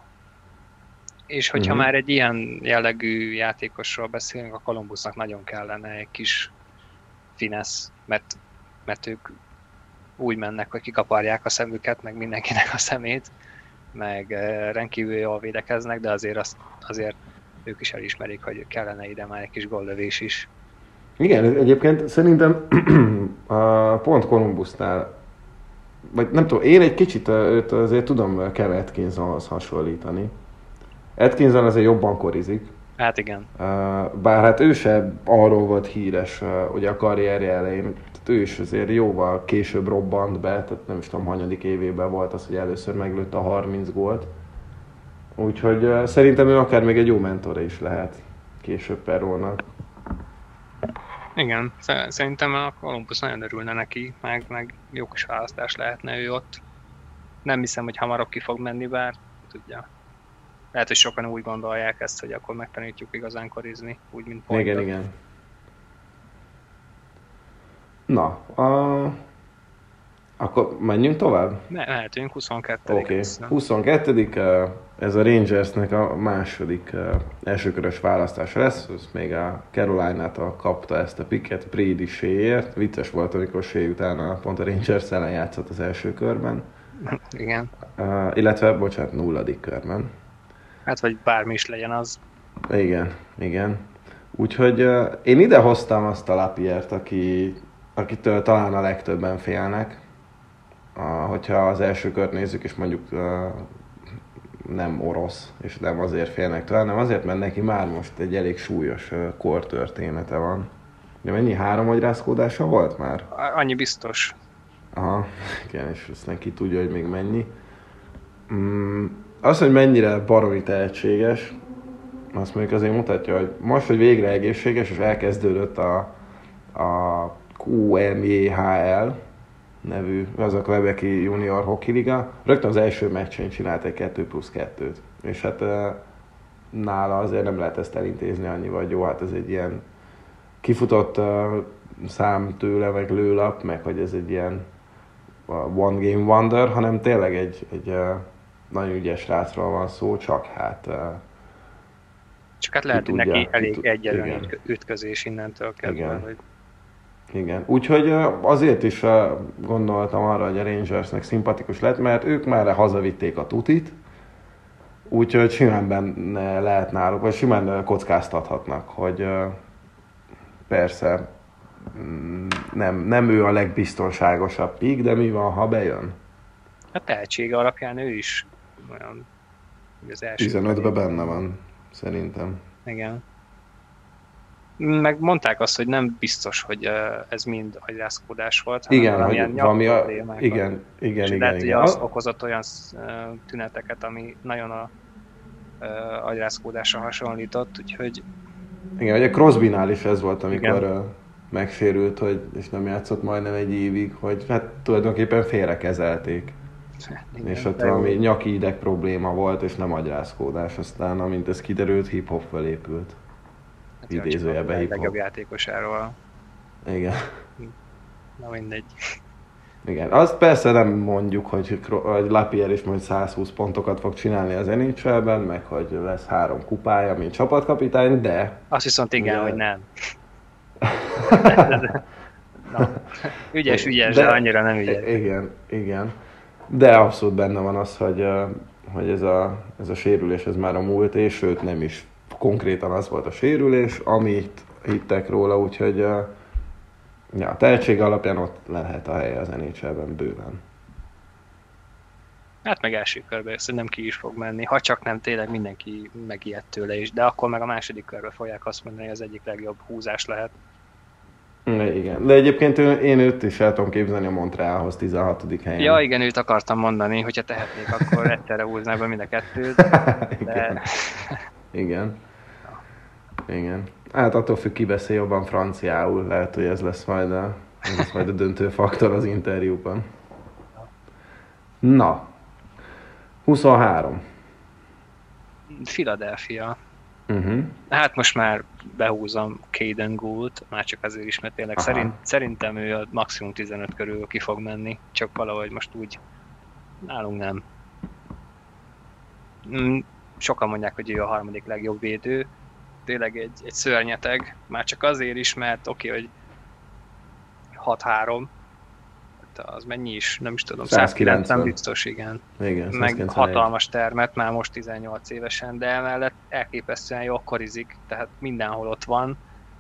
S4: És hogyha uh-huh. már egy ilyen jellegű játékosról beszélünk, a Columbusnak nagyon kellene egy kis finesz, mert, mert ők úgy mennek, hogy kikaparják a szemüket, meg mindenkinek a szemét, meg rendkívül jól védekeznek, de azért, azt, azért ők is elismerik, hogy kellene ide már egy kis góllövés is.
S3: Igen, egyébként szerintem a pont Columbusnál, vagy nem tudom, én egy kicsit őt azért tudom Kevin Atkinsonhoz hasonlítani. Atkinson azért jobban korizik.
S4: Hát igen.
S3: Bár hát ő sem arról volt híres ugye a karrierje elején, ő is azért jóval később robbant be, tehát nem is tudom, hanyadik évében volt az, hogy először meglőtte a harminc gólt. Úgyhogy szerintem ő akár még egy jó mentora is lehet később Perreaultnak.
S4: Igen, szerintem a Columbus nagyon örülne neki, meg, meg jó kis választás lehetne ő ott. Nem hiszem, hogy hamarabb ki fog menni, bár tudja. Lehet, hogy sokan úgy gondolják ezt, hogy akkor megtanítjuk igazán korizni, úgy, mint Pointot.
S3: Igen, igen. Na, a... akkor menjünk tovább?
S4: Ne, lehetünk, huszonkettő.
S3: Oké, okay. huszonkettő. Ez a Rangersnek a második elsőkörös választása lesz, ez még a Carolina-tól kapta ezt a picket Brady Sheaért. Vicces volt, amikor Shea utána pont a Rangers ellen játszott az első körben.
S4: Igen.
S3: Uh, illetve, bocsánat, nulladik körben.
S4: Hát, vagy bármi is legyen az.
S3: Igen, igen. Úgyhogy uh, én ide hoztam azt a Lapierre-t, aki, akitől talán a legtöbben félnek. Uh, hogyha az első kört nézzük, és mondjuk uh, nem orosz, és nem azért félnek tőle, hanem azért, mert neki már most egy elég súlyos uh, kortörténete van. De mennyi három agyrázkódása volt már?
S4: Annyi biztos.
S3: Aha, igen, és ezt neki tudja, hogy még mennyi. Mm, az, hogy mennyire baromi tehetséges, azt mondjuk azért mutatja, hogy most, hogy végre egészséges, és elkezdődött a, a Q M J H L nevű, az a Quebeci Junior Hockey Liga, rögtön az első meccsén csinált egy kettő plusz kettőt. És hát nála azért nem lehet ezt elintézni annyival, hogy jó, hát ez egy ilyen kifutott szám tőle, meg lőlap, meg hogy ez egy ilyen one game wonder, hanem tényleg egy, egy nagyon ügyes srácról van szó, csak hát...
S4: Csak hát lehet, hogy neki elég egyelően ütközés innentől kezdve.
S3: Igen.
S4: Hogy...
S3: Igen. Úgyhogy azért is gondoltam arra, hogy a Rangersnek szimpatikus lett, mert ők már hazavitték a tutit, Úgyhogy simán benne lehet náluk, vagy simán kockáztathatnak, hogy persze nem, nem ő a legbiztonságosabb pick, de mi van, ha bejön?
S4: A tehetsége alapján ő is olyan, az első
S3: tizenötben benne van, szerintem.
S4: Igen. Meg mondták azt, hogy nem biztos, hogy ez mind agyrászkódás volt, hanem
S3: igen,
S4: valamilyen
S3: hogy valami a...
S4: igen,
S3: igen, igen,
S4: és
S3: igen,
S4: lehet,
S3: igen.
S4: hogy az okozott olyan tüneteket, ami nagyon a agyrászkódásra hasonlított, úgyhogy...
S3: Igen, ugye Crosbynál is ez volt, amikor
S4: igen.
S3: megsérült, hogy, és nem játszott majdnem egy évig, hogy hát tulajdonképpen félrekezelték. Igen, és ott valami jó. Nyaki ideg probléma volt, és nem agyrászkódás. Aztán, amint ez kiderült, hip-hop felépült.
S4: Hát
S3: idézőjelben hip-hop.
S4: Legjobb játékosáról.
S3: Igen.
S4: Na mindegy.
S3: Igen, azt persze nem mondjuk, hogy, hogy Lapierre is majd százhúsz pontokat fog csinálni az en há el-ben, meg hogy lesz három kupája, mint csapatkapitány, de...
S4: Azt viszont igen, ugye... hogy nem. Na, ügyes, ügyes, de, de annyira nem ügyes.
S3: Igen, igen. De abszolút benne van az, hogy, hogy ez, a, ez a sérülés ez már a múlt, és sőt nem is konkrétan az volt a sérülés, amit hittek róla, úgyhogy ja, a tehetség alapján ott lehet a helye az en há el-ben bőven.
S4: Hát meg első körben szerintem ki is fog menni, ha csak nem tényleg mindenki megijed tőle is, de akkor meg a második körben fogják azt mondani, hogy az egyik legjobb húzás lehet.
S3: Igen, de egyébként én őt is el tudom képzelni a Montrealhoz tizenhatodik helyen.
S4: Ja igen, őt akartam mondani, hogyha tehetnék, akkor egyszerre húznák be mind a kettőt. De...
S3: igen. Igen. Hát attól függ, ki beszél jobban franciául, lehet, hogy ez lesz majd a, ez lesz majd a döntő faktor az interjúban. Na, huszonhárom.
S4: Philadelphia.
S3: Uh-huh.
S4: Hát most már behúzom Caden Gould, már csak azért is, mert tényleg szerint, szerintem ő a maximum tizenöt körül ki fog menni, csak valahogy most úgy nálunk nem. Sokan mondják, hogy ő a harmadik legjobb védő, tényleg egy, egy szörnyeteg, már csak azért is, mert oké, okay, hogy hat három, az mennyi is, nem is tudom, száz kilencven biztos, igen.
S3: igen
S4: meg hatalmas termet, már most tizennyolc évesen, de emellett elképesztően jól korizik, tehát mindenhol ott van.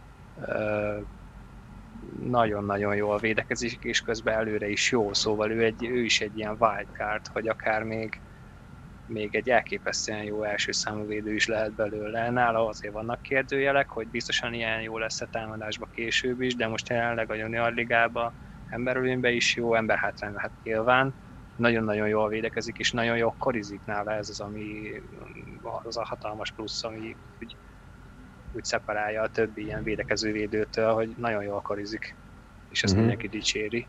S4: Nagyon-nagyon jól védekezik, és közben előre is jó, szóval ő, egy, ő is egy ilyen wildcard, hogy akár még, még egy elképesztően jó első számú védő is lehet belőle. Nála azért vannak kérdőjelek, hogy biztosan ilyen jó lesz a támadásba később is, de most jelenleg a junior ligában emberölőnyben is jó, emberhátrányban hát nyilván. Nagyon-nagyon jól védekezik, és nagyon jól korizik nála, ez az, ami az a hatalmas plusz, ami úgy, úgy szeparálja a többi ilyen védekező védőtől, hogy nagyon jól korizik, és ezt mm-hmm. mindenki dicséri.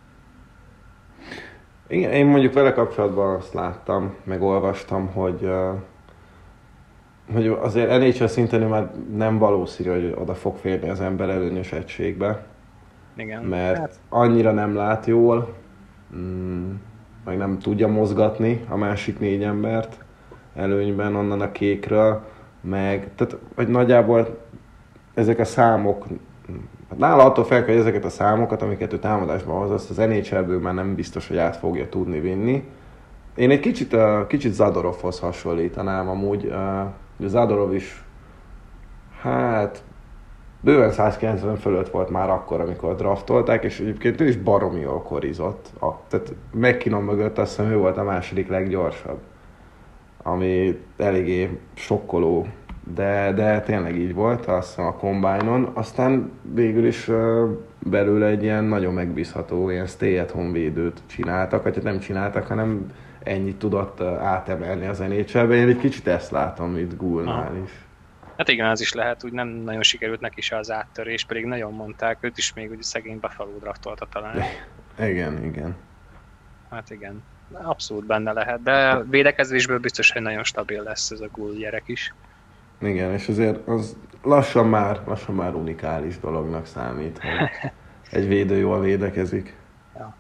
S3: Igen, én mondjuk vele kapcsolatban azt láttam, meg olvastam, hogy, hogy azért en há el szinten már nem valószínű, hogy oda fog férni az ember előnyös egységbe.
S4: Igen.
S3: Mert
S4: hát.
S3: annyira nem lát jól, mm, meg nem tudja mozgatni a másik négy embert előnyben onnan a kékről, meg, tehát, hogy nagyjából ezek a számok, nála attól fel, hogy ezeket a számokat, amiket ő támadásban hoz, azt az en há el-ből már nem biztos, hogy át fogja tudni vinni. Én egy kicsit, uh, kicsit Zadorovhoz hasonlítanám amúgy, uh, Zadorov is, hát bőven száz kilencven fölött volt már akkor, amikor draftolták, és egyébként ő is baromi jól korizott. A, tehát McKinnon mögött azt hiszem ő volt a második leggyorsabb, ami eléggé sokkoló, de, de tényleg így volt, azt hiszem a Combine-on. Aztán végül is uh, belőle egy ilyen nagyon megbízható, ilyen stay-at-home védőt csináltak, vagy nem csináltak, hanem ennyit tudott uh, átemelni az en há el-be. Én egy kicsit ezt látom itt Gouldnál is.
S4: Hát igen, az is lehet, úgy nem nagyon sikerült neki se az áttörés, pedig nagyon mondták, őt is még úgy szegény Buffalo draftolta talán.
S3: Igen, igen.
S4: Hát igen, abszolút benne lehet, de védekezésből biztos, hogy nagyon stabil lesz ez a Gould gyerek is.
S3: Igen, és azért az lassan már, lassan már unikális dolognak számít, hogy egy védő jól védekezik.
S4: Ja.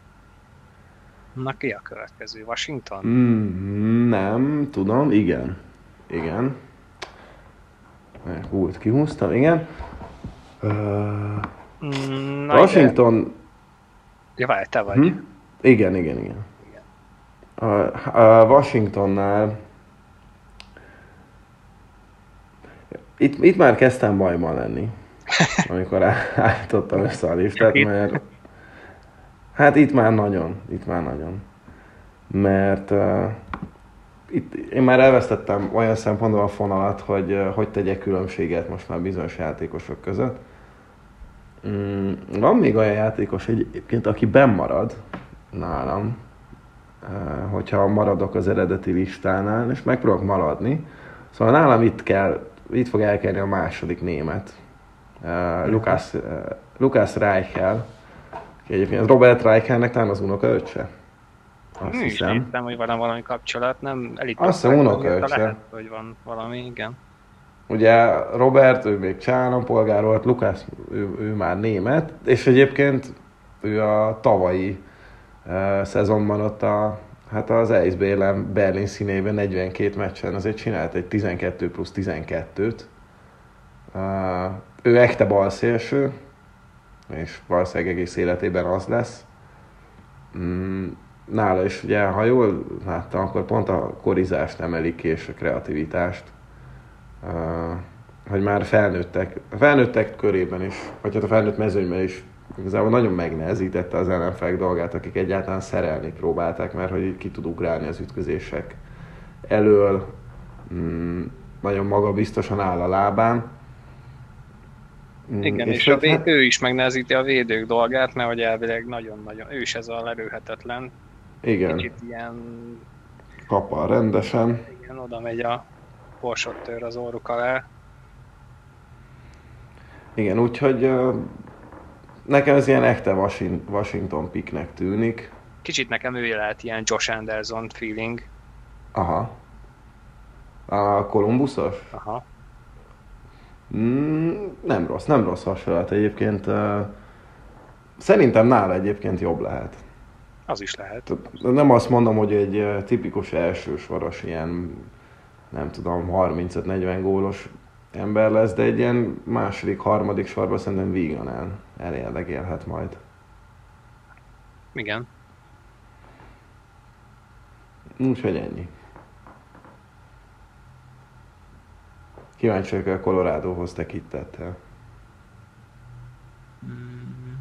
S4: Na ki a következő? Washington?
S3: Mm, nem, tudom, igen. Igen. Hú, kihúztam, igen. Uh,
S4: mm,
S3: Washington...
S4: De... Ja, várj, te vagy. Hm?
S3: Igen, igen, igen. igen. A, a Washingtonnál Itt, itt már kezdtem bajban lenni, amikor állítottam össze a listát, mert hát itt már nagyon, itt már nagyon. Mert uh, itt én már elvesztettem olyan szempontból a fonalat, hogy uh, hogy tegyek különbséget most már bizonyos játékosok között. Mm, van még olyan játékos egyébként, aki benn marad nálam, uh, hogyha maradok az eredeti listánál, és megpróbálok maradni. Szóval nálam itt kell, itt fog elkerülni a második német. Uh, Lukász, uh, Lukász Reichel, aki egyébként Robert Reichelnek talán az unokaöccse. Azt
S4: Mi is
S3: hiszem.
S4: néztem, hogy van valami kapcsolat, nem elég.
S3: Azt hiszem unokaöccse.
S4: Lehet, hogy van valami, igen.
S3: Ugye Robert, ő még cseh állampolgár volt, Lukász, ő, ő már német, és egyébként ő a tavalyi uh, szezonban ott a, hát az Eisbären Berlin színében negyvenkét meccsen azért csinált egy tizenkettő plusz tizenkettőt. Uh, ő echte balszélső, és valószínűleg egész életében az lesz. Mm, nála is ugye, ha jól láttam, akkor pont a korizást emelik ki, és a kreativitást. Uh, hogy már felnőttek, a felnőttek körében is, vagy hát a felnőtt mezőnyben is igazából nagyon megnehezítette az ellenfelek dolgát, akik egyáltalán szerelni próbálták, mert hogy ki tud ugrálni az ütközések elől, mm, nagyon magabiztosan áll a lábán.
S4: Mm, igen, és, és a vé- hát... ő is megnehezíti a védők dolgát, mert hogy elvileg nagyon-nagyon, ő is ez a lerőhetetlen.
S3: Igen.
S4: Kicsit ilyen...
S3: Kapal rendesen.
S4: Igen, oda megy a borsot tör az orruk alá.
S3: Igen, úgyhogy uh, nekem ez ilyen echte Washington picknek tűnik.
S4: Kicsit nekem ő lehet ilyen Josh Anderson feeling.
S3: Aha. A Columbusos?
S4: Aha.
S3: Mm, nem rossz, nem rossz hasonlat egyébként. Uh, szerintem nála egyébként jobb lehet.
S4: Az is lehet.
S3: Nem azt mondom, hogy egy uh, tipikus elsősoros ilyen, nem tudom, harmincöt-negyven gólos ember lesz, de egy ilyen második, harmadik sorban szerintem vígan el, elérlegélhet majd.
S4: Igen.
S3: Úgyhogy ennyi. Kíváncsi vagyok a Coloradohoz, te kit tettél.
S4: Mm.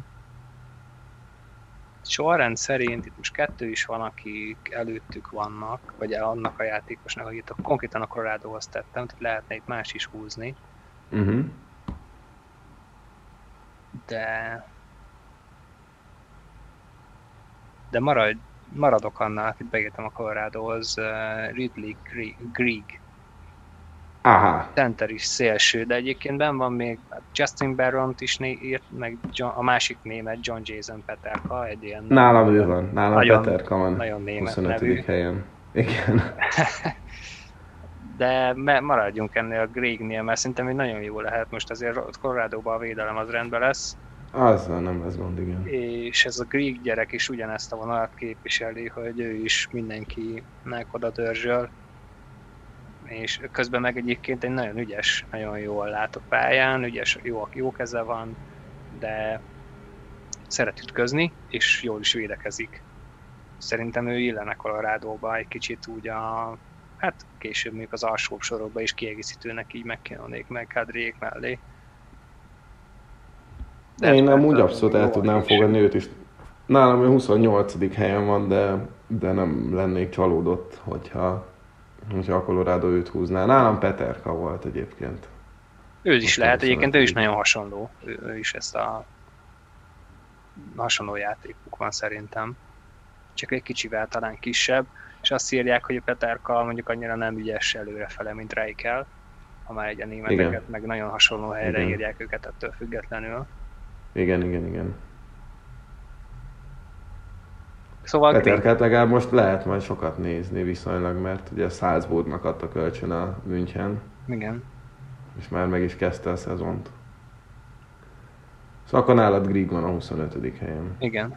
S4: Sorrend szerint itt most kettő is van, akik előttük vannak, vagy annak a játékosnak, akit a, konkrétan a Coloradohoz tettem, tehát lehetne itt más is húzni.
S3: Uh-huh.
S4: De... De marad, maradok annál, akit beírtam a Coloradohoz, uh, Ridley Greig.
S3: Aha.
S4: Center is szélső, de egyébként benn van még Justin Barront is né- írt, meg John, a másik német John Jason Peterka, egy ilyen...
S3: Nálam ő van, nálam
S4: nagyon,
S3: Peterka van
S4: nagyon német
S3: huszonötödik
S4: nevű.
S3: helyen. Igen.
S4: De maradjunk ennél a Greignél, mert szerintem hogy nagyon jó lehet. Most azért Colorado-ban a védelem az rendben lesz.
S3: Azzal nem lesz gond, igen.
S4: És ez a Greig gyerek is ugyanezt a vonalat képviseli, hogy ő is mindenkinek oda dörzsöl. És közben meg egyébként egy nagyon ügyes, nagyon jól lát a pályán, ügyes, jó, jó keze van, de szeret ütközni, és jól is védekezik. Szerintem ő illene Colorado-ba egy kicsit úgy a, hát később még az alsóbb sorokba is kiegészítőnek így McKinnonék meg Kadriék mellé.
S3: De én nem úgy abszolút el tudnám fogadni őt is. Nálam ő huszonnyolcadik helyen van, de, de nem lennék csalódott, hogyha hogyha a Colorado őt húzná. Nálam Peterka volt egyébként.
S4: Ő is lehet, egyébként ő is nagyon hasonló. Ő, ő is ezt a hasonló játékuk van szerintem. Csak egy kicsivel talán kisebb, és azt írják, hogy a Peterka mondjuk annyira nem ügyes előrefele, mint Reichel, ha már egy a németeket, igen. Meg nagyon hasonló helyre igen. Írják őket ettől függetlenül.
S3: Igen, igen, igen.
S4: Szóval
S3: Peterkát legalább most lehet majd sokat nézni viszonylag, mert ugye Salzburgnak adta kölcsön a München.
S4: Igen.
S3: És már meg is kezdte a szezont. Szóval akkor nálad Greig van a huszonötödik helyen.
S4: Igen.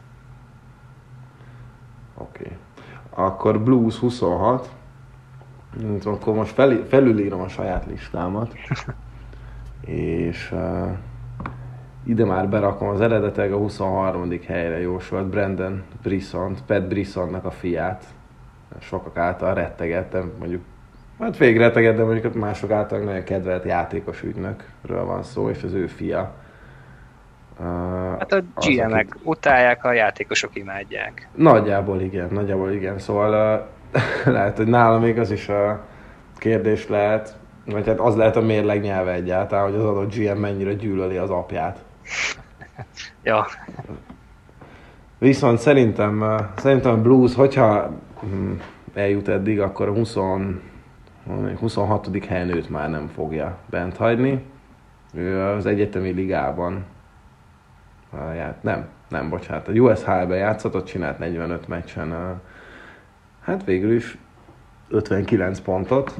S3: Oké. Okay. Akkor Blues huszonhat. Akkor most fel, felülírom a saját listámat. És uh, ide már berakom az eredeteg a huszonharmadik helyre jósolt Brandon Brisson, Pat Brissonnak a fiát. Sokak által rettegettem, mondjuk Hát végre teged, de mondjuk mások által nagyon kedvelt játékos ügynökről van szó, és az ő fia.
S4: Uh, hát a gé emek akit... utálják, a játékosok imádják.
S3: Nagyjából igen, nagyjából igen. Szóval uh, lehet, hogy nála még az is a kérdés lehet, vagy hát az lehet a mérleg nyelve egyáltalán, hogy az adott gé em mennyire gyűlöli az apját.
S4: Ja.
S3: Viszont szerintem, uh, szerintem a Blues, hogyha um, eljut eddig, akkor a húsz, huszonhatodik helyen őt már nem fogja bent hagyni. Ő az egyetemi ligában ját, nem, nem, bocsánat, a u es há el-ben játszott, ott csinált negyvenöt meccsen, hát végül is ötvenkilenc pontot.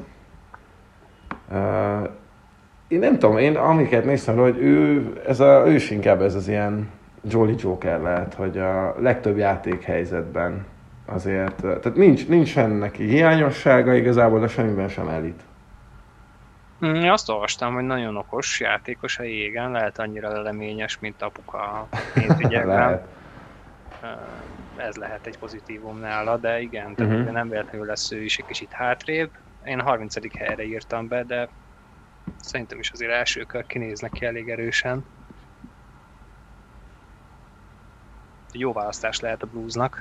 S3: Én nem tudom, én amiket néztem, hogy ő, ez a, ő is inkább ez az ilyen Jolly Joker lehet, hogy a legtöbb játékhelyzetben azért, tehát nincs, nincsen neki hiányossága igazából, de semmiben sem elit.
S4: Én azt olvastam, hogy nagyon okos játékos a jégen, lehet annyira leleményes, mint apuka pénzügyekben. Ez lehet egy pozitívum nála, de igen, tehát uh-huh. nem véletlenül lesz ő is egy kicsit hátrébb. Én a harmincadik helyre írtam be, de szerintem is azért első kör kinéznek ki elég erősen. Jó választás lehet a Bluesnak.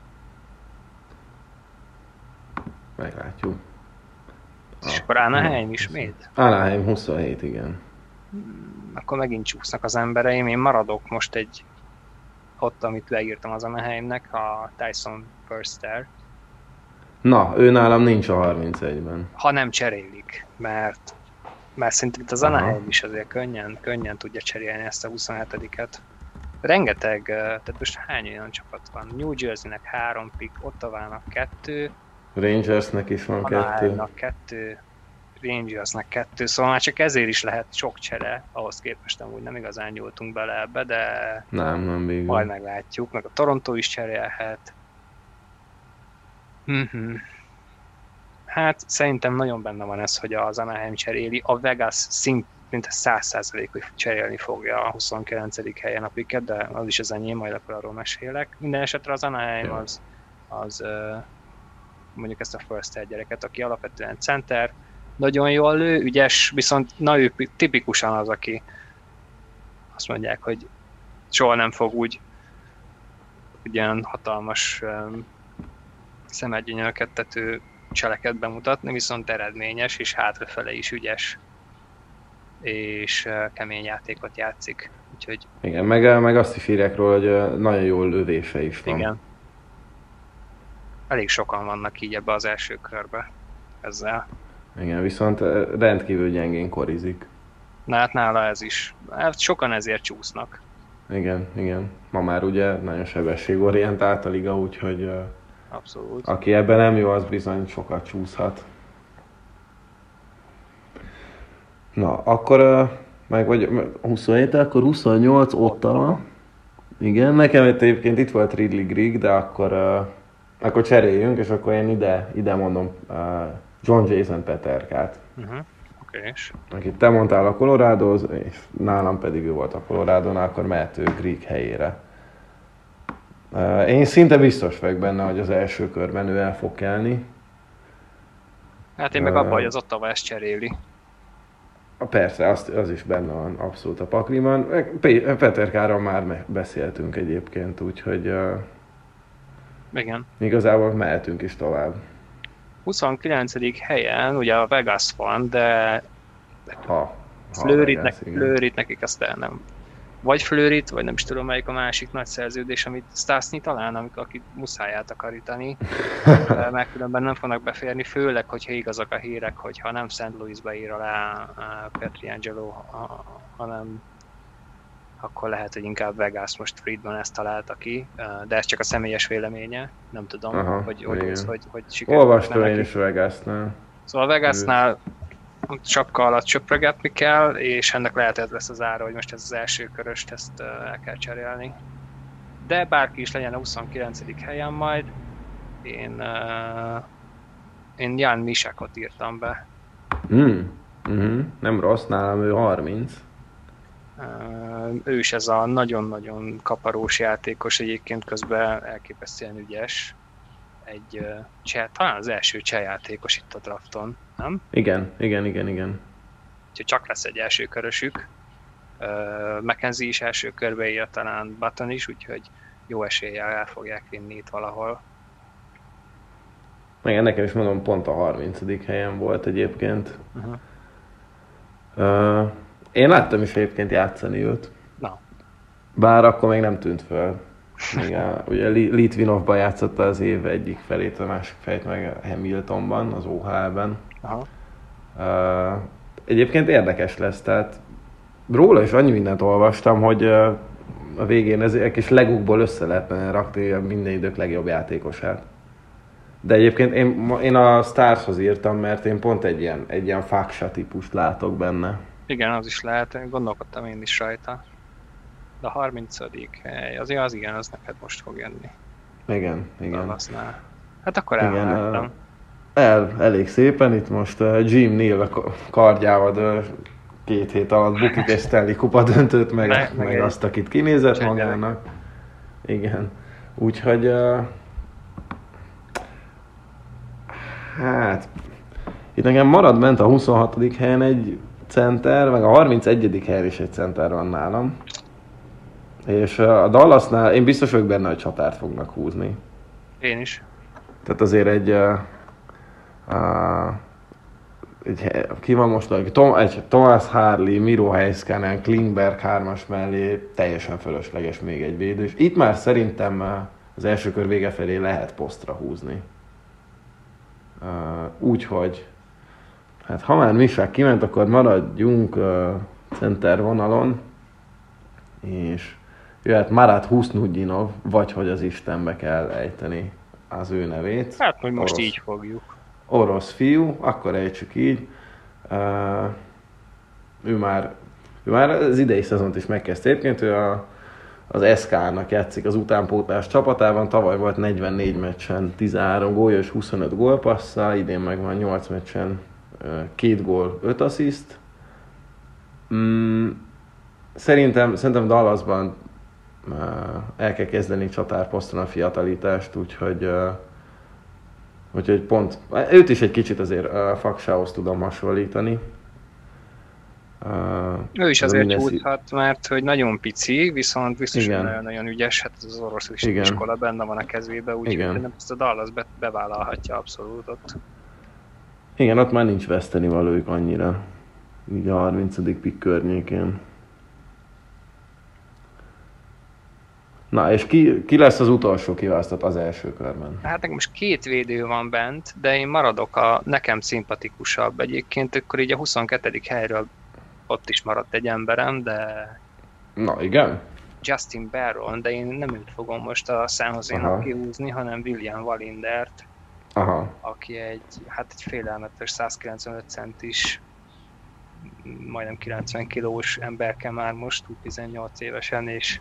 S3: Meglátjuk.
S4: És akkor Anaheim ismét?
S3: Anaheim huszonhét, igen.
S4: Hmm, akkor megint csúsznak az embereim. Én maradok most egy ott, amit leírtam az Anaheimnek, a Tyson Foerster.
S3: Na, ő nálam nincs a harmincegyben.
S4: Ha nem cserélik, mert, mert szerintem itt az Aha. Anaheim is azért könnyen, könnyen tudja cserélni ezt a huszonhetediket. Rengeteg, tehát most hány olyan csapat van? New Jersey-nek három pick, Ottawa-nak kettő,
S3: Rangersnek is van kettő.
S4: Anaheimnak kettő, Rangersnek kettő, szóval már csak ezért is lehet sok csere, ahhoz képest amúgy nem igazán nyúltunk bele ebbe, de
S3: nem, nem végül.
S4: Majd meglátjuk, meg a Toronto is cserélhet. Mm-hmm. Hát szerintem nagyon benne van ez, hogy az Anaheim cseréli, a Vegas szint mint száz százalékig cserélni fogja a huszonkilencedik helyen a picket, de az is az enyém, majd akkor arról mesélek. Minden esetre az Anaheim az, az mondjuk ezt a Foerster gyereket, aki alapvetően center, nagyon jól lő, ügyes, viszont na ő tipikusan az, aki azt mondják, hogy soha nem fog úgy ugyan hatalmas um, szemedgyönyöröket tető cseleket bemutatni, viszont eredményes és hátrafele is ügyes és uh, kemény játékot játszik. Úgyhogy...
S3: Igen, meg, meg azt is írják róla, hogy uh, nagyon jól lövése is van.
S4: Igen. Elég sokan vannak így ebbe az első körbe ezzel.
S3: Igen, viszont rendkívül gyengén korizik.
S4: Na hát nála ez is. Hát sokan ezért csúsznak.
S3: Igen, igen. Ma már ugye nagyon sebességorientált a liga, úgyhogy uh,
S4: abszolút.
S3: Aki ebben nem jó, az bizony sokat csúszhat. Na, akkor uh, meg vagy huszonhét, akkor huszonnyolc Ottawa. Igen, nekem egyébként itt volt Ridley Greig, de akkor, uh, akkor cseréljünk, és akkor én ide, ide mondom uh, John Jason Peterkát.
S4: Uh-huh. Okay.
S3: Akit te mondtál a Colorado, és nálam pedig ő volt a Colorado-nál, akkor mehet ő Greig helyére. Uh, én szinte biztos vagyok benne, hogy az első körben ő el fog kelni.
S4: Hát én meg abban, uh, hogy az Ottawa ezt cseréli.
S3: Persze, az, az is benne van abszolút a pakliban. Peterkáról már beszéltünk egyébként, úgyhogy uh,
S4: igen.
S3: Igazából mehetünk is tovább.
S4: huszonkilencedik helyen ugye a Vegas van, de
S3: ha,
S4: Fleuryt nek, nekik aztán nem. Vagy Fleuryt, vagy nem is tudom melyik a másik nagy szerződés, amit Stastny talán, amik, akit muszáj eltakarítani, mert különben nem fognak beférni, főleg, hogyha igazak a hírek, hogyha nem Saint Louisba ír alá Pietrangelo, hanem akkor lehet, hogy inkább Vegas, most Friedman ezt találta ki, de ez csak a személyes véleménye, nem tudom, Aha, hogy, hogy, ez, hogy, hogy sikerült.
S3: Olvastam én is Vegasnál.
S4: Szóval Vegasnál sapka alatt söprögetni kell, és ennek lehet ez lesz az ára, hogy most ez az első köröst, ezt el kell cserélni. De bárki is legyen a huszonkilencedik helyen majd, én, uh, én Jan Mysákot írtam be.
S3: Mm. Mm-hmm. Nem rossz, nálam ő harminc.
S4: Uh, ő is ez a nagyon-nagyon kaparós játékos, egyébként közben elképesztően ügyes. Egy uh, cseh, talán az első cseh játékos itt a drafton. nem?
S3: Igen, igen, igen, igen.
S4: Úgyhogy csak lesz egy első körösük. Uh, McKenzie is első körbe írja, talán Button is, úgyhogy jó eséllyel el fogják vinni itt valahol.
S3: Igen, nekem is mondom, pont a harmincadik helyen volt egyébként.
S4: Uh-huh.
S3: Uh, én láttam is egyébként játszani őt.
S4: Na.
S3: Bár akkor még nem tűnt föl. Igen, ugye Litvinovban játszotta az év egyik felét, a másik fejét meg Hamiltonban, az o há el-ben.
S4: Aha.
S3: Uh, egyébként érdekes lesz, tehát róla is annyi mindent olvastam, hogy uh, a végén ezek kis legokból össze lehetne rakni minden idők legjobb játékosát. De egyébként én, én a Starshoz írtam, mert én pont egy ilyen, egy ilyen Faksa típust látok benne.
S4: Igen, az is lehet, gondolkodtam én is rajta. De a harmincadik hely, azért az igen, az neked most fog jönni.
S3: Igen, igen.
S4: Dallasnál. Hát akkor
S3: igen,
S4: elvártam.
S3: El, elég szépen, itt most uh, Jim Neal a kardjával uh, két hét alatt bukik egy Stanley Kupa döntőt, meg,
S4: meg,
S3: meg
S4: meg
S3: azt, akit kinézett
S4: Csengyelek.
S3: magának. Igen. Úgyhogy uh, hát itt nekem marad ment a huszonhatodik helyen egy center, meg a harmincegyedik helyen is egy center van nálam. És uh, a Dallasnál én biztos vagyok benne, hogy csatárt fognak húzni.
S4: Én is.
S3: Tehát azért egy... Uh, uh, egy ki van most? Tom, egy Thomas Harley, Miro Heiskanen, Klingberg hármas mellé teljesen fölösleges még egy védő. És itt már szerintem uh, az első kör vége felé lehet posztra húzni. Uh, Úgyhogy hát ha már Misák kiment, akkor maradjunk uh, center vonalon. És jöhet Marat Husnudinov, vagy hogy az Istenbe kell ejteni az ő nevét.
S4: Hát, hogy most
S3: orosz,
S4: így fogjuk.
S3: Orosz fiú, akkor ejtsük így. Uh, ő, már, ő már az idei szezont is megkezdte. Egyébként ő a, az es ká-nak játszik az utánpótlás csapatában. Tavaly volt negyvennégy meccsen tizenhárom gólja és huszonöt gólpassza. Idén meg van nyolc meccsen két gól, öt assziszt. Mm, szerintem, szerintem Dallasban el kell kezdeni csatárposzton a fiatalítást, úgyhogy, úgyhogy pont, őt is egy kicsit azért Faksához tudom hasonlítani.
S4: Ő is azért
S3: minden
S4: csúszhat, mert hogy nagyon pici, viszont biztos, hogy
S3: Igen.
S4: nagyon-nagyon ügyes, hát az orosz
S3: Igen.
S4: iskola benne van a kezébe, úgyhogy
S3: Igen.
S4: nem ezt a Dallas be, bevállalhatja abszolút ott.
S3: Igen, ott már nincs veszteni valójuk annyira, így a harmincadik pick környékén. Na, és ki, ki lesz az utolsó kiválasztott az első körben?
S4: Hát nekem most két védő van bent, de én maradok a nekem szimpatikusabb. Egyébként akkor így a huszonkettedik helyről ott is maradt egy emberem, de
S3: Na, igen?
S4: Justin Barron, de én nem őt fogom most a San Jose-nak kihúzni, hanem William Wallindert,
S3: Aha.
S4: aki egy, hát egy félelmetes százkilencvenöt centis, majdnem kilencven kilós emberke már most, tizennyolc évesen, és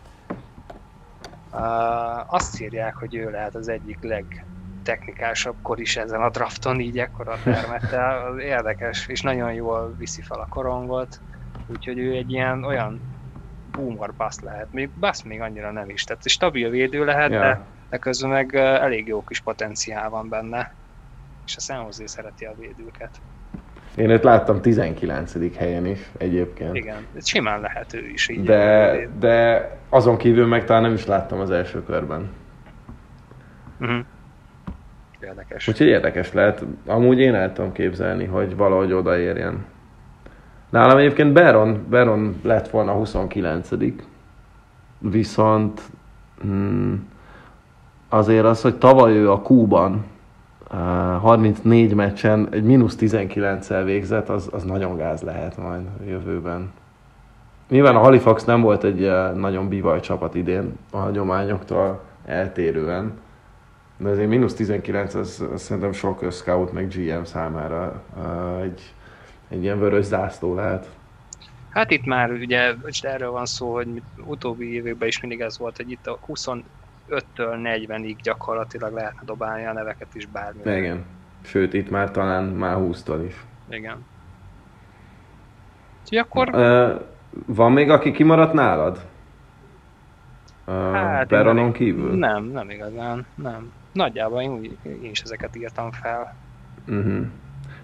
S4: uh, azt írják, hogy ő lehet az egyik legtechnikásabb kor is ezen a drafton, így ekkora termettel, az érdekes, és nagyon jól viszi fel a korongot, úgyhogy ő egy ilyen olyan boomer bust lehet, még bust még annyira nem is, tehát stabil védő lehet,
S3: Ja.
S4: de, de közben meg elég jó kis potenciál van benne, és a San Jose szereti a védőket.
S3: Én őt láttam tizenkilencedik helyen is egyébként.
S4: Igen, ez simán lehet ő is így.
S3: De, de azon kívül meg talán nem is láttam az első körben.
S4: Uh-huh. Érdekes.
S3: Úgyhogy érdekes lehet. Amúgy én el tudom képzelni, hogy valahogy odaérjen. Nálam egyébként Baron, Baron lett volna huszonkilencedik Viszont hmm, azért az, hogy tavaly ő a Q-ban uh, harmincnégy meccsen egy mínusz tizenkilenccel végzett, az, az nagyon gáz lehet majd a jövőben. Nyilván a Halifax nem volt egy uh, nagyon bivaj csapat idén a hagyományoktól eltérően, de azért mínusz tizenkilenc az, az szerintem sok scout meg gé em számára uh, egy, egy ilyen vörös zászló lehet.
S4: Hát itt már ugye erről van szó, hogy utóbbi években is mindig ez volt, hogy itt a huszonöttől negyvenig gyakorlatilag lehetne dobálni a neveket is bármire.
S3: Igen. Sőt, itt már talán már húsztól is.
S4: Igen. Úgyhogy akkor...
S3: Uh, van még, aki kimaradt nálad? Uh,
S4: hát
S3: Baronon
S4: nem,
S3: kívül?
S4: Nem, nem igazán, nem. Nagyjából én, úgy, én is ezeket írtam fel.
S3: Uh-huh.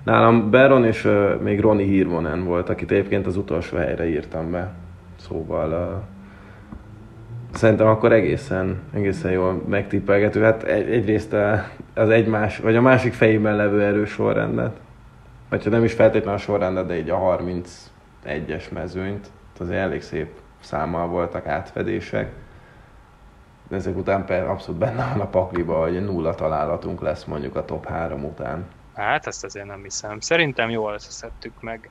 S3: Nálam Baron és uh, még Ronnie Hirvonen volt, akit egyébként az utolsó helyre írtam be. Szóval uh, szerintem akkor egészen, egészen jól megtippelgető. Hát egy, egyrészt az egymás, vagy a másik fejében levő erős sorrendet. Vagy ha nem is feltétlenül a sorrendet, de így a harmincegyes mezőnyt. Azért elég szép számmal voltak átfedések. De ezek után persze abszolút benne van a pakliba, hogy nulla találatunk lesz mondjuk a top három után.
S4: Hát ezt azért nem hiszem. Szerintem jól összeszedtük meg.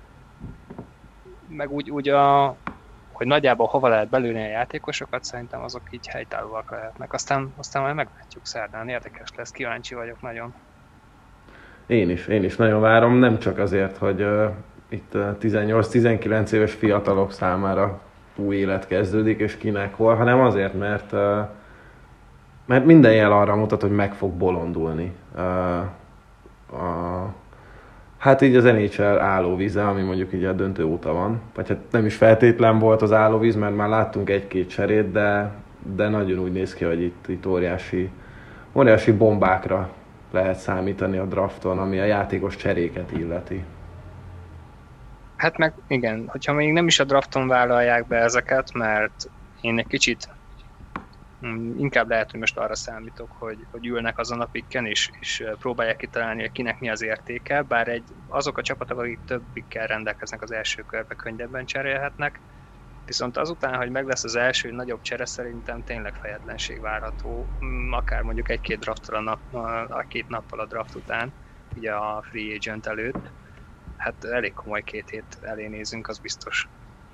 S4: Meg úgy, úgy a, hogy nagyjából hova lehet belülni a játékosokat, szerintem azok így helytállóak lehetnek. Aztán, aztán majd meglátjuk szerdán. Érdekes lesz, kíváncsi vagyok nagyon.
S3: Én is, én is nagyon várom, nem csak azért, hogy uh, itt uh, tizennyolc-tizenkilenc éves fiatalok számára új élet kezdődik, és kinek hol, hanem azért, mert, uh, mert minden jel arra mutat, hogy meg fog bolondulni. Uh, a, hát így az en há el állóvíze, ami mondjuk így a döntő óta van. Vagy hát nem is feltétlen volt az állóvíz, mert már láttunk egy-két cserét, de, de nagyon úgy néz ki, hogy itt, itt óriási, óriási bombákra lehet számítani a drafton, ami a játékos cseréket illeti.
S4: Hát meg igen, hogyha még nem is a drafton vállalják be ezeket, mert én egy kicsit inkább lehet, hogy most arra számítok, hogy, hogy ülnek azon a pikken, és, és próbálják kitalálni, hogy kinek mi az értéke, bár egy, azok a csapatok, akik több pikkel rendelkeznek az első körbe, könnyebben cserélhetnek, viszont azután, hogy meg lesz az első nagyobb csere, szerintem tényleg fejetlenség várható, akár mondjuk egy-két draftra a, nap, a két nappal a draft után, ugye a free agent előtt. Hát elég komoly két hét elé nézünk, az biztos.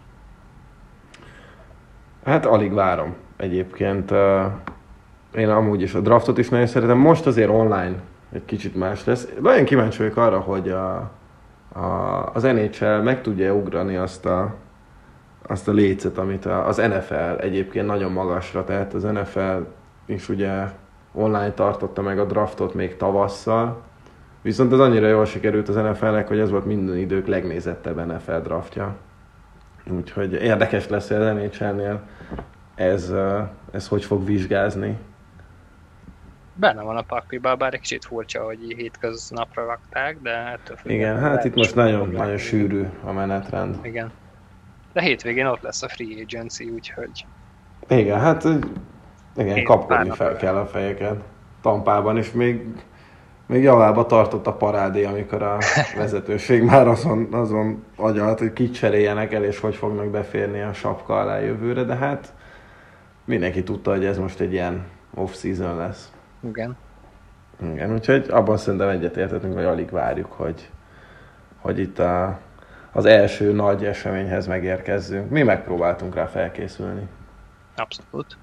S3: Hát alig várom egyébként. Én amúgy is a draftot is nagyon szeretem. Most azért online egy kicsit más lesz. Nagyon kíváncsi vagyok arra, hogy a, a, az en há el meg tudja ugrani azt a, azt a lécet, amit a, az en ef el egyébként nagyon magasra, tehát az en ef el is ugye online tartotta meg a draftot még tavasszal. Viszont ez annyira jól sikerült az en ef elnek, hogy ez volt minden idők legnézettebb en ef el draftja. Úgyhogy érdekes lesz, hogy az en há elnél ez, ez hogy fog vizsgázni.
S4: Benne van a pakliban, bár egy kicsit furcsa, hogy hétköznapra rakták, de ettől
S3: igen, hát itt most nagyon, nagyon sűrű a menetrend.
S4: Igen. De hétvégén ott lesz a free agency, úgyhogy...
S3: Igen, hát igen, kapkodni fel kell a fejeket. Tampában is még... Még javába tartott a parádé, amikor a vezetőség már azon, azon agyalt, hogy kit cseréljenek el, és hogy fognak beférni a sapka alá jövőre, de hát mindenki tudta, hogy ez most egy ilyen off-season lesz.
S4: Igen.
S3: Igen, úgyhogy abban szerintem egyetértettünk, hogy alig várjuk, hogy, hogy itt a, az első nagy eseményhez megérkezzünk. Mi megpróbáltunk rá felkészülni.
S4: Abszolút.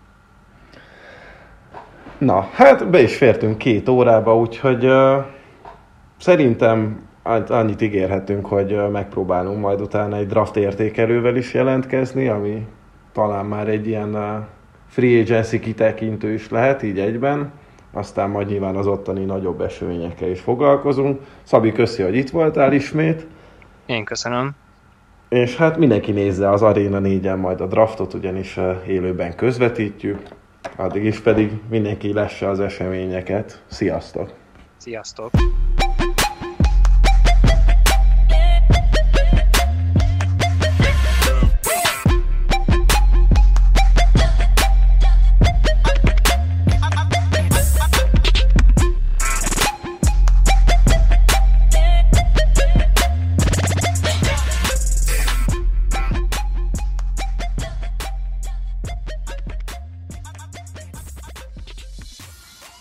S3: Na, hát be is fértünk két órába, úgyhogy uh, szerintem annyit ígérhetünk, hogy uh, megpróbálunk majd utána egy draft értékelővel is jelentkezni, ami talán már egy ilyen uh, free agency kitekintő is lehet, így egyben. Aztán majd nyilván az ottani nagyobb eseményekkel is foglalkozunk. Szabi, köszi, hogy itt voltál ismét.
S4: Én köszönöm.
S3: És hát mindenki nézze az Arena négyen majd a draftot, ugyanis uh, élőben közvetítjük. Addig is pedig mindenki lesse az eseményeket. Sziasztok!
S4: Sziasztok!